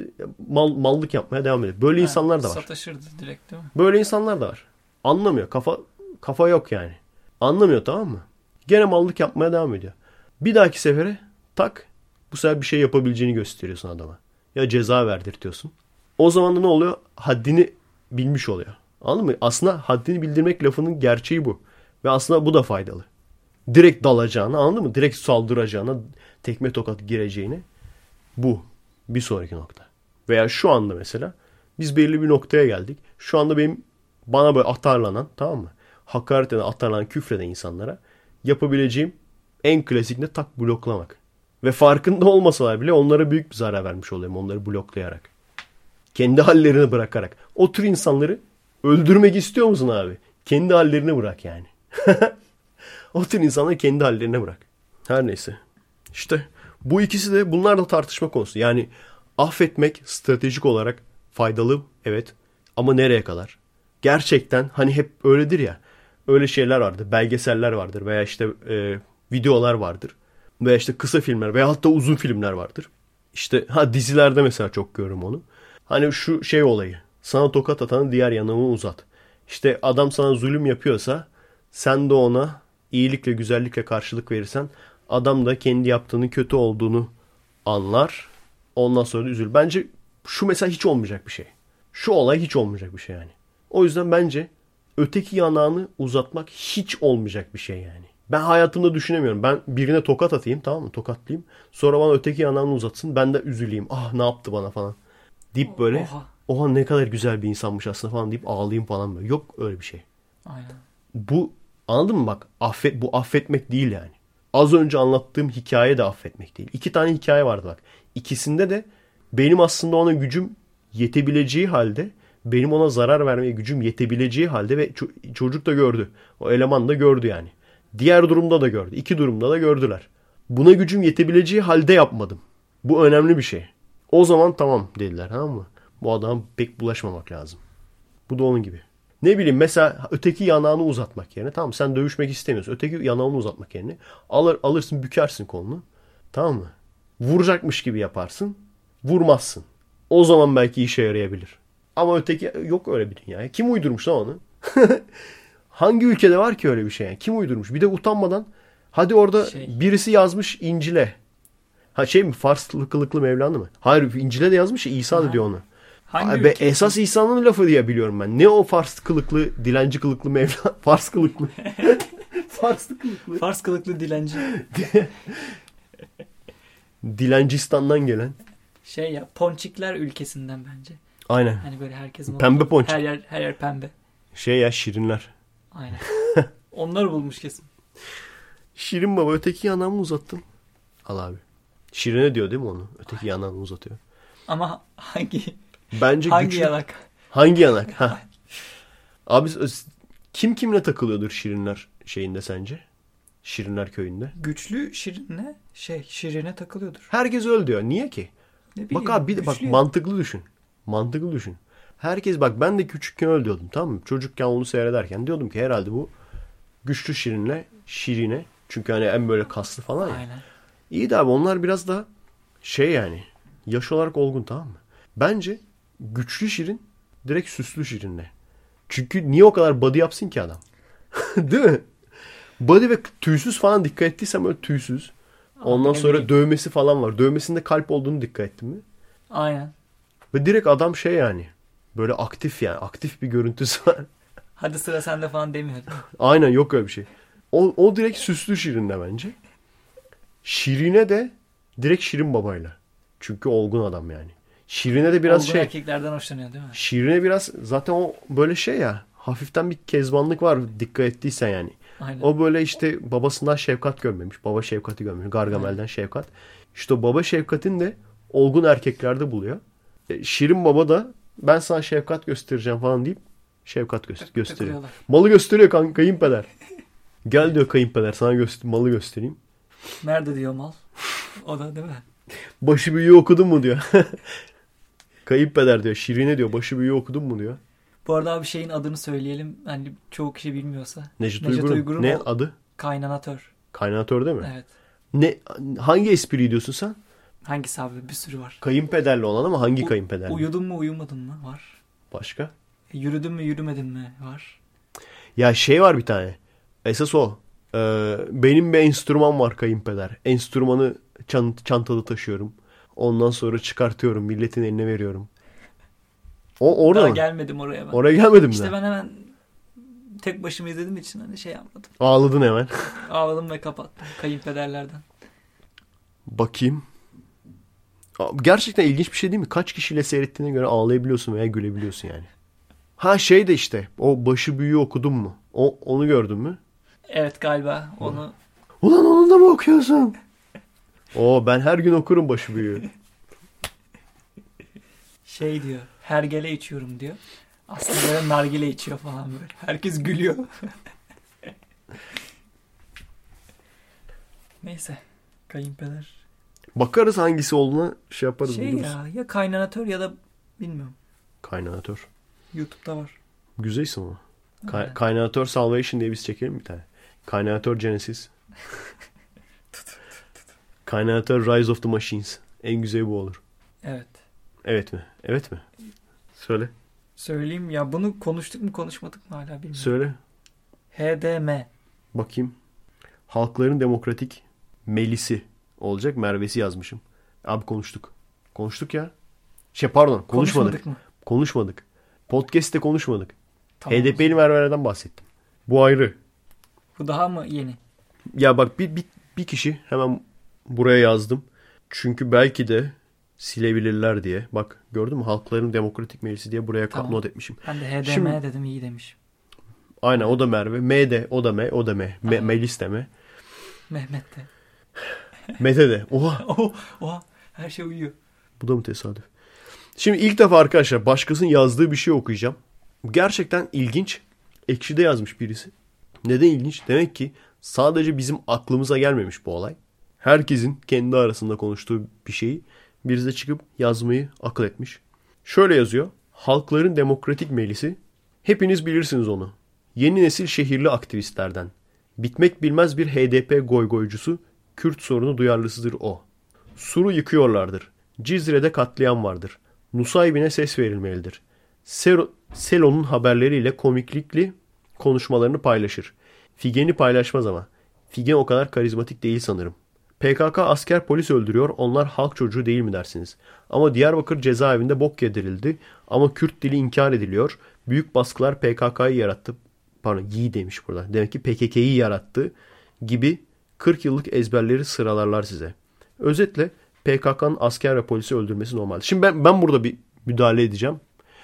mallık yapmaya devam ediyor. Böyle insanlar da var. Sataşırdı direkt değil mi? Böyle insanlar da var. Anlamıyor. Kafa yok yani. Anlamıyor tamam mı? Gene mallık yapmaya devam ediyor. Bir dahaki sefere tak bu sefer bir şey yapabileceğini gösteriyorsun adama. Ya ceza verdirtiyorsun. O zaman da ne oluyor? Haddini bilmiş oluyor. Anladın mı? Aslında haddini bildirmek lafının gerçeği bu. Ve aslında bu da faydalı. Direkt dalacağına anladın mı? Direkt saldıracağına tekme tokat gireceğine bu. Bir sonraki nokta. Veya şu anda mesela biz belli bir noktaya geldik. Şu anda bana böyle atarlanan tamam mı? Hakaret eden, atarlanan, küfreden insanlara yapabileceğim en klasik ne tak bloklamak. Ve farkında olmasalar bile onlara büyük bir zarar vermiş oluyorum onları bloklayarak. Kendi hallerini bırakarak. O tür insanları öldürmek istiyor musun abi? Kendi hallerini bırak yani. O tür insanları kendi hallerine bırak. Her neyse. İşte bu ikisi de bunlar da tartışma konusu. Yani affetmek stratejik olarak faydalı evet ama nereye kadar? Gerçekten hani hep öyledir ya. Öyle şeyler vardır. Belgeseller vardır veya işte videolar vardır. Veya işte kısa filmler veya hatta uzun filmler vardır. İşte dizilerde mesela çok görürüm onu. Hani şu şey olayı. Sana tokat atanın diğer yanını uzat. İşte adam sana zulüm yapıyorsa sen de ona iyilikle güzellikle karşılık verirsen adam da kendi yaptığının kötü olduğunu anlar. Ondan sonra da üzülür. Bence şu mesela hiç olmayacak bir şey. Şu olay hiç olmayacak bir şey yani. O yüzden bence öteki yanağını uzatmak hiç olmayacak bir şey yani. Ben hayatımda düşünemiyorum. Ben birine tokat atayım tamam mı? Tokatlayayım. Sonra bana öteki yanağını uzatsın. Ben de üzüleyim. Ne yaptı bana falan. Deyip böyle oha ne kadar güzel bir insanmış aslında falan deyip ağlayayım falan böyle. Yok öyle bir şey. Aynen. Bu anladın mı bak bu affetmek değil yani. Az önce anlattığım hikaye de affetmek değil. 2 tane hikaye vardı bak. İkisinde de benim aslında ona gücüm yetebileceği halde benim ona zarar vermeye gücüm yetebileceği halde ve çocuk da gördü. O eleman da gördü yani. Diğer durumda da gördü. 2 durumda da gördüler. Buna gücüm yetebileceği halde yapmadım. Bu önemli bir şey. O zaman tamam dediler tamam mı? Bu adama pek bulaşmamak lazım. Bu da onun gibi. Ne bileyim mesela öteki yanağını uzatmak yerine tamam sen dövüşmek istemiyorsun. Öteki yanağını uzatmak yerine alırsın bükersin kolunu. Tamam mı? Vuracakmış gibi yaparsın. Vurmazsın. O zaman belki işe yarayabilir. Ama öteki yok öyle bir dünya. Kim uydurmuş lan onu? Hangi ülkede var ki öyle bir şey? Yani? Kim uydurmuş? Bir de utanmadan hadi orada birisi yazmış İncil'e. Ha şey mi? Farslı kılıklı Mevlana mı? Hayır, İncil'e de yazmış ya, İsa da diyor onu. Hangi Abi, ülke? esas İsa'nın lafı diye biliyorum ben. Ne o Fars kılıklı, dilenci kılıklı Mevlana? Fars kılıklı. Farslı kılıklı. Fars kılıklı dilenci. Dilencistan'dan gelen. Şey ya, ponçikler ülkesinden bence. Aynen. Hani böyle herkesin Pembe ponçik. her yer pembe. Şey ya, şirinler. Aynen. Onları bulmuş kesin. Şirin baba, öteki yanağımı uzattım. Al abi. Şirine diyor değil mi onu? Öteki yanağını uzatıyor. Ama hangi Bence güçlü. yanak? Hangi yanak? Ha. Abi kim kimle takılıyordur şirinler şeyinde sence? Şirinler köyünde. Güçlü şirinle şirine takılıyordur. Herkes öyle diyor. Niye ki? Ne bileyim, Bak abi, bak güçlü ya. mantıklı düşün. Mantıklı düşün. Herkes, bak ben de küçükken öyle diyordum, tamam mı? Çocukken onu seyrederken diyordum ki herhalde bu güçlü şirinle şirine. Çünkü hani en böyle kaslı falan ya. Aynen. İyi de abi onlar biraz da şey yani, yaş olarak olgun, tamam mı? Bence güçlü şirin direkt süslü şirinle. Çünkü niye o kadar body yapsın ki adam? Değil mi? Body ve tüysüz falan, dikkat ettiysem öyle tüysüz. Ondan ne sonra bileyim. dövmesi falan var. Dövmesinde kalp olduğunu dikkat ettin mi? Aynen. Ve direkt adam şey yani, böyle aktif yani. Aktif bir görüntüsü var. Hadi sıra sende falan demiyor. Aynen, yok öyle bir şey. O direkt süslü şirinle bence. Şirine de direkt Şirin babayla. Çünkü olgun adam yani. Şirine de biraz Olgun erkeklerden hoşlanıyor değil mi? Şirine biraz zaten o böyle şey ya. Hafiften bir kezbanlık var, dikkat ettiysen yani. Aynen. O böyle işte babasından şefkat görmemiş. Baba şefkati görmemiş. Gargamel'den şefkat. İşte o baba şefkatin de olgun erkeklerde buluyor. Şirin baba da ben sana şefkat göstereceğim falan deyip şefkat gösteriyor. Takılıyorlar. Malı gösteriyor kayınpeder. Gel diyor kayınpeder, sana malı göstereyim. Nerede diyor mal? O da değil mi? Başı büyüğü okudun mu diyor. Kayınpeder diyor. Şirine diyor. Başı büyüğü okudun mu diyor. Bu arada abi şeyin adını söyleyelim. Hani çoğu kişi bilmiyorsa. Necdet Necdet Uygur'un. Uygur'un Ne o adı? kaynanatör. Kaynatör değil mi? Evet. Ne, hangi espriyi diyorsun sen? Hangisi abi? Bir sürü var. Kayınpederle olan ama hangi kayınpederle? Uyudun mu uyumadın mı? Var. Başka? Yürüdün mü yürümedin mi? Var. Ya şey var bir tane. Esas o. Benim bir enstrüman var kayınpeder. Enstrümanı çantada taşıyorum. Ondan sonra çıkartıyorum. Milletin eline veriyorum. O orada Daha mı? gelmedim oraya ben. Oraya gelmedim mi? İşte ben hemen tek başıma izlediğim için hani şey yapmadım. Ağladın hemen. Ağladım ve kapattım. Kayınpederlerden. Bakayım. Gerçekten ilginç bir şey değil mi? Kaç kişiyle seyrettiğine göre ağlayabiliyorsun veya gülebiliyorsun yani. Ha şey de işte. O başı büyüğü okudun mu? Onu gördün mü? Evet galiba onu. Ulan onu da mı okuyorsun? Ben her gün okurum başı büyüğü. Şey diyor. Hergele içiyorum diyor. Aslında böyle nargile içiyor falan böyle. Herkes gülüyor. Neyse. Kayınpeder. Bakarız hangisi olduğuna şey yaparız. Şey buluruz. ya kaynanatör ya da bilmiyorum. Kaynatör. YouTube'da var. Güzel isim ama. Aynen. Kaynatör Salvation diye biz çekelim bir tane. Kaynatör Genesis. Kaynatör Rise of the Machines. En güzeli bu olur. Evet. Evet mi? Evet mi? Söyle. Söyleyeyim ya bunu konuştuk mu konuşmadık mı hala bilmiyorum. Söyle. HDM. Bakayım. Halkların Demokratik Melisi olacak. Mervesi yazmışım. Abi konuştuk. Konuştuk ya. Pardon. Konuşmadık. Mı? Konuşmadık. Podcast'te konuşmadık. Tamam. HDP'li Merve'lerden bahsettim. Bu ayrı. Bu daha mı yeni? Ya bak bir kişi hemen buraya yazdım. Çünkü belki de silebilirler diye. Bak gördün mü? Halkların Demokratik Meclisi diye buraya Tamam. not etmişim. Ben de HDM Şimdi- dedim iyi demiş. Aynen o da Merve. M de o da M. O da M. Melis de M. Mehmet de. Mete de. Oha. Oha her şey uyuyor. Bu da mı tesadüf? Şimdi ilk defa arkadaşlar başkasının yazdığı bir şey okuyacağım. Gerçekten ilginç. Ekşi'de yazmış birisi. Neden ilginç? Demek ki sadece bizim aklımıza gelmemiş bu olay. Herkesin kendi arasında konuştuğu bir şeyi birisi de çıkıp yazmayı akıl etmiş. Şöyle yazıyor. Halkların Demokratik Meclisi. Hepiniz bilirsiniz onu. Yeni nesil şehirli aktivistlerden. Bitmek bilmez bir HDP goygoycusu, Kürt sorunu duyarlısıdır o. Sur'u yıkıyorlardır. Cizre'de katliam vardır. Nusaybin'e ses verilmelidir. Selo'nun haberleriyle komiklikli konuşmalarını paylaşır. Figen'i paylaşmaz ama. Figen o kadar karizmatik değil sanırım. PKK asker polis öldürüyor. Onlar halk çocuğu değil mi dersiniz? Ama Diyarbakır cezaevinde bok yedirildi. Ama Kürt dili inkar ediliyor. Büyük baskılar PKK'yı yarattı. Pardon, demiş burada. Demek ki PKK'yı yarattı gibi 40 yıllık ezberleri sıralarlar size. Özetle PKK'nın asker ve polisi öldürmesi normal. Şimdi ben burada bir müdahale edeceğim.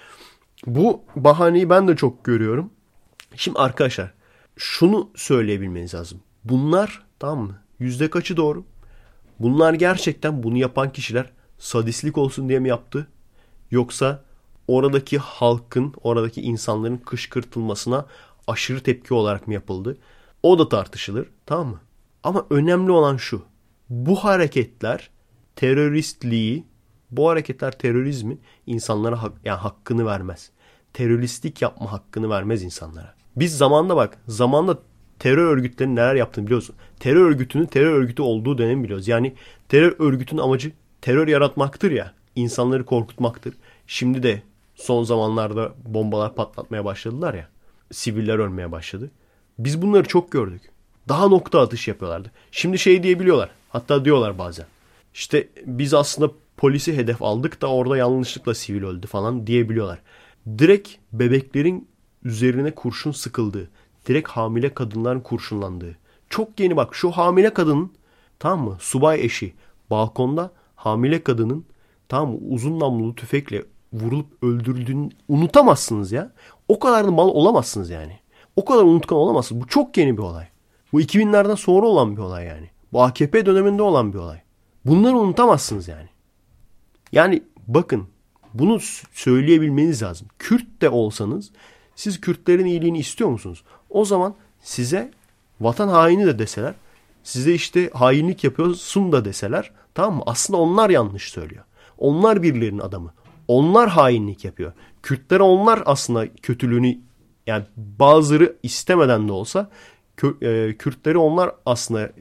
Bu bahaneyi ben de çok görüyorum. Şimdi arkadaşlar şunu söyleyebilmeniz lazım. Bunlar, tamam mı? Yüzde kaçı doğru? Bunlar gerçekten bunu yapan kişiler sadistlik olsun diye mi yaptı? Yoksa oradaki halkın, oradaki insanların kışkırtılmasına aşırı tepki olarak mı yapıldı? O da tartışılır, tamam mı? Ama önemli olan şu. Bu hareketler teröristliği, bu hareketler terörizmi insanlara hakkını vermez. Teröristlik yapma hakkını vermez insanlara. Biz zamanında terör örgütlerinin neler yaptığını biliyoruz. Terör örgütünün terör örgütü olduğu dönemi biliyoruz. Yani terör örgütünün amacı terör yaratmaktır ya. İnsanları korkutmaktır. Şimdi de son zamanlarda bombalar patlatmaya başladılar ya. Siviller ölmeye başladı. Biz bunları çok gördük. Daha nokta atışı yapıyorlardı. Şimdi şey diyebiliyorlar. Hatta diyorlar bazen. İşte biz aslında polisi hedef aldık da orada yanlışlıkla sivil öldü falan diyebiliyorlar. Direkt bebeklerin üzerine kurşun sıkıldığı, direkt hamile kadınların kurşunlandığı. Çok yeni bak, şu hamile kadının, tamam mı, subay eşi balkonda hamile kadının, tamam mı, uzun namlulu tüfekle vurulup öldürüldüğünü unutamazsınız ya. O kadar da mal olamazsınız yani. O kadar unutkan olamazsınız. Bu çok yeni bir olay. Bu 2000'lerden sonra olan bir olay yani. Bu AKP döneminde olan bir olay. Bunları unutamazsınız yani. Yani bakın, bunu söyleyebilmeniz lazım. Kürt de olsanız siz Kürtlerin iyiliğini istiyor musunuz? O zaman size vatan haini de deseler, size işte hainlik yapıyorsun da deseler, tamam mı? Aslında onlar yanlış söylüyor. Onlar birilerinin adamı. Onlar hainlik yapıyor. Kürtlere onlar aslında kötülüğünü, yani bazıları istemeden de olsa Kürtleri onlar aslında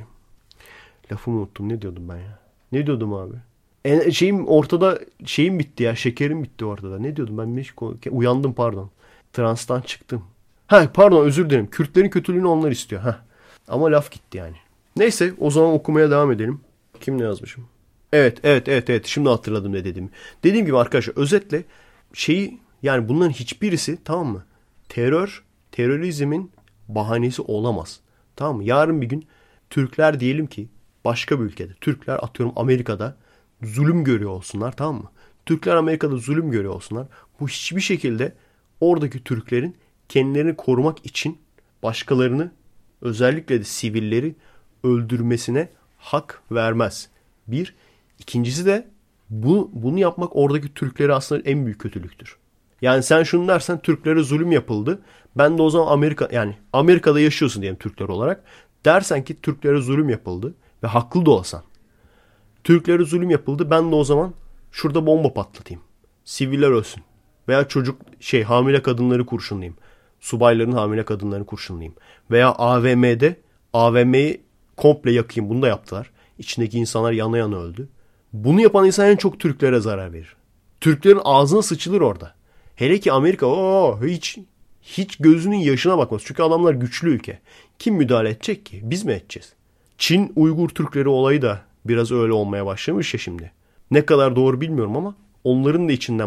lafımı unuttum. Ne diyordum ben ya? Ne diyordum abi? Şeyim bitti ya. Şekerim bitti ortada. Ne diyordum ben? Uyandım, pardon. Transtan çıktım. Pardon, özür dilerim. Kürtlerin kötülüğünü onlar istiyor. Ama laf gitti yani. Neyse, o zaman okumaya devam edelim. Kim ne yazmışım? Evet. Şimdi hatırladım ne dediğimi. Dediğim gibi arkadaşlar, özetle yani bunların hiçbirisi, tamam mı, terörizmin bahanesi olamaz. Tamam mı? Yarın bir gün Türkler diyelim ki başka bir ülkede, Türkler atıyorum Amerika'da zulüm görüyor olsunlar, tamam mı? Türkler Amerika'da zulüm görüyor olsunlar. Bu hiçbir şekilde oradaki Türklerin kendilerini korumak için başkalarını, özellikle de sivilleri öldürmesine hak vermez. Bir. İkincisi de bunu yapmak oradaki Türkleri aslında en büyük kötülüktür. Yani sen şunu dersen, Türklere zulüm yapıldı. Ben de o zaman Amerika'da yaşıyorsun diyelim Türkler olarak. Dersen ki Türklere zulüm yapıldı ve haklı da olsan. Türklere zulüm yapıldı. Ben de o zaman şurada bomba patlatayım. Siviller ölsün. Veya hamile kadınları kurşunlayayım. Subayların hamile kadınlarını kurşunlayayım. Veya AVM'yi komple yakayım. Bunu da yaptılar. İçindeki insanlar yana yana öldü. Bunu yapan insan en çok Türklere zarar verir. Türklerin ağzına sıçılır orada. Hele ki Amerika hiç gözünün yaşına bakmaz. Çünkü adamlar güçlü ülke. Kim müdahale edecek ki? Biz mi edeceğiz? Çin Uygur Türkleri olayı da biraz öyle olmaya başlamış ya şimdi. Ne kadar doğru bilmiyorum ama onların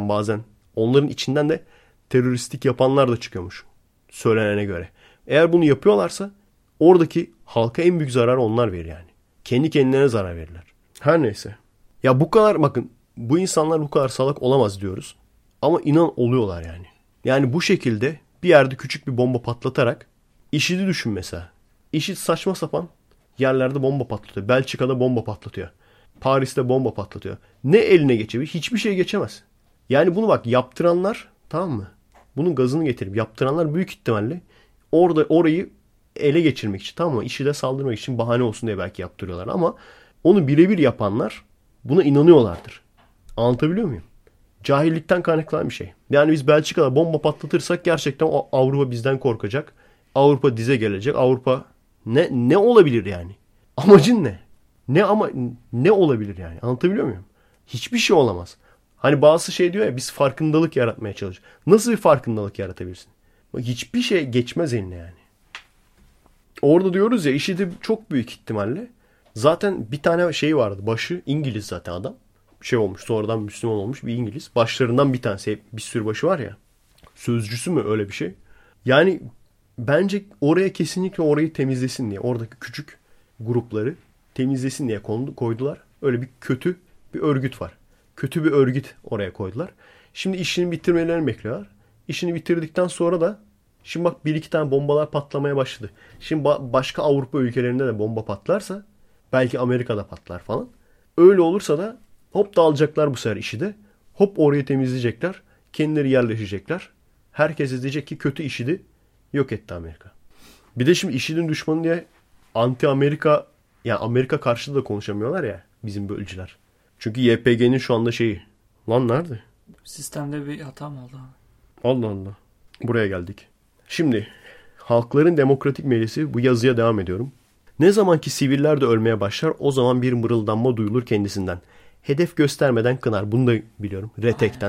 içinden de teröristlik yapanlar da çıkıyormuş. Söylenene göre. Eğer bunu yapıyorlarsa oradaki halka en büyük zararı onlar verir yani. Kendi kendilerine zarar verirler. Her neyse. Ya bu kadar, bakın, bu insanlar bu kadar salak olamaz diyoruz. Ama inan oluyorlar yani. Yani bu şekilde bir yerde küçük bir bomba patlatarak IŞİD'i düşün mesela. IŞİD saçma sapan yerlerde bomba patlatıyor. Belçika'da bomba patlatıyor. Paris'te bomba patlatıyor. Ne eline geçebilir? Hiçbir şey geçemez. Yani bunu bak, yaptıranlar, tamam mı? Bunun gazını getirip yaptıranlar büyük ihtimalle orayı ele geçirmek için, tamam mı? IŞİD'e saldırmak için bahane olsun diye belki yaptırıyorlar ama onu birebir yapanlar buna inanıyorlardır. Anlatabiliyor muyum? Cahillikten kaynaklanan bir şey. Yani biz Belçika'da bomba patlatırsak gerçekten Avrupa bizden korkacak. Avrupa dize gelecek. Avrupa ne olabilir yani? Amacın ne? Ne olabilir yani? Anlatabiliyor muyum? Hiçbir şey olamaz. Hani bazı diyor ya, biz farkındalık yaratmaya çalışıyoruz. Nasıl bir farkındalık yaratabilirsin? Hiçbir şey geçmez eline yani. Orada diyoruz ya, IŞİD'i çok büyük ihtimalle Zaten bir tane şey vardı. Başı İngiliz zaten adam. Şey olmuş, sonradan Müslüman olmuş bir İngiliz. Başlarından bir tanesi. Bir sürü başı var ya. Sözcüsü mü öyle bir şey. Yani bence oraya kesinlikle orayı temizlesin diye. Oradaki küçük grupları temizlesin diye koydular. Öyle bir kötü bir örgüt var. Kötü bir örgüt oraya koydular. Şimdi işini bitirmelerini bekliyorlar. İşini bitirdikten sonra da şimdi bak bir iki tane bombalar patlamaya başladı. Şimdi başka Avrupa ülkelerinde de bomba patlarsa belki Amerika'da patlar falan. Öyle olursa da hop dağılacaklar bu sefer işi de. Hop orayı temizleyecekler. Kendileri yerleşecekler. Herkes diyecek ki kötü IŞİD'i yok etti Amerika. Bir de şimdi IŞİD'in düşmanı diye anti Amerika yani Amerika karşıtı da konuşamıyorlar ya bizim bölücüler. Çünkü YPG'nin şu anda şeyi. Lan nerede? Sistemde bir hata mı oldu? Allah Allah. Buraya geldik. Şimdi Halkların Demokratik Meclisi bu yazıya devam ediyorum. Ne zaman ki siviller de ölmeye başlar o zaman bir mırıldanma duyulur kendisinden. Hedef göstermeden kınar. Bunu da biliyorum. Retek'ten.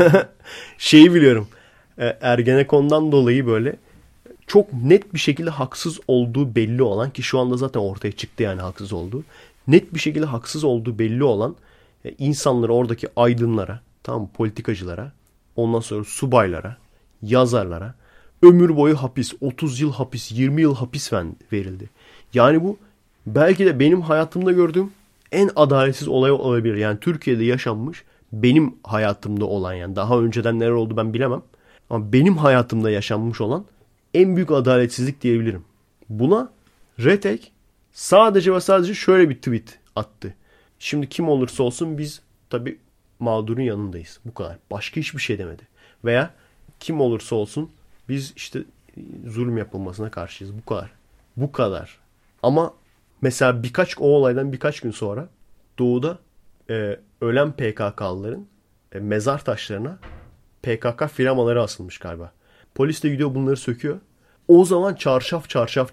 Şeyi biliyorum. Ergenekon'dan dolayı böyle çok net bir şekilde haksız olduğu belli olan ki şu anda zaten ortaya çıktı yani haksız olduğu. Net bir şekilde haksız olduğu belli olan insanları oradaki aydınlara, tamam politikacılara, ondan sonra subaylara, yazarlara ömür boyu hapis, 30 yıl hapis, 20 yıl hapis verildi. Yani bu belki de benim hayatımda gördüğüm en adaletsiz olay olabilir. Yani Türkiye'de yaşanmış benim hayatımda olan yani daha önceden neler oldu ben bilemem. Ama benim hayatımda yaşanmış olan en büyük adaletsizlik diyebilirim. Buna Retek sadece ve sadece şöyle bir tweet attı. Şimdi kim olursa olsun biz tabii mağdurun yanındayız. Bu kadar. Başka hiçbir şey demedi. Veya kim olursa olsun biz işte zulüm yapılmasına karşıyız. Bu kadar. Bu kadar. Ama mesela o olaydan birkaç gün sonra doğuda ölen PKK'lıların mezar taşlarına PKK firmaları asılmış galiba. Polis de gidiyor bunları söküyor. O zaman çarşaf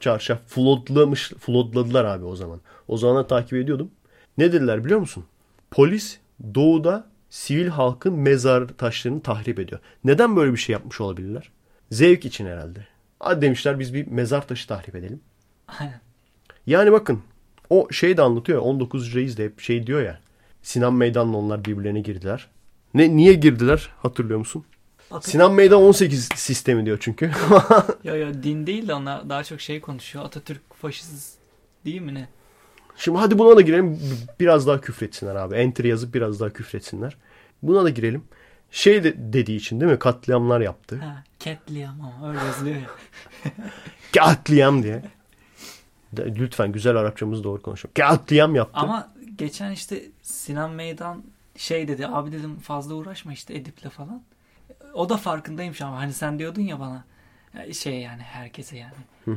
floodladılar abi o zaman. O zamanlar takip ediyordum. Ne dediler biliyor musun? Polis doğuda sivil halkın mezar taşlarını tahrip ediyor. Neden böyle bir şey yapmış olabilirler? Zevk için herhalde. Hadi demişler biz bir mezar taşı tahrip edelim. Yani bakın o şey de anlatıyor ya 19 Reis de hep şey diyor ya. Sinan Meydan'la onlar birbirlerine girdiler. Niye girdiler hatırlıyor musun? Sinan Meydan 18 sistemi diyor çünkü. Ya din değil de onlar daha çok şey konuşuyor. Atatürk faşist değil mi ne? Şimdi hadi buna da girelim. Biraz daha küfretsinler abi. Enter yazıp biraz daha küfretsinler. Buna da girelim. Şey dediği için değil mi? Katliamlar yaptı. Ha, katliam ama öyle yazılıyor ya. Katliam diye. Lütfen güzel Arapçamızı doğru konuşalım. Katliam yaptı. Ama geçen işte Sinan Meydan şey dedi. Abi dedim fazla uğraşma işte Edip'le falan. O da farkındaymış ama hani sen diyordun ya bana şey yani herkese yani.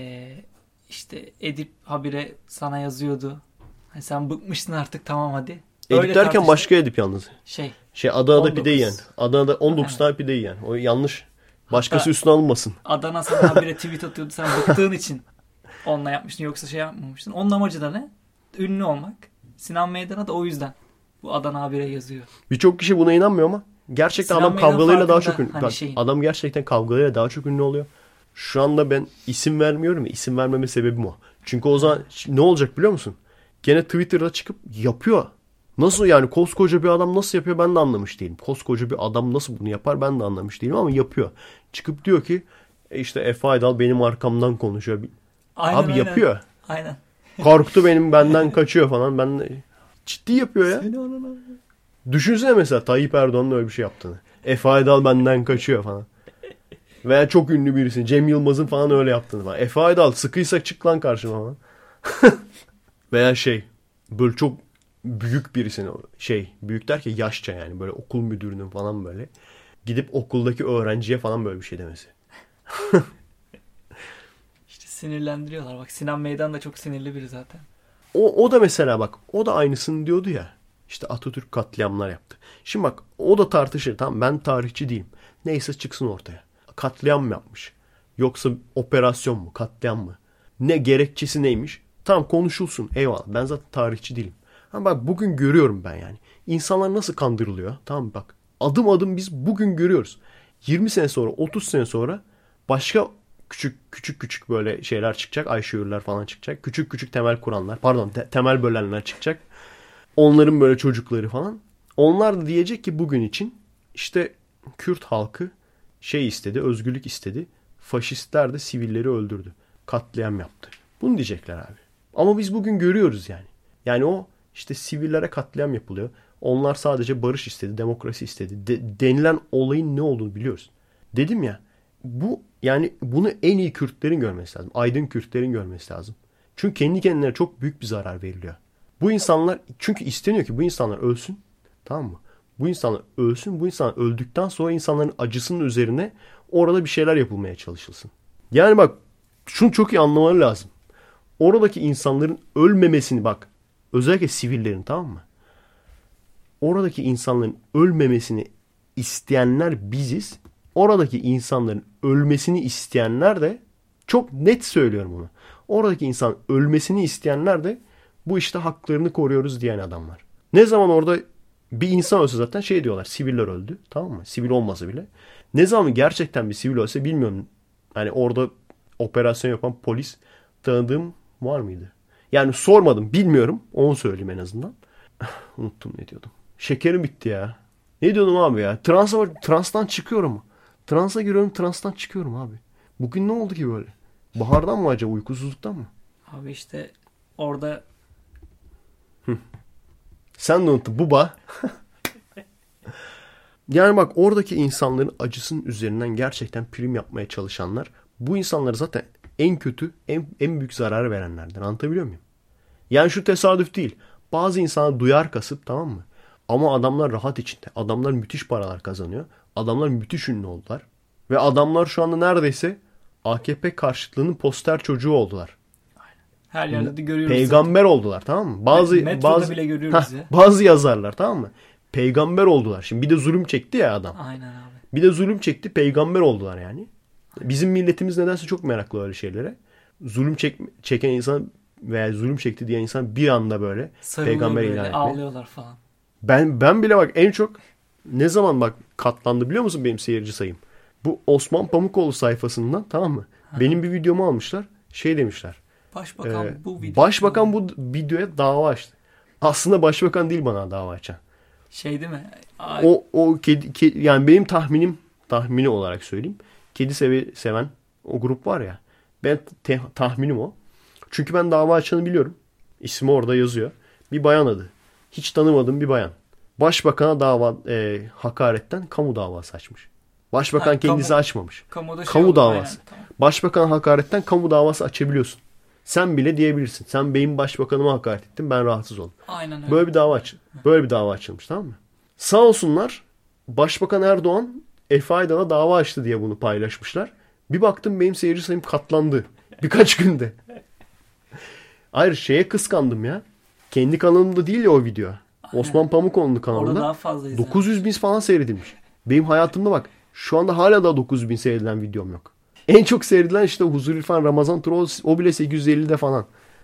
İşte Edip habire sana yazıyordu. Hani sen bıkmışsın artık tamam hadi. Edip öyle derken başka Edip yalnız. Şey Adana'da pide yiyen. Adana'da 19 tane pide yiyen. O yanlış. Başkası hatta üstüne alınmasın. Adana sana habire tweet atıyordu sen bıktığın için. Onunla yapmıştın yoksa şey yapmamıştın. Onun amacı da ne? Ünlü olmak. Sinan Meydan'a da o yüzden. Bu Adana habire yazıyor. Birçok kişi buna inanmıyor ama gerçekten Sinan adam kavgalarıyla daha çok ünlü. Hani adam gerçekten kavgalarıyla daha çok ünlü oluyor. Şu anda ben isim vermiyorum ya. İsim vermeme sebebim o. Çünkü o zaman ne olacak biliyor musun? Gene Twitter'da çıkıp yapıyor. Nasıl yani koskoca bir adam nasıl yapıyor ben de anlamış değilim. Koskoca bir adam nasıl bunu yapar ben de anlamış değilim ama yapıyor. Çıkıp diyor ki işte Efe Aydal benim arkamdan konuşuyor. Aynen, yapıyor. Aynen. Korktu benden kaçıyor falan. Ben de... Ciddi yapıyor ya. Düşünsene mesela Tayyip Erdoğan'ın öyle bir şey yaptığını. Efe Aydal benden kaçıyor falan. Veya çok ünlü birisi. Cem Yılmaz'ın falan öyle yaptığını falan. Efe Aydal sıkıysa çık lan karşıma falan. Veya böyle çok büyük birisini büyük der ki yaşça yani böyle okul müdürünün falan böyle gidip okuldaki öğrenciye falan böyle bir şey demesi. İşte sinirlendiriyorlar. Bak Sinan Meydan da çok sinirli biri zaten. O da mesela bak o da aynısını diyordu ya. İşte Atatürk katliamlar yaptı. Şimdi bak o da tartışır. Tamam ben tarihçi değilim. Neyse çıksın ortaya. Katliam mı yapmış? Yoksa operasyon mu? Katliam mı? Ne gerekçesi neymiş? Tamam konuşulsun. Eyvallah. Ben zaten tarihçi değilim. Ama bak bugün görüyorum ben yani. İnsanlar nasıl kandırılıyor? Tamam bak. Adım adım biz bugün görüyoruz. 20 sene sonra 30 sene sonra başka Küçük böyle şeyler çıkacak. Ayşegüller falan çıkacak. Küçük temel kuranlar. Pardon, temel bölenler çıkacak. Onların böyle çocukları falan. Onlar da diyecek ki bugün için işte Kürt halkı şey istedi, özgürlük istedi. Faşistler de sivilleri öldürdü. Katliam yaptı. Bunu diyecekler abi. Ama biz bugün görüyoruz yani. Yani o işte sivillere katliam yapılıyor. Onlar sadece barış istedi, demokrasi istedi. Denilen olayın ne olduğunu biliyoruz. Dedim ya, bu yani bunu en iyi Kürtlerin görmesi lazım. Aydın Kürtlerin görmesi lazım. Çünkü kendi kendilerine çok büyük bir zarar veriliyor. Bu insanlar, çünkü isteniyor ki bu insanlar ölsün. Tamam mı? Bu insanlar ölsün. Bu insanlar öldükten sonra insanların acısının üzerine orada bir şeyler yapılmaya çalışılsın. Yani bak, şunu çok iyi anlamaları lazım. Oradaki insanların ölmemesini, bak özellikle sivillerin, tamam mı? Oradaki insanların ölmemesini isteyenler biziz. Oradaki insanların ölmesini isteyenler de, çok net söylüyorum bunu. Oradaki insan ölmesini isteyenler de bu işte haklarını koruyoruz diyen adamlar. Ne zaman orada bir insan ölse zaten şey diyorlar, siviller öldü, tamam mı? Sivil olmasa bile. Ne zaman gerçekten bir sivil ölse bilmiyorum. Yani orada operasyon yapan polis tanıdığım var mıydı? Yani sormadım, bilmiyorum. Onu söyleyeyim en azından. Unuttum ne diyordum. Şekerim bitti ya. Ne diyordum abi ya? Transtan çıkıyorum. Transa giriyorum, transtan çıkıyorum abi. Bugün ne oldu ki böyle? Bahardan mı acaba, uykusuzluktan mı? Abi işte orada sen de unuttun buba. Yani bak, oradaki insanların acısının üzerinden gerçekten prim yapmaya çalışanlar, bu insanları zaten en kötü, en büyük zarar verenlerden. Anlatabiliyor muyum? Yani şu tesadüf değil. Bazı insanlar duyar kasıp, tamam mı? Ama adamlar rahat içinde. Adamlar müthiş paralar kazanıyor. Adamlar müthiş ünlü oldular. Ve adamlar şu anda neredeyse AKP karşıtlığının poster çocuğu oldular. her yerde de görüyoruz. Peygamber zaten oldular, tamam mı? Metroda bile görüyoruz ya. Bazı yazarlar, tamam mı? Peygamber oldular. Şimdi bir de zulüm çekti ya adam. Aynen abi. Bir de zulüm çekti, peygamber oldular yani. Bizim milletimiz nedense çok meraklı öyle şeylere. Zulüm çeken insan veya zulüm çekti diyen insan bir anda böyle sarılıyor, peygamber böyle ilan etme. ağlıyorlar falan. Ben bile bak, en çok ne zaman bak katlandı biliyor musun benim seyirci sayım? Bu Osman Pamukoğlu sayfasından, tamam mı? Benim bir videomu almışlar. Şey demişler. Başbakan bu videoya dava açtı. Aslında başbakan değil bana dava açan. Şey değil mi? O kedi, yani benim tahmini olarak söyleyeyim. Kedi seven o grup var ya. Ben tahminim o. Çünkü ben dava açanı biliyorum. İsmi orada yazıyor. Bir bayan adı. Hiç tanımadığım bir bayan. Başbakana hakaretten kamu davası açmış. Başbakan kendisi açmamış. Kamu davası. Tamam. Başbakana hakaretten kamu davası açabiliyorsun. Sen bile diyebilirsin. Sen benim başbakanıma hakaret ettin, ben rahatsız oldum. Aynen öyle. Böyle bir dava açılmış, tamam mı? Sağ olsunlar, Başbakan Erdoğan Efe Aydal'a dava açtı diye bunu paylaşmışlar. Bir baktım benim seyirci sayım katlandı. Birkaç günde. Hayır, şeye kıskandım ya. Kendi kanalımda değil ya o video. Aynen. Osman Pamukoğlu'nun kanalında. Orada daha fazla izlenmiş. 900 bin falan seyredilmiş. Benim hayatımda bak, şu anda hala da 900 bin seyredilen videom yok. En çok seyredilen işte Huzur İrfan Ramazan Turu, o bile 850'de falan.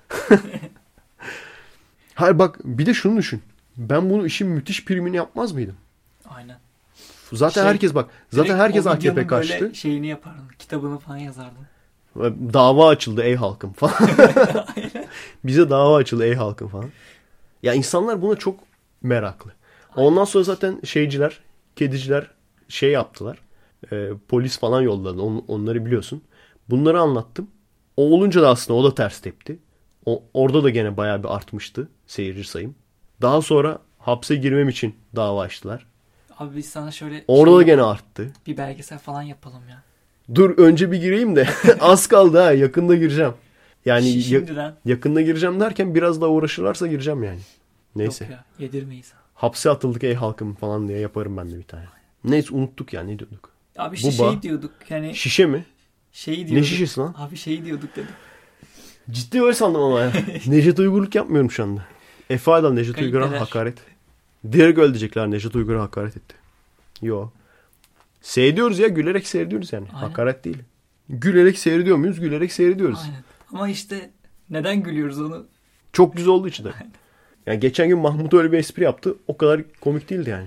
Hayır bak, bir de şunu düşün. Ben bunu işin müthiş primini yapmaz mıydım? Aynen. Zaten herkes AKP karşıtı. Böyle şeyini yapardım. Kitabını falan yazardım. Dava açıldı ey halkım falan. Bize dava açıldı ey halkım falan. Ya insanlar buna çok meraklı. Ondan sonra zaten kediciler şey yaptılar. Polis falan yolladı. Onları biliyorsun. Bunları anlattım. O olunca da aslında o da ters tepti. Orada da gene bayağı bir artmıştı seyirci sayım. Daha sonra hapse girmem için dava açtılar. Abi biz sana şöyle orada da gene arttı. Bir belgesel falan yapalım ya. Dur önce bir gireyim de. Az kaldı ha. Yakında gireceğim. Yani yakında gireceğim derken biraz daha uğraşırlarsa gireceğim yani. Neyse. Yok ya, yedirmeyiz. Hapse atıldık ey halkım falan diye yaparım ben de bir tane. Neyse, unuttuk ya, ne diyorduk? Abi şey diyorduk yani. Şişe mi? Şeyi diyorduk. Ne şişesi lan? Abi şeyi diyorduk dedim. Ciddi öyle sandım ama ya. Necdet Uygurluk yapmıyorum şu anda. Efe Aydal Necdet Uygur'a hakaret. Direkt öyle diyecekler, Necdet Uygur'a hakaret etti. Yo. Seyrediyoruz ya, gülerek seyrediyoruz yani. Aynen. Hakaret değil. Gülerek seyrediyor muyuz? Gülerek seyrediyoruz. Aynen. Ama işte neden gülüyoruz onu? Çok güzel olduğu için de. Yani geçen gün Mahmut öyle bir espri yaptı. O kadar komik değildi yani.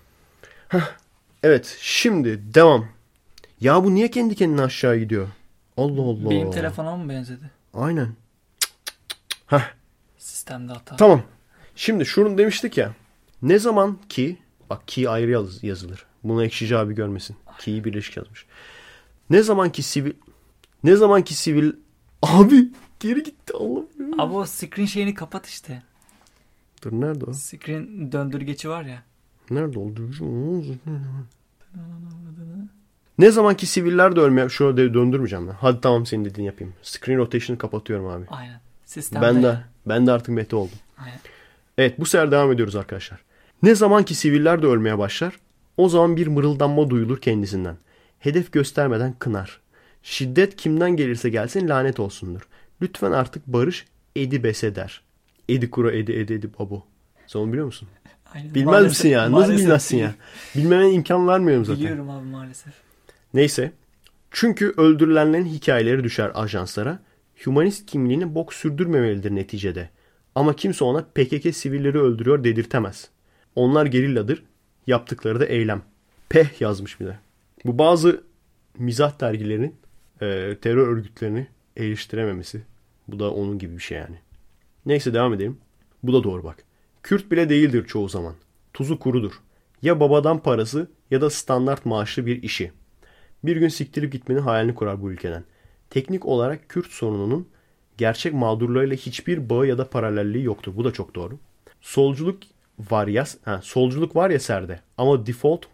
Aynen. Evet, şimdi devam. Ya bu niye kendi kendine aşağı gidiyor? Allah Allah. Benim telefonuma mı benzedi? Aynen. Heh. Sistemde hata. Tamam. Şimdi şunu demiştik ya. Ne zaman ki, bak ki ayrı yazılır. Bunu Ekşici abi görmesin. Ki'yi birleşik yazmış. Ne zaman ki sivil abi geri gitti Allah'ım. Abi o screen şeyini kapat işte. Dur nerede o? Screen döndürgeci var ya. Nerede oldu? Ne zaman ki siviller de ölmeye... Şöyle döndürmeyeceğim ben. Hadi tamam senin dediğini yapayım. Screen rotation'ı kapatıyorum abi. Aynen. Sistemde. Ben de artık mete oldum. Aynen. Evet bu sefer devam ediyoruz arkadaşlar. Ne zaman ki siviller de ölmeye başlar, o zaman bir mırıldanma duyulur kendisinden. Hedef göstermeden kınar. Şiddet kimden gelirse gelsin lanet olsundur. Lütfen artık barış edi bese der. Edi kura edi babo. Sen onu biliyor musun? Aynen. Bilmez Maalesef, misin ya? Nasıl maalesef bilmezsin ya? Bilmeme imkan vermiyorum zaten. Biliyorum abi maalesef. Neyse. Çünkü öldürülenlerin hikayeleri düşer ajanslara. Humanist kimliğini bok sürdürmemelidir neticede. Ama kimse ona PKK sivilleri öldürüyor dedirtemez. Onlar gerilladır. Yaptıkları da eylem. Peh yazmış bir de. Bu bazı mizah dergilerinin terör örgütlerini eleştirememesi. Bu da onun gibi bir şey yani. Neyse devam edelim. Bu da doğru bak. Kürt bile değildir çoğu zaman. Tuzu kurudur. Ya babadan parası ya da standart maaşlı bir işi. Bir gün siktirip gitmenin hayalini kurar bu ülkeden. Teknik olarak Kürt sorununun gerçek mağdurlarıyla hiçbir bağı ya da paralelliği yoktur. Bu da çok doğru. Solculuk var ya serde ama default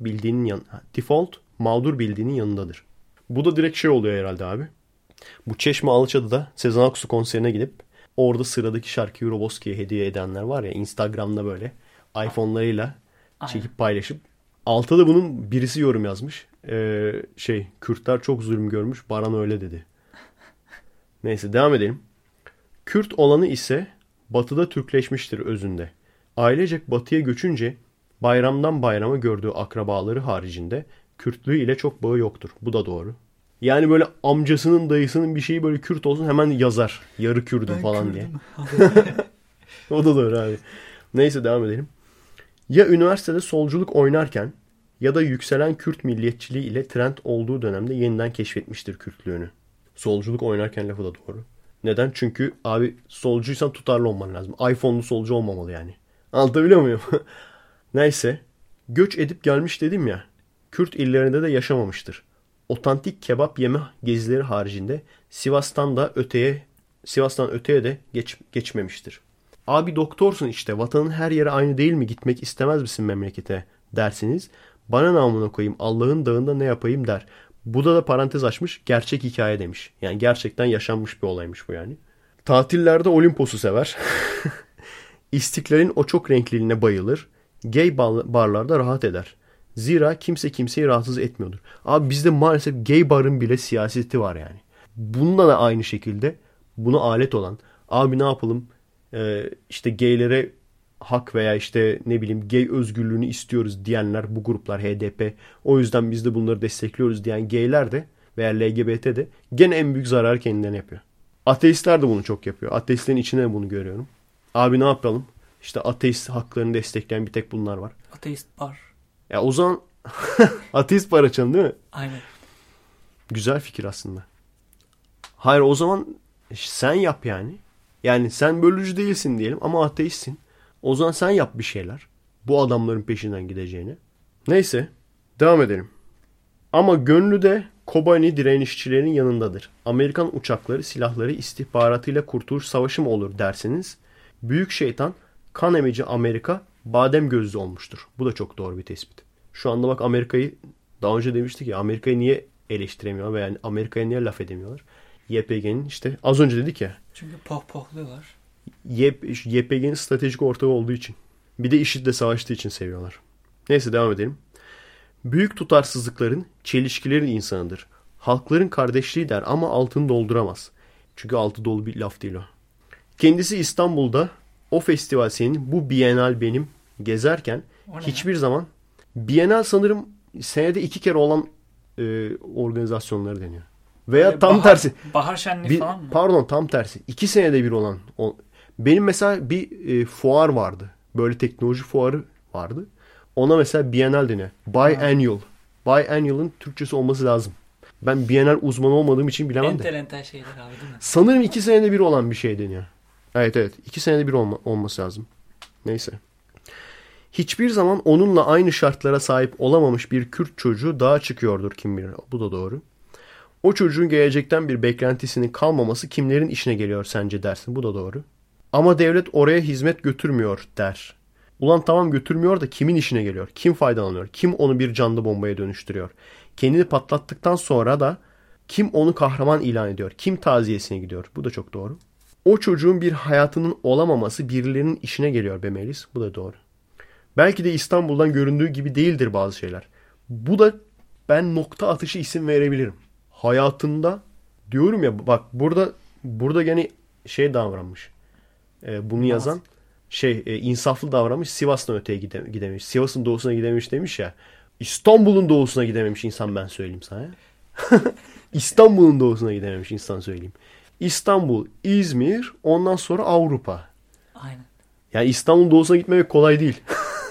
mağdur bildiğinin yanındadır. Bu da direkt şey oluyor herhalde abi. Bu Çeşme Alaçatı'da Sezen Aksu konserine gidip orada sıradaki şarkıyı Roboski'ye hediye edenler var ya, Instagram'da böyle iPhone'larıyla çekip paylaşıp altta da bunun birisi yorum yazmış. Kürtler çok zulüm görmüş, Baran öyle dedi. Neyse devam edelim. Kürt olanı ise batıda Türkleşmiştir özünde. Ailecek batıya göçünce bayramdan bayrama gördüğü akrabaları haricinde Kürtlüğü ile çok bağı yoktur. Bu da doğru. Yani böyle amcasının dayısının bir şeyi böyle Kürt olsun hemen yazar. Yarı Kürdüm ben falan Kürdüm diye. O da doğru abi. Neyse devam edelim. Ya üniversitede solculuk oynarken ya da yükselen Kürt milliyetçiliği ile trend olduğu dönemde yeniden keşfetmiştir Kürtlüğünü. Solculuk oynarken lafı da doğru. Neden? Çünkü abi solcuysan tutarlı olman lazım. iPhone'lu solcu olmamalı yani. Anlatabiliyor muyum? Neyse. Göç edip gelmiş dedim ya. Kürt illerinde de yaşamamıştır. Otantik kebap yeme gezileri haricinde Sivas'tan öteye de geçmemiştir. Abi doktorsun işte, vatanın her yeri aynı değil mi, gitmek istemez misin memlekete dersiniz. Bana namına koyayım, Allah'ın dağında ne yapayım der. Buda da parantez açmış, gerçek hikaye demiş. Yani gerçekten yaşanmış bir olaymış bu yani. Tatillerde Olimpos'u sever. İstiklal'in o çok renkliliğine bayılır. Gay barlarda rahat eder. Zira kimse kimseyi rahatsız etmiyordur. Abi bizde maalesef gay barın bile siyaseti var yani. Bununla da aynı şekilde buna alet olan, abi ne yapalım işte gaylere hak veya işte ne bileyim gay özgürlüğünü istiyoruz diyenler, bu gruplar HDP, o yüzden biz de bunları destekliyoruz diyen gayler de veya LGBT de gene en büyük zararı kendilerine yapıyor. Ateistler de bunu çok yapıyor. Ateistlerin içinde de bunu görüyorum. Abi ne yapalım? İşte ateist haklarını destekleyen bir tek bunlar var. Ateist bar. Ya o zaman ateist bar açalım değil mi? Aynen. Güzel fikir aslında. Hayır o zaman sen yap yani. Yani sen bölücü değilsin diyelim ama ateistsin. O zaman sen yap bir şeyler. Bu adamların peşinden gideceğini. Neyse devam edelim. Ama gönlü de Kobani direnişçilerin yanındadır. Amerikan uçakları, silahları, istihbaratıyla kurtuluş savaşı mı olur derseniz, büyük şeytan, kan emici Amerika badem gözlü olmuştur. Bu da çok doğru bir tespit. Şu anda bak Amerika'yı, daha önce demiştik ya, Amerika'yı niye eleştiremiyorlar veya yani Amerika'ya niye laf edemiyorlar? YPG'nin işte az önce dedik ya. Çünkü pohpohluyorlar. YPG'nin stratejik ortağı olduğu için. Bir de IŞİD'le savaştığı için seviyorlar. Neyse devam edelim. Büyük tutarsızlıkların, çelişkilerin insanıdır. Halkların kardeşliği der ama altını dolduramaz. Çünkü altı dolu bir laf değil o. Kendisi İstanbul'da o festival senin, bu Bienal benim gezerken hiçbir zaman, Bienal sanırım senede 2 kere olan organizasyonları deniyor. Veya tam tersi. Bahar şenliği falan mı? Pardon tam tersi. 2 senede bir olan. Benim mesela bir fuar vardı. Böyle teknoloji fuarı vardı. Ona mesela Bienal deniyor. Biannual. Biannual'ın Türkçesi olması lazım. Ben Bienal uzmanı olmadığım için bilemem de. Entel şeyler abi değil mi? Sanırım 2 senede bir olan bir şey deniyor. Evet. 2 senede bir olması lazım. Neyse. Hiçbir zaman onunla aynı şartlara sahip olamamış bir Kürt çocuğu dağa çıkıyordur kim bilir. Bu da doğru. O çocuğun gelecekten bir beklentisinin kalmaması kimlerin işine geliyor sence dersin. Bu da doğru. Ama devlet oraya hizmet götürmüyor der. Ulan tamam götürmüyor da kimin işine geliyor? Kim faydalanıyor? Kim onu bir canlı bombaya dönüştürüyor? Kendini patlattıktan sonra da kim onu kahraman ilan ediyor? Kim taziyesine gidiyor? Bu da çok doğru. O çocuğun bir hayatının olamaması birilerinin işine geliyor be Melis. Bu da doğru. Belki de İstanbul'dan göründüğü gibi değildir bazı şeyler. Bu da ben nokta atışı isim verebilirim. Hayatında diyorum ya bak burada gene şey davranmış. Bunu yazan insaflı davranmış. Sivas'tan öteye gidememiş. Sivas'ın doğusuna gidememiş demiş ya. İstanbul'un doğusuna gidememiş insan ben söyleyeyim sana. İstanbul'un doğusuna gidememiş insan söyleyeyim. İstanbul, İzmir, ondan sonra Avrupa. Aynen. Yani İstanbul'un doğusuna gitmemek kolay değil.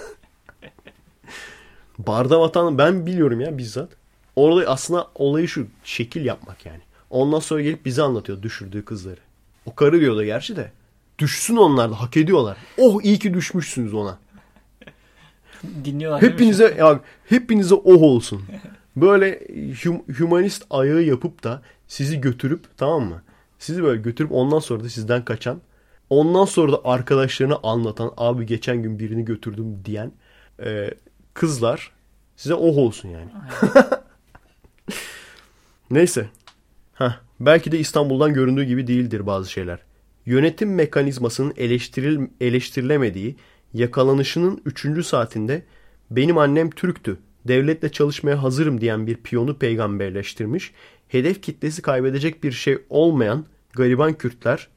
Barda vatan ben biliyorum ya bizzat. Orada aslında olayı şu şekil yapmak yani. Ondan sonra gelip bize anlatıyor düşürdüğü kızları. O karı diyor da gerçi de. Düşsün onlar da hak ediyorlar. Oh iyi ki düşmüşsünüz ona. Dinliyorlar. Hepinize oh olsun. Böyle humanist ayağı yapıp da sizi götürüp tamam mı? Sizi böyle götürüp ondan sonra da sizden kaçan. Ondan sonra da arkadaşlarına anlatan abi geçen gün birini götürdüm diyen kızlar size oh olsun yani. Neyse. Belki de İstanbul'dan göründüğü gibi değildir bazı şeyler. Yönetim mekanizmasının eleştirilemediği yakalanışının 3. saatinde benim annem Türktü, devletle çalışmaya hazırım diyen bir piyonu peygamberleştirmiş, hedef kitlesi kaybedecek bir şey olmayan gariban Kürtler,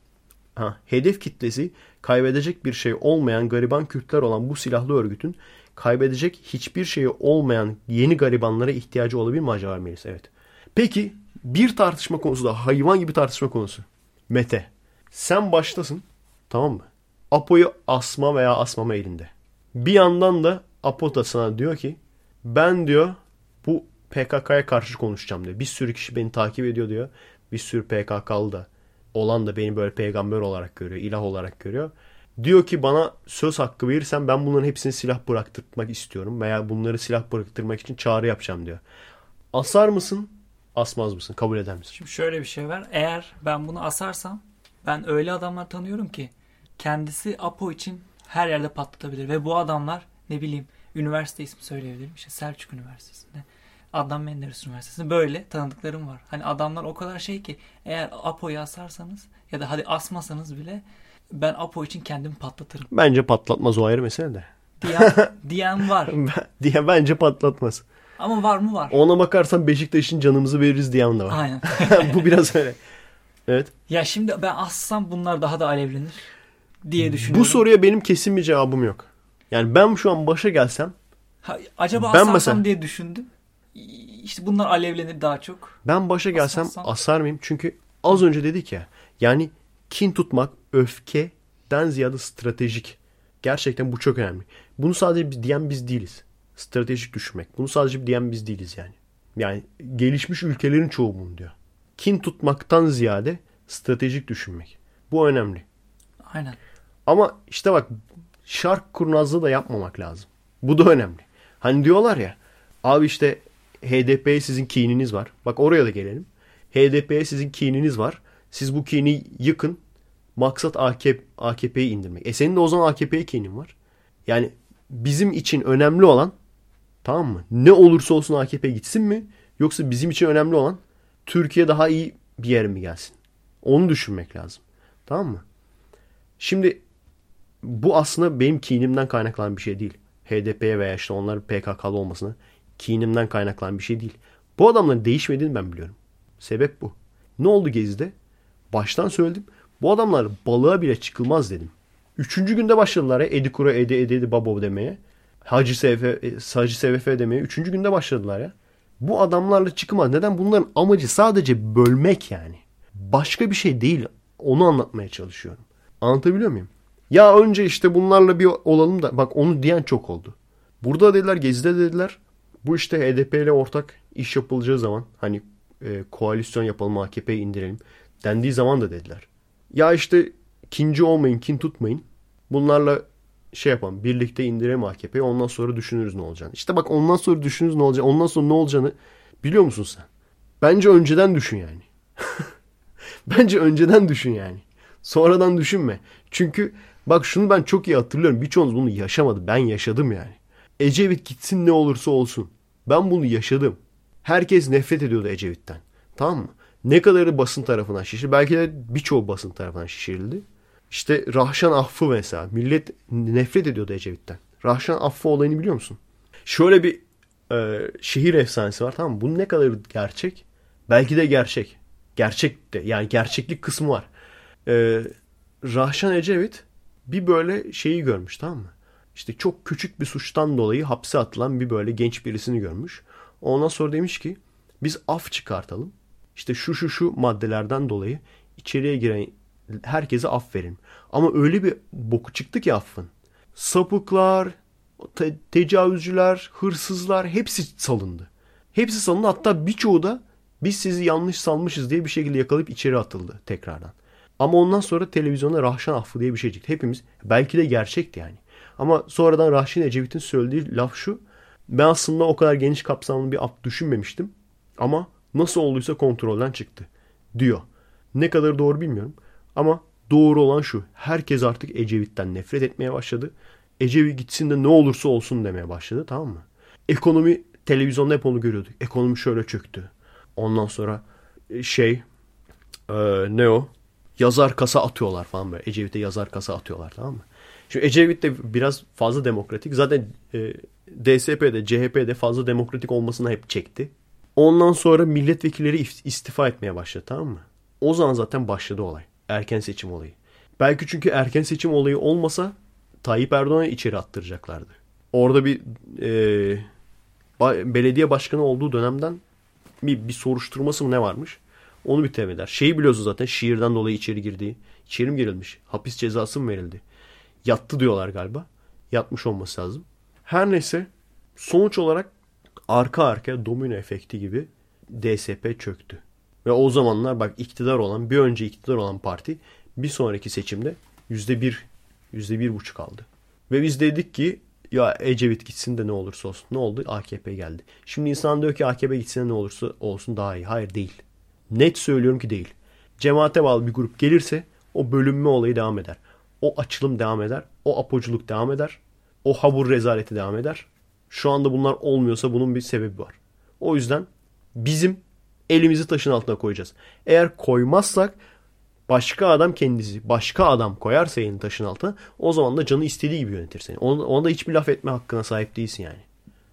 gariban Kürtler olan bu silahlı örgütün kaybedecek hiçbir şeyi olmayan yeni garibanlara ihtiyacı olabilir mi acaba Melis? Evet. Peki bir tartışma konusu da hayvan gibi tartışma konusu. Mete. Sen baştasın. Tamam mı? Apo'yu asma veya asmama elinde. Bir yandan da Apo da sana diyor ki ben diyor bu PKK'ya karşı konuşacağım diyor. Bir sürü kişi beni takip ediyor diyor. Bir sürü PKK'lı da olan da beni böyle peygamber olarak görüyor. İlah olarak görüyor. Diyor ki bana söz hakkı verirsen ben bunların hepsini silah bıraktırmak istiyorum. Veya bunları silah bıraktırmak için çağrı yapacağım diyor. Asar mısın? Asmaz mısın? Kabul eder misin? Şimdi şöyle bir şey var. Eğer ben bunu asarsam ben öyle adamlar tanıyorum ki kendisi Apo için her yerde patlatabilir. Ve bu adamlar ne bileyim üniversite ismi söyleyebilirim. İşte Selçuk Üniversitesi'nde, Adnan Menderes Üniversitesi'nde böyle tanıdıklarım var. Hani adamlar o kadar şey ki eğer Apo'yu asarsanız ya da hadi asmasanız bile ben Apo için kendimi patlatırım. Bence patlatmaz o ayrı mesele de. Diyen var. Bence patlatmaz. Ama var mı? Var. Ona bakarsan Beşiktaş'ın canımızı veririz diyen de var. Aynen. Bu biraz öyle. Evet. Ya şimdi ben assam bunlar daha da alevlenir diye düşünüyorum. Bu soruya benim kesin bir cevabım yok. Yani ben şu an başa gelsem. Acaba asarsam mesela, diye düşündüm. İşte bunlar alevlenir daha çok. Ben başa gelsem asar mıyım? Çünkü az önce dedik ya. Yani kin tutmak öfkeden ziyade stratejik. Gerçekten bu çok önemli. Bunu sadece diyen biz değiliz. Stratejik düşünmek. Bunu sadece diyen biz değiliz yani. Yani gelişmiş ülkelerin çoğu bunu diyor. Kin tutmaktan ziyade stratejik düşünmek. Bu önemli. Aynen. Ama işte bak şark kurnazlığı da yapmamak lazım. Bu da önemli. Hani diyorlar ya abi işte HDP'ye sizin kininiz var. Bak oraya da gelelim. HDP'ye sizin kininiz var. Siz bu kini yıkın. Maksat AKP'yi indirmek. Senin de o zaman AKP'ye kinin var. Yani bizim için önemli olan tamam mı? Ne olursa olsun AKP gitsin mi? Yoksa bizim için önemli olan Türkiye daha iyi bir yer mi gelsin? Onu düşünmek lazım. Tamam mı? Şimdi bu aslında benim kinimden kaynaklanan bir şey değil. HDP'ye veya işte onların PKK'lı olmasına kinimden kaynaklanan bir şey değil. Bu adamların değişmediğini ben biliyorum. Sebep bu. Ne oldu Gezi'de? Baştan söyledim. Bu adamlar balığa bile çıkılmaz dedim. 3. günde başladılar ya Edi Kura, Edi Babo demeye. Hacı SVF demeye. 3. günde başladılar ya. Bu adamlarla çıkılmaz. Neden? Bunların amacı sadece bölmek yani. Başka bir şey değil. Onu anlatmaya çalışıyorum. Anlatabiliyor muyum? Ya önce işte bunlarla bir olalım da bak onu diyen çok oldu. Burada dediler Gezi'de dediler. Bu işte HDP ile ortak iş yapılacağı zaman hani koalisyon yapalım, AKP'yi indirelim dendiği zaman da dediler. Ya işte kinci olmayın, kin tutmayın. Bunlarla şey yapalım, birlikte indirelim AKP'yi, ondan sonra düşünürüz ne olacağını. İşte bak, ondan sonra düşünürüz ne olacağını. Ondan sonra ne olacağını biliyor musun sen? Bence önceden düşün yani. Bence önceden düşün yani. Sonradan düşünme. Çünkü bak, şunu ben çok iyi hatırlıyorum. Birçoğunuz bunu yaşamadı. Ben yaşadım yani. Ecevit gitsin ne olursa olsun. Ben bunu yaşadım. Herkes nefret ediyordu Ecevit'ten. Tamam mı? Ne kadarı basın tarafından şişirildi. Belki de birçoğu basın tarafından şişirildi. İşte Rahşan affı mesela. Millet nefret ediyordu Ecevit'ten. Rahşan affı olayını biliyor musun? Şöyle bir şehir efsanesi var, tamam mı? Bunun ne kadar gerçek? Belki de gerçek. Gerçek de, yani gerçeklik kısmı var. Rahşan Ecevit bir böyle şeyi görmüş, tamam mı? İşte çok küçük bir suçtan dolayı hapse atılan bir böyle genç birisini görmüş. Ondan sonra demiş ki biz af çıkartalım. İşte şu maddelerden dolayı içeriye giren herkese af verin. Ama öyle bir boku çıktı ki affın. Sapıklar, tecavüzcüler, hırsızlar hepsi salındı. Hepsi salındı, hatta birçoğu da biz sizi yanlış salmışız diye bir şekilde yakalayıp içeri atıldı tekrardan. Ama ondan sonra televizyonda Rahşan affı diye bir şey çıktı. Hepimiz, belki de gerçekti yani. Ama sonradan Rahşan Ecevit'in söylediği laf şu: ben aslında o kadar geniş kapsamlı bir af düşünmemiştim. Ama nasıl olduysa kontrolden çıktı diyor. Ne kadar doğru bilmiyorum. Ama doğru olan şu: herkes artık Ecevit'ten nefret etmeye başladı. Ecevit gitsin de ne olursa olsun demeye başladı, tamam mı? Ekonomi, televizyonda hep onu görüyorduk. Ekonomi şöyle çöktü. Ondan sonra ne o? Yazar kasa atıyorlar falan böyle. Ecevit'e yazar kasa atıyorlar, tamam mı? Şimdi Ecevit de biraz fazla demokratik. Zaten DSP'de, CHP'de fazla demokratik olmasına hep çekti. Ondan sonra milletvekilleri istifa etmeye başladı, tamam mı? O zaman zaten başladı olay. Erken seçim olayı. Belki çünkü erken seçim olayı olmasa Tayyip Erdoğan'ı içeri attıracaklardı. Orada bir belediye başkanı olduğu dönemden bir soruşturması mı ne varmış? Onu bitiremediler. Şeyi biliyorsun zaten, şiirden dolayı içeri girdiği. İçeri mi girilmiş? Hapis cezası mı verildi? Yattı diyorlar galiba. Yatmış olması lazım. Her neyse, sonuç olarak arka arkaya domino efekti gibi DSP çöktü. Ve o zamanlar bak, bir önce iktidar olan parti bir sonraki seçimde %1,5 aldı. Ve biz dedik ki ya Ecevit gitsin de ne olursa olsun. Ne oldu? AKP geldi. Şimdi insan diyor ki AKP gitsin de ne olursa olsun daha iyi. Hayır, değil. Net söylüyorum ki değil. Cemaate bağlı bir grup gelirse o bölünme olayı devam eder. O açılım devam eder. O apoculuk devam eder. O habur rezaleti devam eder. Şu anda bunlar olmuyorsa bunun bir sebebi var. O yüzden bizim elimizi taşın altına koyacağız. Eğer koymazsak başka adam koyarsa elini taşın altına, o zaman da canı istediği gibi yönetir seni. Ona da hiçbir laf etme hakkına sahip değilsin yani.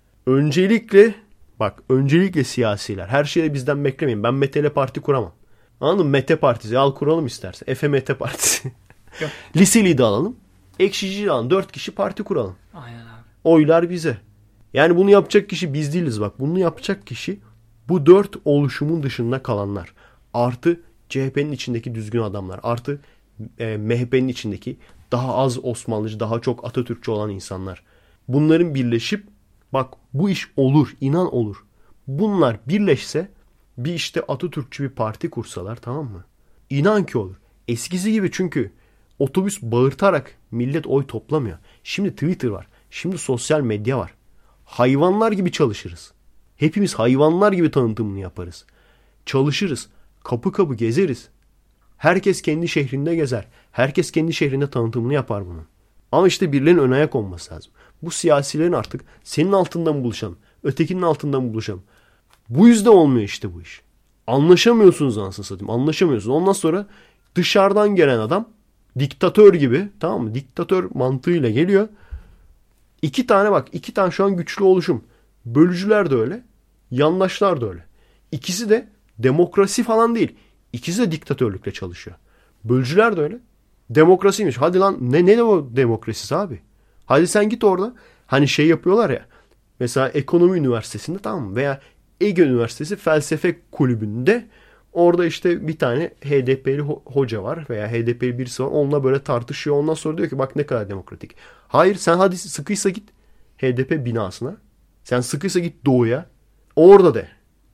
Öncelikle siyasiler. Her şeyi bizden beklemeyin. Ben Mete'yle parti kuramam. Anladın mı? Mete Partisi. Al kuralım istersen. Efe Mete Partisi. Liseli'yi de alalım. Ekşici'yi de alalım. 4 kişi parti kuralım. Aynen abi. Oylar bize. Yani bunu yapacak kişi biz değiliz bak. Bunu yapacak kişi bu 4 oluşumun dışında kalanlar. Artı CHP'nin içindeki düzgün adamlar. Artı MHP'nin içindeki daha az Osmanlıcı, daha çok Atatürkçü olan insanlar. Bunların birleşip bak bu iş olur, inan olur. Bunlar birleşse bir işte Atatürkçü bir parti kursalar, tamam mı? İnan ki olur. Eskisi gibi, çünkü otobüs bağırtarak millet oy toplamıyor. Şimdi Twitter var. Şimdi sosyal medya var. Hayvanlar gibi çalışırız. Hepimiz hayvanlar gibi tanıtımını yaparız. Çalışırız. Kapı kapı gezeriz. Herkes kendi şehrinde gezer. Herkes kendi şehrinde tanıtımını yapar bunun. Ama işte birilerinin ön ayak olması lazım. Bu siyasilerin artık senin altından mı buluşalım, ötekinin altından mı buluşalım? Bu yüzden olmuyor işte bu iş. Anlaşamıyorsunuz anasını satayım. Anlaşamıyorsunuz. Ondan sonra dışarıdan gelen adam diktatör gibi, tamam mı? Diktatör mantığıyla geliyor. İki tane şu an güçlü oluşum. Bölücüler de öyle. Yandaşlar da öyle. İkisi de demokrasi falan değil. İkisi de diktatörlükle çalışıyor. Bölücüler de öyle. Demokrasiymiş. Hadi lan ne o demokrasisi abi? Hadi sen git orada. Hani şey yapıyorlar ya. Mesela ekonomi üniversitesinde, tamam mı? Veya Ege Üniversitesi felsefe kulübünde orada işte bir tane HDP'li hoca var veya HDP'li birisi var. Onunla böyle tartışıyor. Ondan sonra diyor ki bak ne kadar demokratik. Hayır, sen hadi sıkıysa git HDP binasına. Sen sıkıysa git doğuya. Orada de.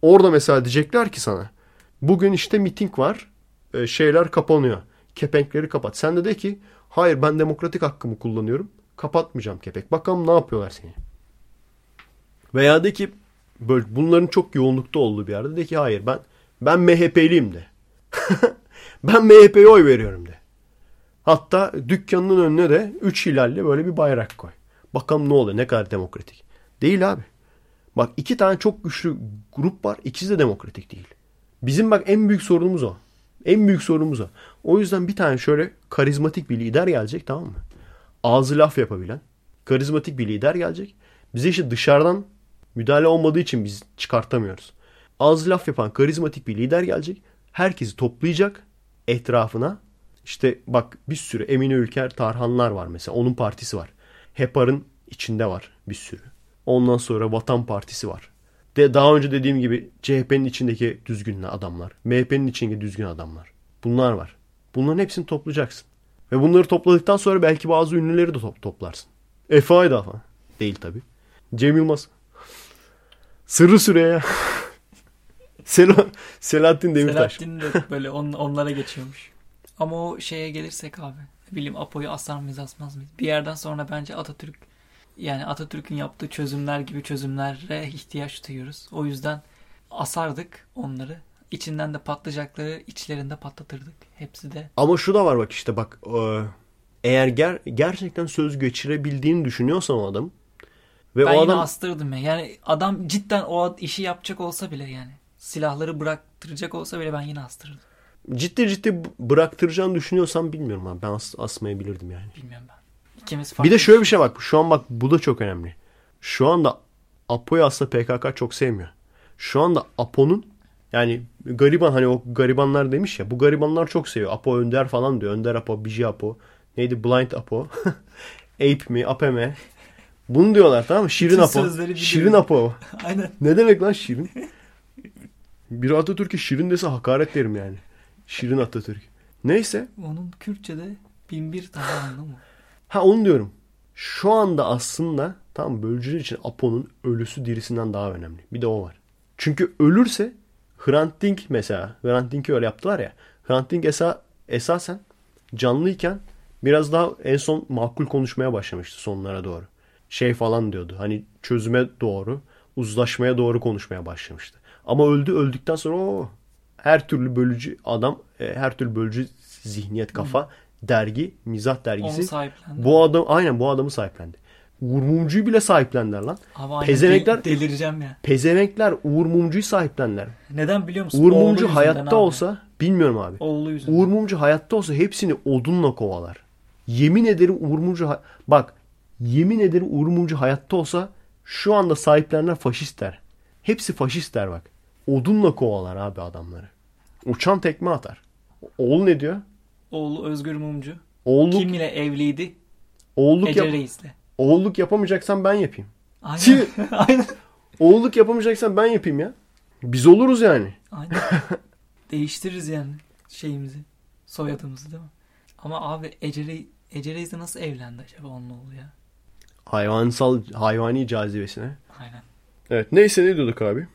Orada mesela diyecekler ki sana bugün işte miting var. Şeyler kapanıyor. Kepenkleri kapat. Sen de ki hayır ben demokratik hakkımı kullanıyorum. Kapatmayacağım kepenk. Bakalım ne yapıyorlar seni. Veya de ki böyle bunların çok yoğunlukta olduğu bir yerde de ki hayır ben MHP'liyim de. Ben MHP'ye oy veriyorum de. Hatta dükkanının önüne de 3 hilalle böyle bir bayrak koy. Bakalım ne oluyor, ne kadar demokratik. Değil abi. Bak 2 tane çok güçlü grup var. İkisi de demokratik değil. Bizim bak en büyük sorunumuz o. En büyük sorunumuz o. O yüzden bir tane şöyle karizmatik bir lider gelecek, tamam mı? Ağzı laf yapabilen karizmatik bir lider gelecek. Bize işte dışarıdan müdahale olmadığı için biz çıkartamıyoruz. Ağzı laf yapan karizmatik bir lider gelecek. Herkesi toplayacak etrafına. İşte bak bir sürü Emine Ülker Tarhanlar var mesela. Onun partisi var. HEPAR'ın içinde var bir sürü. Ondan sonra Vatan Partisi var. Daha önce dediğim gibi CHP'nin içindeki düzgün adamlar. MHP'nin içindeki düzgün adamlar. Bunlar var. Bunların hepsini toplayacaksın. Ve bunları topladıktan sonra belki bazı ünlüleri de toplarsın. Efe Aydağ falan. Değil tabii. Cem Yılmaz. Sırrı Süreyya. Selahattin Demirtaş. Selahattin de böyle onlara geçiyormuş. Ama o şeye gelirsek abi. Ne bileyim Apo'yu asar mıyız asmaz mıyız? Bir yerden sonra bence Atatürk'ün yaptığı çözümler gibi çözümlere ihtiyaç duyuyoruz. O yüzden asardık onları. İçinden de patlayacakları içlerinde patlatırdık. Hepsi de. Ama şu da var bak işte bak. Eğer gerçekten söz geçirebildiğini düşünüyorsan o adam. Ve ben o yine adam astırdım ya. Yani adam cidden o işi yapacak olsa bile yani. Silahları bıraktıracak olsa bile ben yine astırırdım. Ciddi bıraktıracağını düşünüyorsan bilmiyorum abi. Ben asmayabilirdim yani. Bilmiyorum ben. İkimiz farklı. Bir de şöyle bir şey bak. Şu an bak bu da çok önemli. Şu anda Apo'yu aslında PKK çok sevmiyor. Şu anda Apo'nun yani gariban hani o garibanlar demiş ya. Bu garibanlar çok seviyor. Apo Önder falan diyor. Önder Apo, Biji Apo. Neydi? Blind Apo. Ape mi? Ape mi? Bunu diyorlar tamam mı? Şirin Apo. Şirin Apo. Aynen. Ne demek lan Şirin? Bir Atatürk'e Şirin dese hakaret derim yani. Şirin Atatürk. Neyse. Onun Kürtçe'de 1001 tane anlamı mı? Ha onu diyorum. Şu anda aslında tam bölücüler için Apo'nun ölüsü dirisinden daha önemli. Bir de o var. Çünkü ölürse Hrant Dink mesela. Hrant Dink'i öyle yaptılar ya. Hrant Dink esasen canlıyken biraz daha en son makul konuşmaya başlamıştı sonlara doğru. Şey falan diyordu. Hani çözüme doğru, uzlaşmaya doğru konuşmaya başlamıştı. Ama öldükten sonra her türlü bölücü adam, her türlü bölücü zihniyet kafa, dergi, mizah dergisi. Onu sahiplendi. Bu adamı sahiplendi. Uğur Mumcu'yu bile sahiplendiler lan. Pezevenkler delireceğim ya. Pezevenkler Uğur Mumcu'yu sahiplendiler. Neden biliyor musun? Uğur Mumcu hayatta olsa bilmiyorum abi. Oğlu yüzünden. Uğur Mumcu hayatta olsa hepsini odunla kovalar. Yemin ederim Uğur Mumcu Uğur Mumcu hayatta olsa şu anda sahiplenenler faşistler. Hepsi faşistler bak. Odunla kovalar abi adamları. Uçan tekme atar. Oğlu ne diyor? Oğlu Özgür Mumcu. Oğluk, kim ile evliydi? Ece Reis'le. Oğulluk yapamayacaksan ben yapayım. Aynen. Aynen. Oğulluk yapamayacaksan ben yapayım ya. Biz oluruz yani. Aynen. Değiştiririz yani şeyimizi. Soyadımızı değil mi? Ama abi Ece Reis'le nasıl evlendi acaba onun oğlu ya? Hayvani cazibesine. Aynen. Evet. Neyse ne diyorduk abi?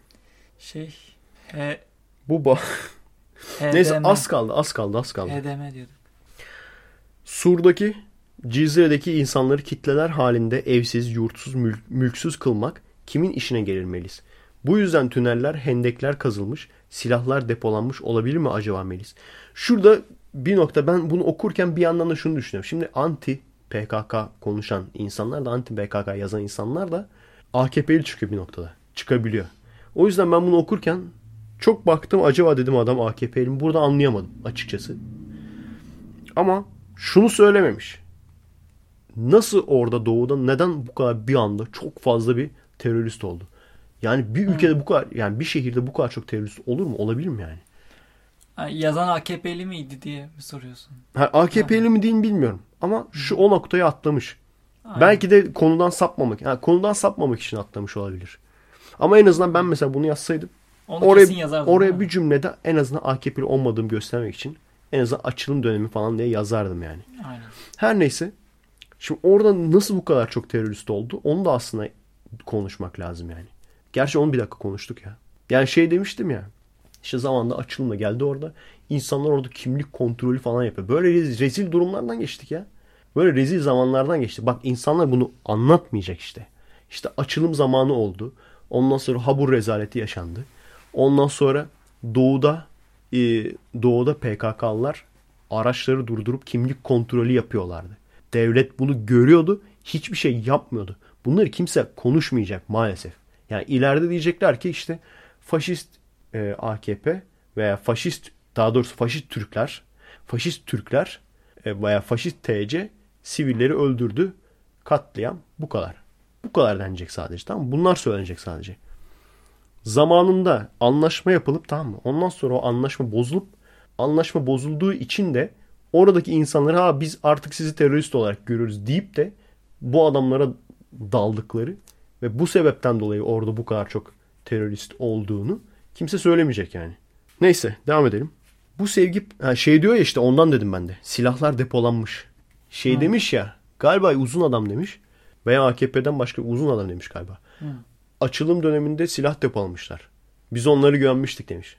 Neyse az kaldı. HDM diyorduk. Sur'daki Cizre'deki insanları kitleler halinde evsiz, yurtsuz, mülksüz kılmak kimin işine gelir Melis? Bu yüzden tüneller, hendekler kazılmış, silahlar depolanmış olabilir mi acaba Melis? Şurada bir nokta ben bunu okurken bir yandan da şunu düşünüyorum. Şimdi anti PKK konuşan insanlar da anti PKK yazan insanlar da AKP'li çıkıyor bir noktada. Çıkabiliyor. O yüzden ben bunu okurken çok baktım acaba dedim adam AKP'li mi? Burada anlayamadım açıkçası. Ama şunu söylememiş. Nasıl orada doğuda neden bu kadar bir anda çok fazla bir terörist oldu? Yani bir ülkede bu kadar yani bir şehirde bu kadar çok terörist olur mu? Olabilir mi yani? Yazan AKP'li miydi diye mi soruyorsun? AKP'li mi değil mi bilmiyorum. Ama şu o noktayı atlamış. Aynen. Belki de konudan sapmamak için atlamış olabilir. Ama en azından ben mesela bunu yazsaydım oraya bir cümlede en azından AKP'li olmadığımı göstermek için en azından açılım dönemi falan diye yazardım yani. Aynen. Her neyse. Şimdi orada nasıl bu kadar çok terörist oldu? Onu da aslında konuşmak lazım yani. Gerçi onu bir dakika konuştuk ya. Yani şey demiştim ya. İşte zamanında açılımla geldi orada. İnsanlar orada kimlik kontrolü falan yapıyor. Böyle rezil durumlardan geçtik ya. Böyle rezil zamanlardan geçtik. Bak insanlar bunu anlatmayacak işte. İşte açılım zamanı oldu. Ondan sonra Habur rezaleti yaşandı. Ondan sonra doğuda PKK'lılar araçları durdurup kimlik kontrolü yapıyorlardı. Devlet bunu görüyordu. Hiçbir şey yapmıyordu. Bunları kimse konuşmayacak maalesef. Yani ileride diyecekler ki işte faşist AKP veya daha doğrusu faşist Türkler veya faşist TC sivilleri öldürdü. Katliam bu kadar. Bu kadar denecek sadece, tamam mı? Bunlar söylenecek sadece. Zamanında anlaşma yapılıp, tamam mı? Ondan sonra o anlaşma bozulduğu için de oradaki insanlara biz artık sizi terörist olarak görüyoruz deyip de bu adamlara daldıkları ve bu sebepten dolayı orada bu kadar çok terörist olduğunu kimse söylemeyecek yani. Neyse devam edelim. Bu sevgi şey diyor ya, işte ondan dedim ben de. Silahlar depolanmış. Demiş ya, galiba uzun adam demiş veya AKP'den başka uzun adam demiş galiba. Açılım döneminde silah depolamışlar. Biz onları güvenmiştik demiş.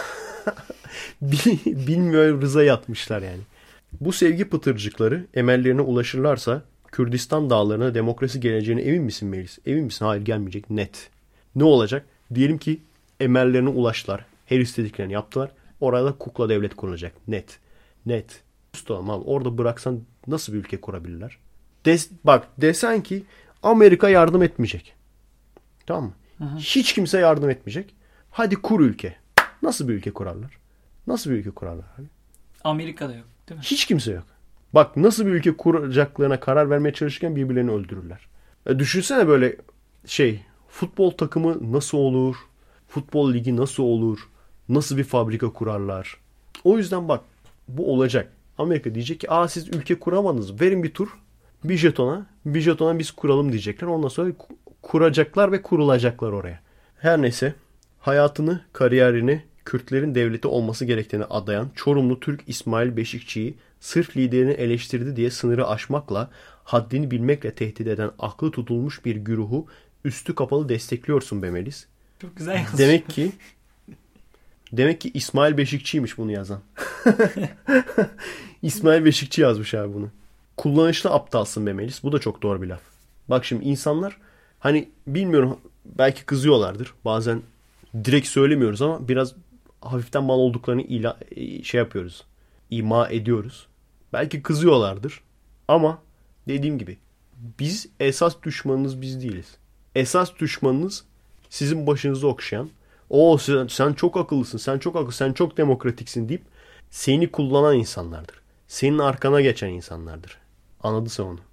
Bilmiyor, rıza yatmışlar yani. Bu sevgi pıtırcıkları emellerine ulaşırlarsa Kürdistan dağlarına demokrasi geleceğine emin misin Melis? Emin misin? Hayır, gelmeyecek. Net. Ne olacak? Diyelim ki emellerine ulaştılar. Her istediklerini yaptılar. Orada kukla devlet kurulacak. Net. Tamam abi, orada bıraksan nasıl bir ülke kurabilirler? Desen ki Amerika yardım etmeyecek. Tamam mı? Hiç kimse yardım etmeyecek. Hadi kur ülke. Nasıl bir ülke kurarlar? Abi? Amerika'da yok değil mi? Hiç kimse yok. Bak, nasıl bir ülke kuracaklarına karar vermeye çalışırken birbirlerini öldürürler. Düşünsene böyle futbol takımı nasıl olur? Futbol ligi nasıl olur? Nasıl bir fabrika kurarlar? O yüzden bak, bu olacak. Amerika diyecek ki siz ülke kuramadınız. Verin bir tur. Bir jetona biz kuralım diyecekler. Ondan sonra kuracaklar ve kurulacaklar oraya. Her neyse, hayatını, kariyerini Kürtlerin devleti olması gerektiğini adayan Çorumlu Türk İsmail Beşikçi'yi sırf liderini eleştirdi diye sınırı aşmakla, haddini bilmekle tehdit eden aklı tutulmuş bir güruhu üstü kapalı destekliyorsun be Melis. Çok güzel yazmış. Demek ki İsmail Beşikçi'ymiş bunu yazan. İsmail Beşikçi yazmış abi bunu. Kullanışlı aptalsın be Melis. Bu da çok doğru bir laf. Bak şimdi insanlar bilmiyorum, belki kızıyorlardır. Bazen direkt söylemiyoruz ama biraz hafiften mal olduklarını yapıyoruz. İma ediyoruz. Belki kızıyorlardır. Ama dediğim gibi esas düşmanınız biz değiliz. Esas düşmanınız sizin başınızı okşayan, sen çok akıllısın, sen çok demokratiksin deyip seni kullanan insanlardır. Senin arkana geçen insanlardır. Anladın sen onu.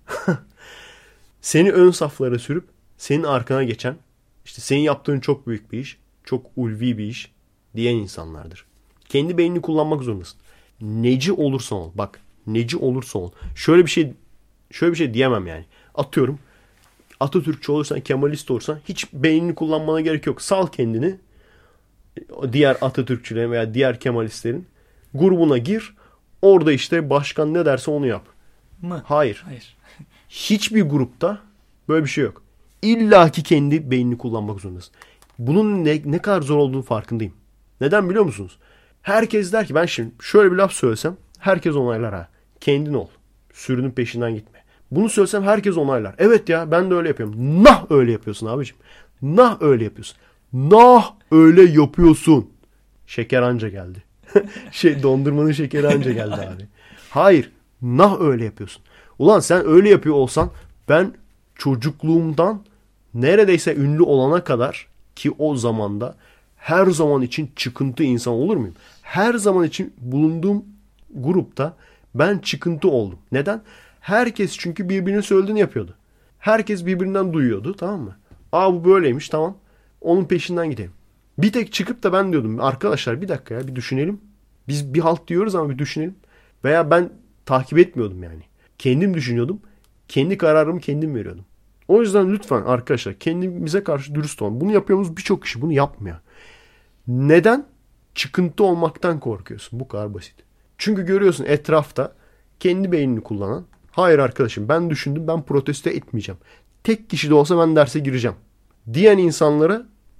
Seni ön saflara sürüp senin arkana geçen, işte senin yaptığın çok büyük bir iş, çok ulvi bir iş diyen insanlardır. Kendi beynini kullanmak zorundasın. Neci olursan ol. Bak, neci olursan ol. Şöyle bir şey diyemem yani. Atıyorum, Atatürkçü olursan, Kemalist olursan hiç beynini kullanmana gerek yok. Sal kendini diğer Atatürkçülerin veya diğer Kemalistlerin grubuna gir. Orada işte başkan ne derse onu yap. Hayır. Hiçbir grupta böyle bir şey yok. İlla ki kendi beynini kullanmak zorundasın. Bunun ne kadar zor olduğunu farkındayım. Neden biliyor musunuz? Herkes der ki, ben şimdi şöyle bir laf söylesem herkes onaylar ha. Kendin ol. Sürünün peşinden gitme. Bunu söylesem herkes onaylar. Evet ya, ben de öyle yapıyorum. Nah öyle yapıyorsun abicim. Nah öyle yapıyorsun. Nah öyle yapıyorsun. Şeker anca geldi. Dondurmanın şekeri anca geldi abi. Hayır. Nah öyle yapıyorsun. Ulan sen öyle yapıyor olsan, ben çocukluğumdan neredeyse ünlü olana kadar, ki o zamanda her zaman için çıkıntı insan olur muyum? Her zaman için bulunduğum grupta ben çıkıntı oldum. Neden? Herkes çünkü birbirinin söylediğini yapıyordu. Herkes birbirinden duyuyordu, tamam mı? Bu böyleymiş, tamam. Onun peşinden gidelim. Bir tek çıkıp da ben diyordum, arkadaşlar bir dakika ya, bir düşünelim. Biz bir halt diyoruz ama bir düşünelim. Veya ben takip etmiyordum yani. Kendim düşünüyordum. Kendi kararımı kendim veriyordum. O yüzden lütfen arkadaşlar kendimize karşı dürüst olun. Bunu yapıyoruz, birçok kişi bunu yapmıyor. Neden? Çıkıntı olmaktan korkuyorsun. Bu kadar basit. Çünkü görüyorsun etrafta kendi beynini kullanan, hayır arkadaşım ben düşündüm, ben protesto etmeyeceğim. Tek kişi de olsa ben derse gireceğim diyen insanlara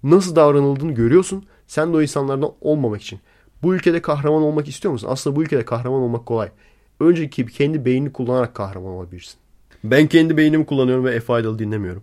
nasıl davranıldığını görüyorsun. Sen de o insanlardan olmamak için. Bu ülkede kahraman olmak istiyor musun? Aslında bu ülkede kahraman olmak kolay. Önceki kendi beynini kullanarak kahraman olabilirsin. Ben kendi beynimi kullanıyorum ve F. Idol'ı dinlemiyorum.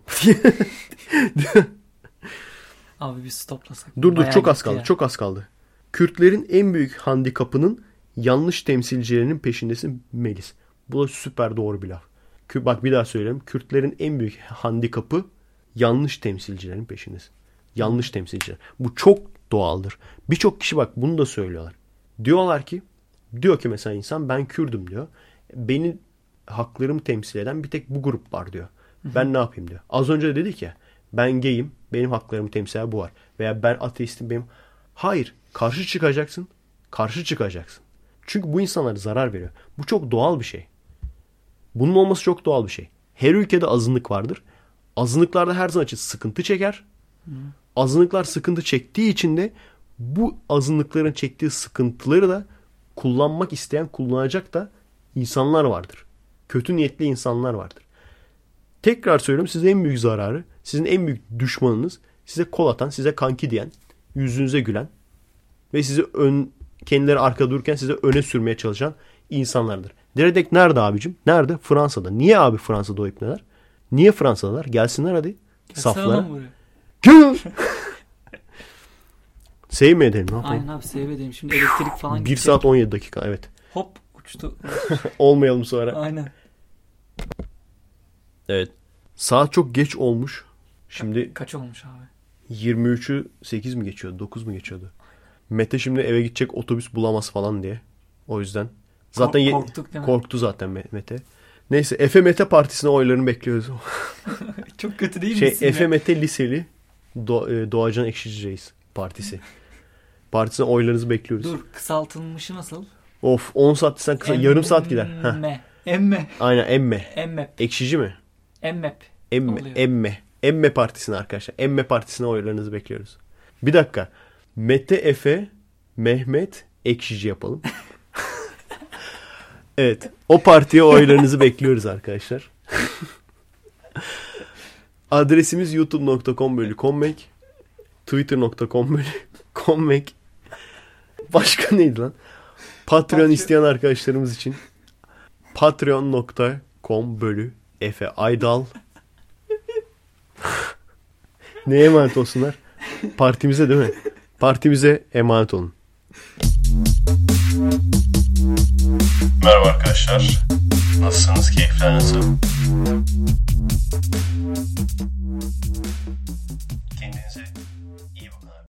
Abi bir stoplasak. Dur çok az kaldı. Çok az kaldı. Kürtlerin en büyük handikapının yanlış temsilcilerinin peşindesin Melis. Bu da süper doğru bir laf. Bak bir daha söyleyeyim. Kürtlerin en büyük handikapı yanlış temsilcilerin peşindesin. Yanlış temsilciler. Bu çok doğaldır. Birçok kişi bak bunu da söylüyorlar. Diyor ki mesela insan ben Kürdüm diyor. Benim haklarımı temsil eden bir tek bu grup var diyor. Ben ne yapayım diyor. Az önce de dedik ya ben gayim, benim haklarımı temsil eden bu var. Veya ben ateistim benim. Hayır, karşı çıkacaksın. Karşı çıkacaksın. Çünkü bu insanlara zarar veriyor. Bu çok doğal bir şey. Bunun olması çok doğal bir şey. Her ülkede azınlık vardır. Azınlıklarda her zaman için sıkıntı çeker. Azınlıklar sıkıntı çektiği için de bu azınlıkların çektiği sıkıntıları da kullanmak isteyen, kullanacak da insanlar vardır. Kötü niyetli insanlar vardır. Tekrar söylüyorum, size en büyük zararı, sizin en büyük düşmanınız, size kol atan, size kanki diyen, yüzünüze gülen ve sizi kendileri arkada dururken size öne sürmeye çalışan insanlardır. Deredek nerede abicim? Nerede? Fransa'da. Niye abi Fransa'da o ipneler? Niye Fransa'dalar? Gelsinler hadi. Saflara. Save mi edelim? Ne yapalım? Aynen abi save edelim. Şimdi elektrik falan 1 gidecek. saat 17 dakika evet. Hop uçtu. Olmayalım sonra. Aynen. Evet. Saat çok geç olmuş. Şimdi kaç olmuş abi? 23'ü 8 mi geçiyordu? 9 mu geçiyordu? Mete şimdi eve gidecek, otobüs bulamaz falan diye. O yüzden. Zaten korktuk değil mi? Korktu zaten Mete. Neyse Efe Mete Partisi'ne oylarını bekliyoruz. Çok kötü değil misin? Efe Mete Liseli Doğacan Ekşici Reis Partisi. Partisine oylarınızı bekliyoruz. Dur, kısaltılmışı nasıl? Of 10 saat sen kısa, yarım saat gider. Emme. Aynen emme. Emmep. Ekşici mi? Emmep. Emme Partisi'ne arkadaşlar. Emme Partisi'ne oylarınızı bekliyoruz. Bir dakika. Mete Efe Mehmet Ekşici yapalım. Evet. O partiye oylarınızı bekliyoruz arkadaşlar. Adresimiz youtube.com/kommek, twitter.com/kommek. Başka neydi lan? Patreon isteyen arkadaşlarımız için patreon.com/Efe Aydal. Neye emanet olsunlar? Partimize değil mi? Partimize emanet olun. Merhaba arkadaşlar. Nasılsınız? Keyifler nasıl?